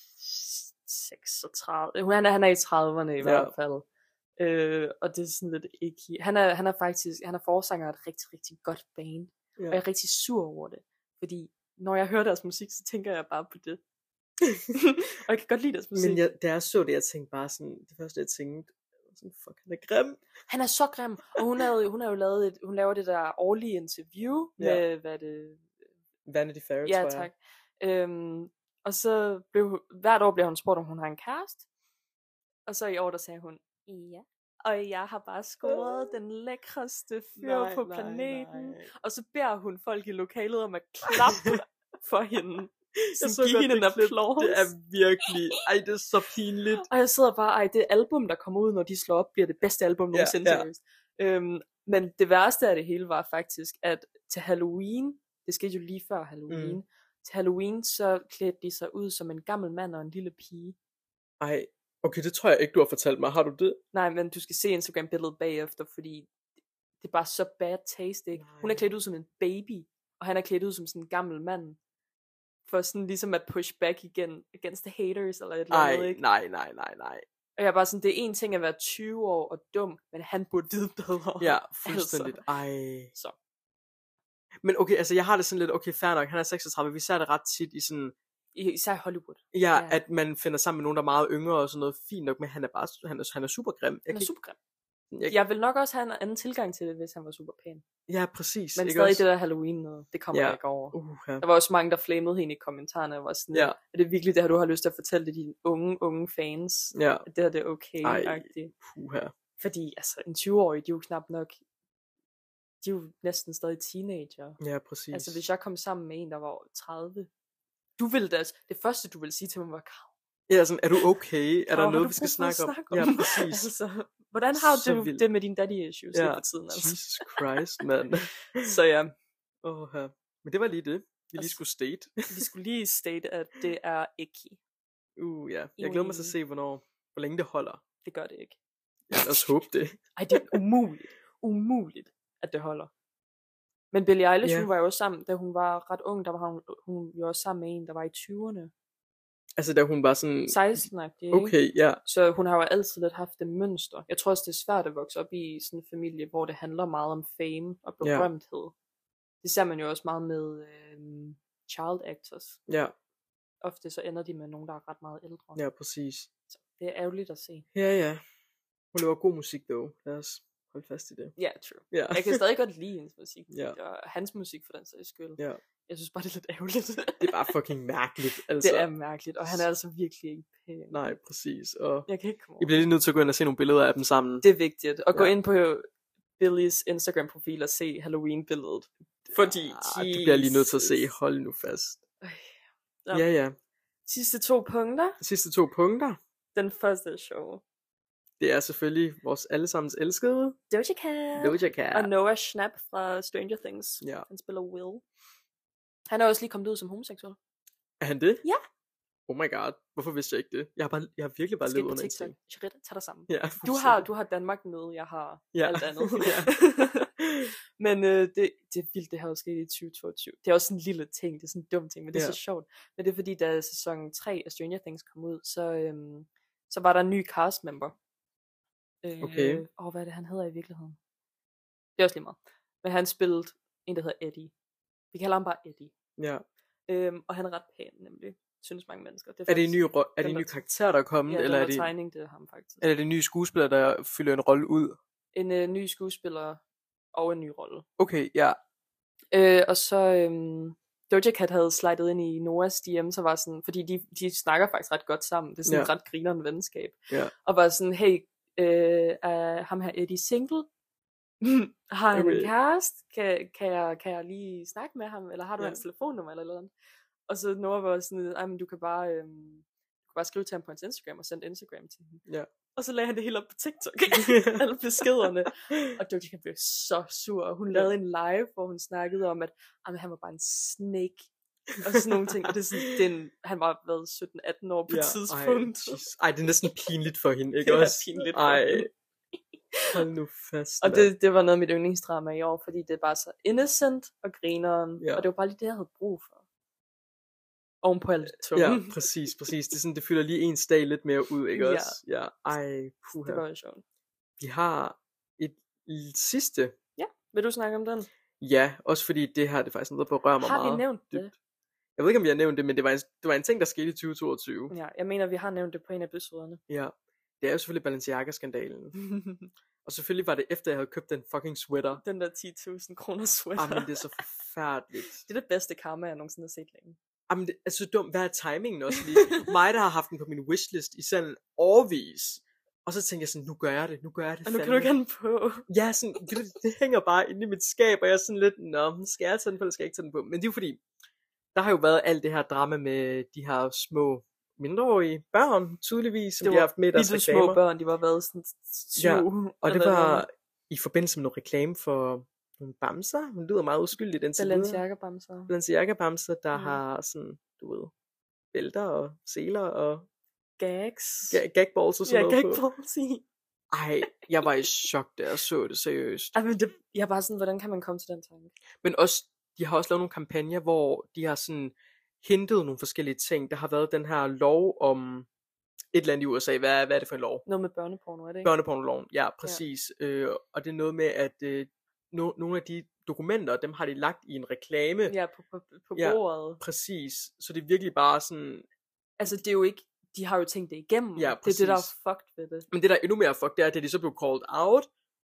36? Han er i 30'erne i hvert fald. Og det er sådan lidt ikke. Han er forsanger af et rigtig, rigtig godt band. Og jeg er rigtig sur over det. Fordi når jeg hører deres musik, så tænker jeg bare på det. Og jeg kan godt lide deres musik. Men da jeg så det, jeg tænkte bare sådan, det første jeg tænkte, sådan, fuck, han er grim. Han er så grim. Og hun har jo lavet hun laver det der årlige interview med, hvad er det? Vanity Fair, tror jeg. Ja, tak. Og så hvert år bliver hun spurgt, om hun har en kæreste. Og så i år, der sagde hun, ja. Og jeg har bare scoret den lækreste fyr på planeten. Nej. Og så beder hun folk i lokalet om at klappe for hende. Så give hende en applaus. Det er virkelig, det er så pinligt. Og jeg sidder bare, det album, der kommer ud, når de slår op, bliver det bedste album nogensinde. Seriøst. Men det værste af det hele var faktisk, at til Halloween, det skete jo lige før Halloween, til Halloween, så klædte de sig ud som en gammel mand og en lille pige. Okay, det tror jeg ikke, du har fortalt mig. Har du det? Nej, men du skal se Instagram-billedet bagefter, fordi det er bare så bad taste, ikke? Hun er klædt ud som en baby, og han er klædt ud som sådan en gammel mand. For sådan ligesom at push back igen against the haters, eller et eller andet, ikke? Nej. Og jeg er bare sådan, det er en ting at være 20 år og dum, men han burde vide bedre. Ja, fuldstændigt. Så. Men okay, altså jeg har det sådan lidt, okay, fair nok, han er 36, vi ser det ret tit i sådan... Især Hollywood. Ja, at man finder sammen med nogen, der er meget yngre og sådan noget, fint nok, men han er super grim. Han er super grim. Jeg vil nok også have en anden tilgang til det, hvis han var super pæn. Ja, præcis. Men stadig det der Halloween noget, det kommer jeg ikke over. Der var også mange, der flamede hende i kommentarerne, og var sådan, er det virkelig det her, du har lyst til at fortælle det dine unge fans, at det her det er okay-agtigt. Fordi altså, en 20-årig, de er jo knap nok, de er jo næsten stadig teenager. Ja, præcis. Altså, hvis jeg kom sammen med en, der var 30, du ville det første, du ville sige til mig, var, ja, sådan, er du okay? Er der noget, vi skal snakke om? Ja, præcis. Altså, hvordan har du det med dine daddy issues lige for tiden? Altså? Jesus Christ, mand. Så ja. Men det var lige det, vi lige skulle state. Vi skulle lige state, at det er icky. Ja. Jeg glæder mig til at se, hvor længe det holder. Det gør det ikke. Jeg vil også håbe det. Ej, det er umuligt, at det holder. Men Billie Eilish, hun var jo også sammen, da hun var ret ung, der var hun jo også sammen med en, der var i 20'erne. Altså da hun var sådan 16-agtig, okay, ja. Så hun har jo altid lidt haft det mønster. Jeg tror også, det er svært at vokse op i sådan en familie, hvor det handler meget om fame og berømthed. Det ser man jo også meget med child actors. Ja. Ofte så ender de med nogen, der er ret meget ældre. Ja, præcis. Så det er ærgerligt at se. Ja. Hun laver god musik dog. Lad os holde fast i det. Ja, true. Jeg kan stadig godt lide hendes musik. Og hans musik for den sags skyld. Ja. Jeg synes bare, det er lidt ærgerligt. Det er bare fucking mærkeligt. Altså. Det er mærkeligt, og han er altså virkelig ikke pæn. Nej, præcis. Og jeg kan ikke komme over. I bliver lige nødt til at gå ind og se nogle billeder af dem sammen. Det er vigtigt. Og gå ind på Billies Instagram-profil og se Halloween-billedet. Fordi du bliver lige nødt til at se. Hold nu fast. Ja. Sidste to punkter. Den første er sjov. Det er selvfølgelig vores allesammens elskede Doja Cat. Og Noah Schnapp fra Stranger Things. Han spiller Will. Han er også lige kommet ud som homoseksuel. Er han det? Ja. Oh my god, hvorfor vidste jeg ikke det? Jeg har virkelig bare levet under en ting. Tag dig sammen. Ja, du har Danmark med, jeg har alt andet. Men det er vildt, det har jo sket i 2022. Det er også sådan en lille ting, det er sådan en dum ting, men det er så sjovt. Men det er fordi, da sæson 3 af Stranger Things kom ud, så var der en ny cast member. Okay. Hvad er det, han hedder i virkeligheden? Det er også lige meget. Men han spillede en, der hedder Eddie. Vi kalder ham bare Eddie. Ja. Og han er ret pæn, nemlig. Synes mange mennesker. Det er det en ny karakter, der er kommet? Ja, eller er det tegning, det er ham faktisk. Eller er det en ny skuespiller, der fylder en rolle ud? En ny skuespiller og en ny rolle. Okay, ja. Og så Doja Cat havde slidet ind i Noahs DM, så var sådan, fordi de snakker faktisk ret godt sammen. Det er sådan et ret grinerende venskab. Ja. Og var sådan, hey, ham her Eddie single? Har han en kæreste? Kan jeg lige snakke med ham? Eller har du hans telefonnummer eller noget? Og så Noah var sådan, men du kan bare skrive til ham på hans Instagram og sende Instagram til ham. Ja. Og så lagde han det hele op på TikTok. Alle beskederne. Og Doja Cat blev så sur. Og hun lavede en live, hvor hun snakkede om, at han var bare en snake. Og sådan nogle ting. Og det er sådan, han var været 17-18 år på tidspunkt. Ej, det er næsten pinligt for hende, ikke det også? Det er pinligt for hende. Hold nu fast. Og det var noget af mit yndlingsdrama i år, fordi det er bare så innocent og grineren. Og det var bare lige det, jeg havde brug for. Oven på alt tunge. Ja, præcis. Det er sådan, det fylder lige ens dag lidt mere ud, ikke også? Ja. Ej, puha. Det var jo sjovt. Vi har et sidste. Ja, vil du snakke om den? Ja, også fordi det her, det er faktisk noget, der berører mig meget. Har vi nævnt det? Jeg ved ikke, om vi har nævnt det, men det var en ting, der skete i 2022. Ja, jeg mener, vi har nævnt det på en af episoderne. Ja, det er jo selvfølgelig Balenciaga-skandalen. Og selvfølgelig var det efter, jeg havde købt den fucking sweater. Den der 10.000 kroner sweater. Men det er så forfærdeligt. Det er det bedste karma, jeg nogensinde har set længe. Jamen, det er så dumt. Hvad er timingen også lige? Mig, der har haft den på min wishlist i sådan årvis. Og så tænkte jeg sådan, nu gør jeg det. Og nu kan du ikke have den på. Ja, sådan, det hænger bare inde i mit skab, og jeg er sådan lidt, skal jeg tage den på, eller skal jeg ikke tage den på? Men det er jo fordi, der har jo været alt det her drama med de her små mindreårige børn, tydeligvis, som de har haft med deres reklamer. Små børn, de var været sådan 7. Ja, og det var i forbindelse med noget reklame for nogle bamser. Hun lyder meget uskyldigt indtil videre. Balenciaga-bamser, der har sådan, du ved, bælter og seler og gags. Gagballs og sådan noget på. Ej, jeg var i chok, da jeg så det seriøst. Ej, men jeg var sådan, hvordan kan man komme til den tanke? Men også, de har også lavet nogle kampagner, hvor de har sådan hintet nogle forskellige ting. Der har været den her lov om et eller andet i USA. Hvad er det for en lov? Noget med børneporno, er det ikke? Børnepornoloven, ja, præcis. Ja. Og det er noget med, at nogle af de dokumenter, dem har de lagt i en reklame. Ja, på bordet. Ja, præcis. Så det er virkelig bare sådan... Altså, det er jo ikke... De har jo tænkt det igennem. Ja, det er det, der er fucked ved det. Men det, der er endnu mere fucked, det er, at de så blev called out.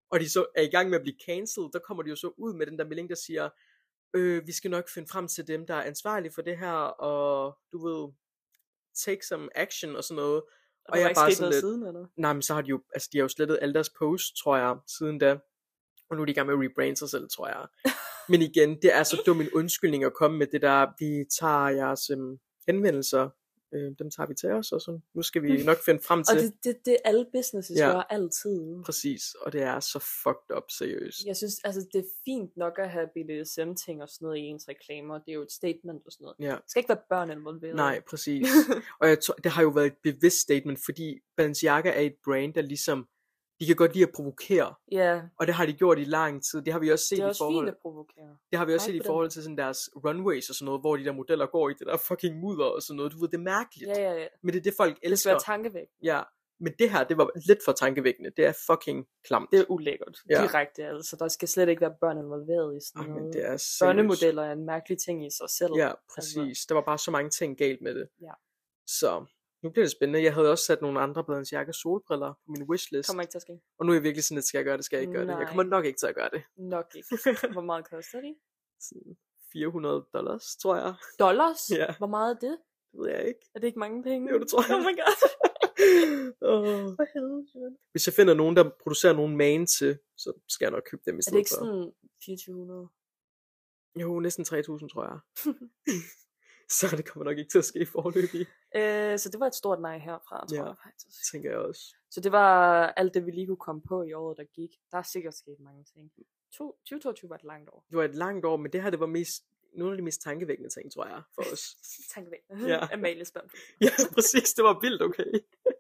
og de så er i gang med at blive cancelled, der kommer de jo så ud med den der melding, der siger, vi skal nok finde frem til dem, der er ansvarlige for det her, og du ved, take some action og sådan noget. Og jeg er bare sådan lidt, siden, eller? Nej, men så har de jo, altså de har jo slettet alle deres posts, tror jeg, siden da. Og nu er de i gang med at rebrande sig selv, tror jeg. Men igen, det er så dum en undskyldning at komme med det der, vi tager jeres henvendelser, dem tager vi til os, og så nu skal vi nok finde frem til. Og det alle businesses gør altid. Præcis, og det er så fucked up, seriøst. Jeg synes, altså det er fint nok at have BDSM-ting og sådan noget i ens reklamer, det er jo et statement og sådan noget. Ja. Det skal ikke være børn involveret. Nej, præcis. Og jeg tror, det har jo været et bevidst statement, fordi Balenciaga er et brand, der ligesom, de kan godt lide at provokere. Ja. Og det har de gjort i lang tid. Det har vi også set i forhold. Det er også fint at provokere. Det har vi også set i forhold til sådan deres runways og sådan noget, hvor de der modeller går i det der fucking mudder og sådan noget. Du ved, det er mærkeligt. Ja. Men det er det, folk elsker. Det skal være tankevækkende. Ja, men det her, det var lidt for tankevækkende. Det er fucking klamt. Det er ulækkert. Direkte, altså. Der skal slet ikke være børn involveret i sådan noget. Men det er børnemodeller er en mærkelig ting i sig selv. Ja, præcis. Altså. Der var bare så mange ting galt med det. Ja. Så nu bliver det spændende. Jeg havde også sat nogle andre Balenciaga solbriller på min wishlist. Kommer ikke til at ske. Og nu er jeg virkelig sådan, at skal jeg gøre det, skal jeg ikke gøre det. Jeg kommer nok ikke til at gøre det. Nok ikke. Hvor meget koster de? $400, tror jeg. Dollars? Ja. Hvor meget er det? Det ved jeg ikke. Er det ikke mange penge? Jo, det tror jeg. Oh my god. For helvede. Hvis jeg finder nogen, der producerer nogle man til, så skal jeg nok købe dem i stedet. Er det ikke sådan 2400? Jo, næsten 3000, tror jeg. Så det kommer nok ikke til at ske forløbig. Så det var et stort nej herfra, tror jeg faktisk. Tænker jeg også. Så det var alt det, vi lige kunne komme på i året, der gik. Der er sikkert sket mange ting. 2022 var et langt år. Det var et langt år, men det her, det var nogle af de mest tankevækkende ting, tror jeg, for os. Tankevækkende? Ja. Amalie spørgsmål. Ja, præcis. Det var vildt, okay.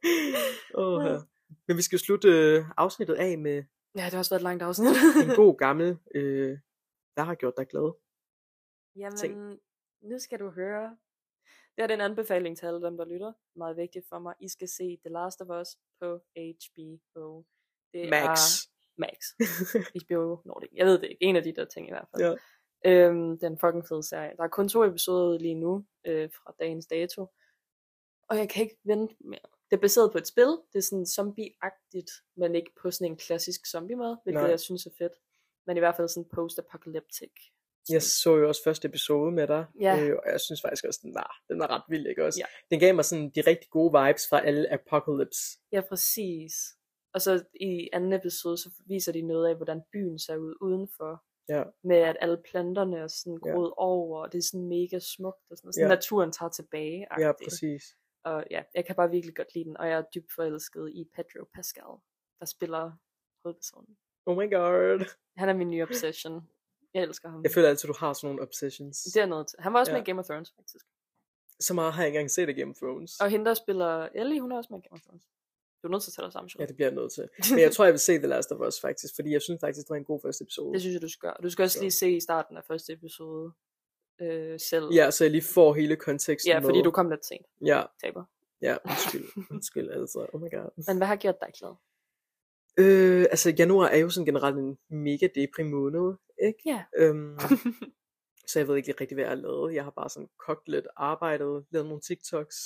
Men vi skal slutte afsnittet af med... Ja, det har også været et langt afsnit. en god gammel, der har gjort dig glad. Jamen, nu skal du høre. Det er den anbefaling til alle dem, der lytter. Meget vigtigt for mig. I skal se The Last of Us på HBO. Det Max. Max. HBO Nordic. Jeg ved det ikke. En af de der ting i hvert fald. Ja. Den fucking fed serie. Der er kun 2 episoder lige nu, fra dagens dato. Og jeg kan ikke vente mere. Det er baseret på et spil. Det er sådan zombie-agtigt, men ikke på sådan en klassisk zombie-måde, hvilket jeg synes er fedt. Men i hvert fald sådan post-apocalyptic. Jeg så jo også første episode med dig, og jeg synes faktisk også, den var ret vild, ikke også? Ja. Den gav mig sådan de rigtig gode vibes fra alle Apocalypse. Ja, præcis. Og så i anden episode, så viser de noget af, hvordan byen ser ud udenfor. Ja. Med at alle planterne er sådan groet over, og det er sådan mega smukt, og sådan naturen tager tilbage. Ja, præcis. Og ja, jeg kan bare virkelig godt lide den, og jeg er dybt forelsket i Pedro Pascal, der spiller hovedpersonen. Oh my god. Han er min nye obsession. Jeg elsker ham. Jeg føler altid, du har sådan nogle obsessions. Det er noget til. Han var også med i Game of Thrones, faktisk. Så meget har jeg ikke engang set af Game of Thrones. Og hende, der spiller Ellie, hun er også med i Game of Thrones. Du er nødt til at tage dig sammen, Ja, det bliver jeg nødt til. Men jeg tror, jeg vil se The Last of Us, faktisk. Fordi jeg synes faktisk, det var en god første episode. Det synes jeg, du skal gøre. Du skal også lige se i starten af første episode selv. Ja, så jeg lige får hele konteksten. Ja, fordi du kom lidt sent. Ja. Taber. Ja, undskyld altså. Oh my god. Men hvad har gjort dig glad? Altså januar er jo sådan generelt en mega deprim måned, ikke? Ja. Så jeg ved ikke rigtig, hvad jeg har lavet. Jeg har bare sådan kogt lidt, arbejdet, lavet nogle TikToks.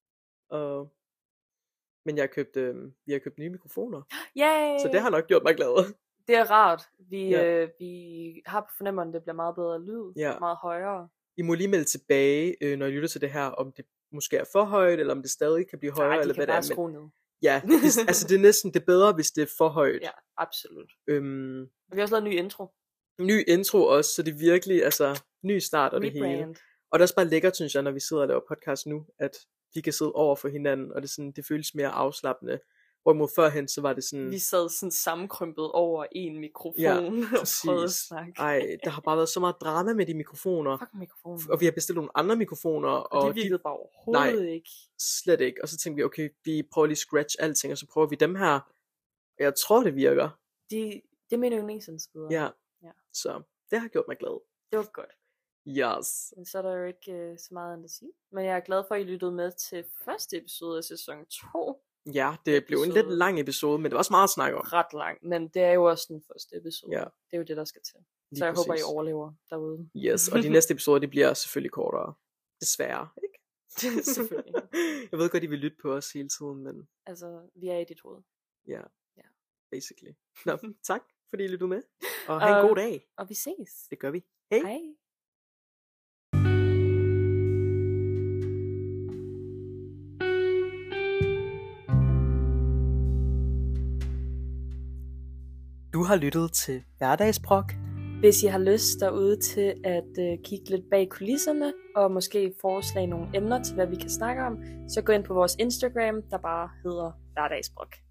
Men vi har købt nye mikrofoner. Yay! Så det har nok gjort mig glad. Det er rart. Vi har på fornemmelsen, at det bliver meget bedre lyd. Meget højere. I må lige melde tilbage, når I lytter til det her, om det måske er for højt, eller om det stadig kan blive højere, eller hvad det er. Nej, de kan bare skrue ned. Ja, altså det er næsten det bedre, hvis det er for højt. Ja, absolut. Vi har også lavet en ny intro. Ny intro også, så det er virkelig, altså, ny start og det hele. Og det er også bare lækkert, synes jeg, når vi sidder og laver podcast nu, at vi kan sidde over for hinanden, og det føles mere afslappende. Hvorimod førhen, så var det sådan... Vi sad sådan sammenkrympet over en mikrofon og prøvede at snakke. Ej, der har bare været så meget drama med de mikrofoner. Fuck mikrofoner. Og vi har bestilt nogle andre mikrofoner. Og det virkede bare overhovedet ikke. Slet ikke. Og så tænkte vi, okay, vi prøver lige at scratch alting, og så prøver vi dem her. Og jeg tror, det virker. Det er min yndlingsindspidere. Ja. Så det har gjort mig glad. Det var godt. Yes. Men så er der jo ikke så meget andet at sige. Men jeg er glad for, at I lyttede med til første episode af sæson 2. Ja, det blev en lidt lang episode, men det var også meget at snakke om. Ret lang, men det er jo også den første episode. Ja. Det er jo det, der skal til. Så jeg håber, I overlever derude. Yes, og de næste episoder, de bliver selvfølgelig kortere. Desværre, ikke? Selvfølgelig. Jeg ved godt, I vil lytte på os hele tiden, men... Altså, vi er i dit hoved. Ja. basically. Nå, tak fordi I lyttede med, og have en god dag. Og vi ses. Det gør vi. Hej. Hej. Du har lyttet til Hverdagsbrok. Hvis I har lyst derude til at kigge lidt bag kulisserne, og måske foreslage nogle emner til, hvad vi kan snakke om, så gå ind på vores Instagram, der bare hedder Hverdagsbrok.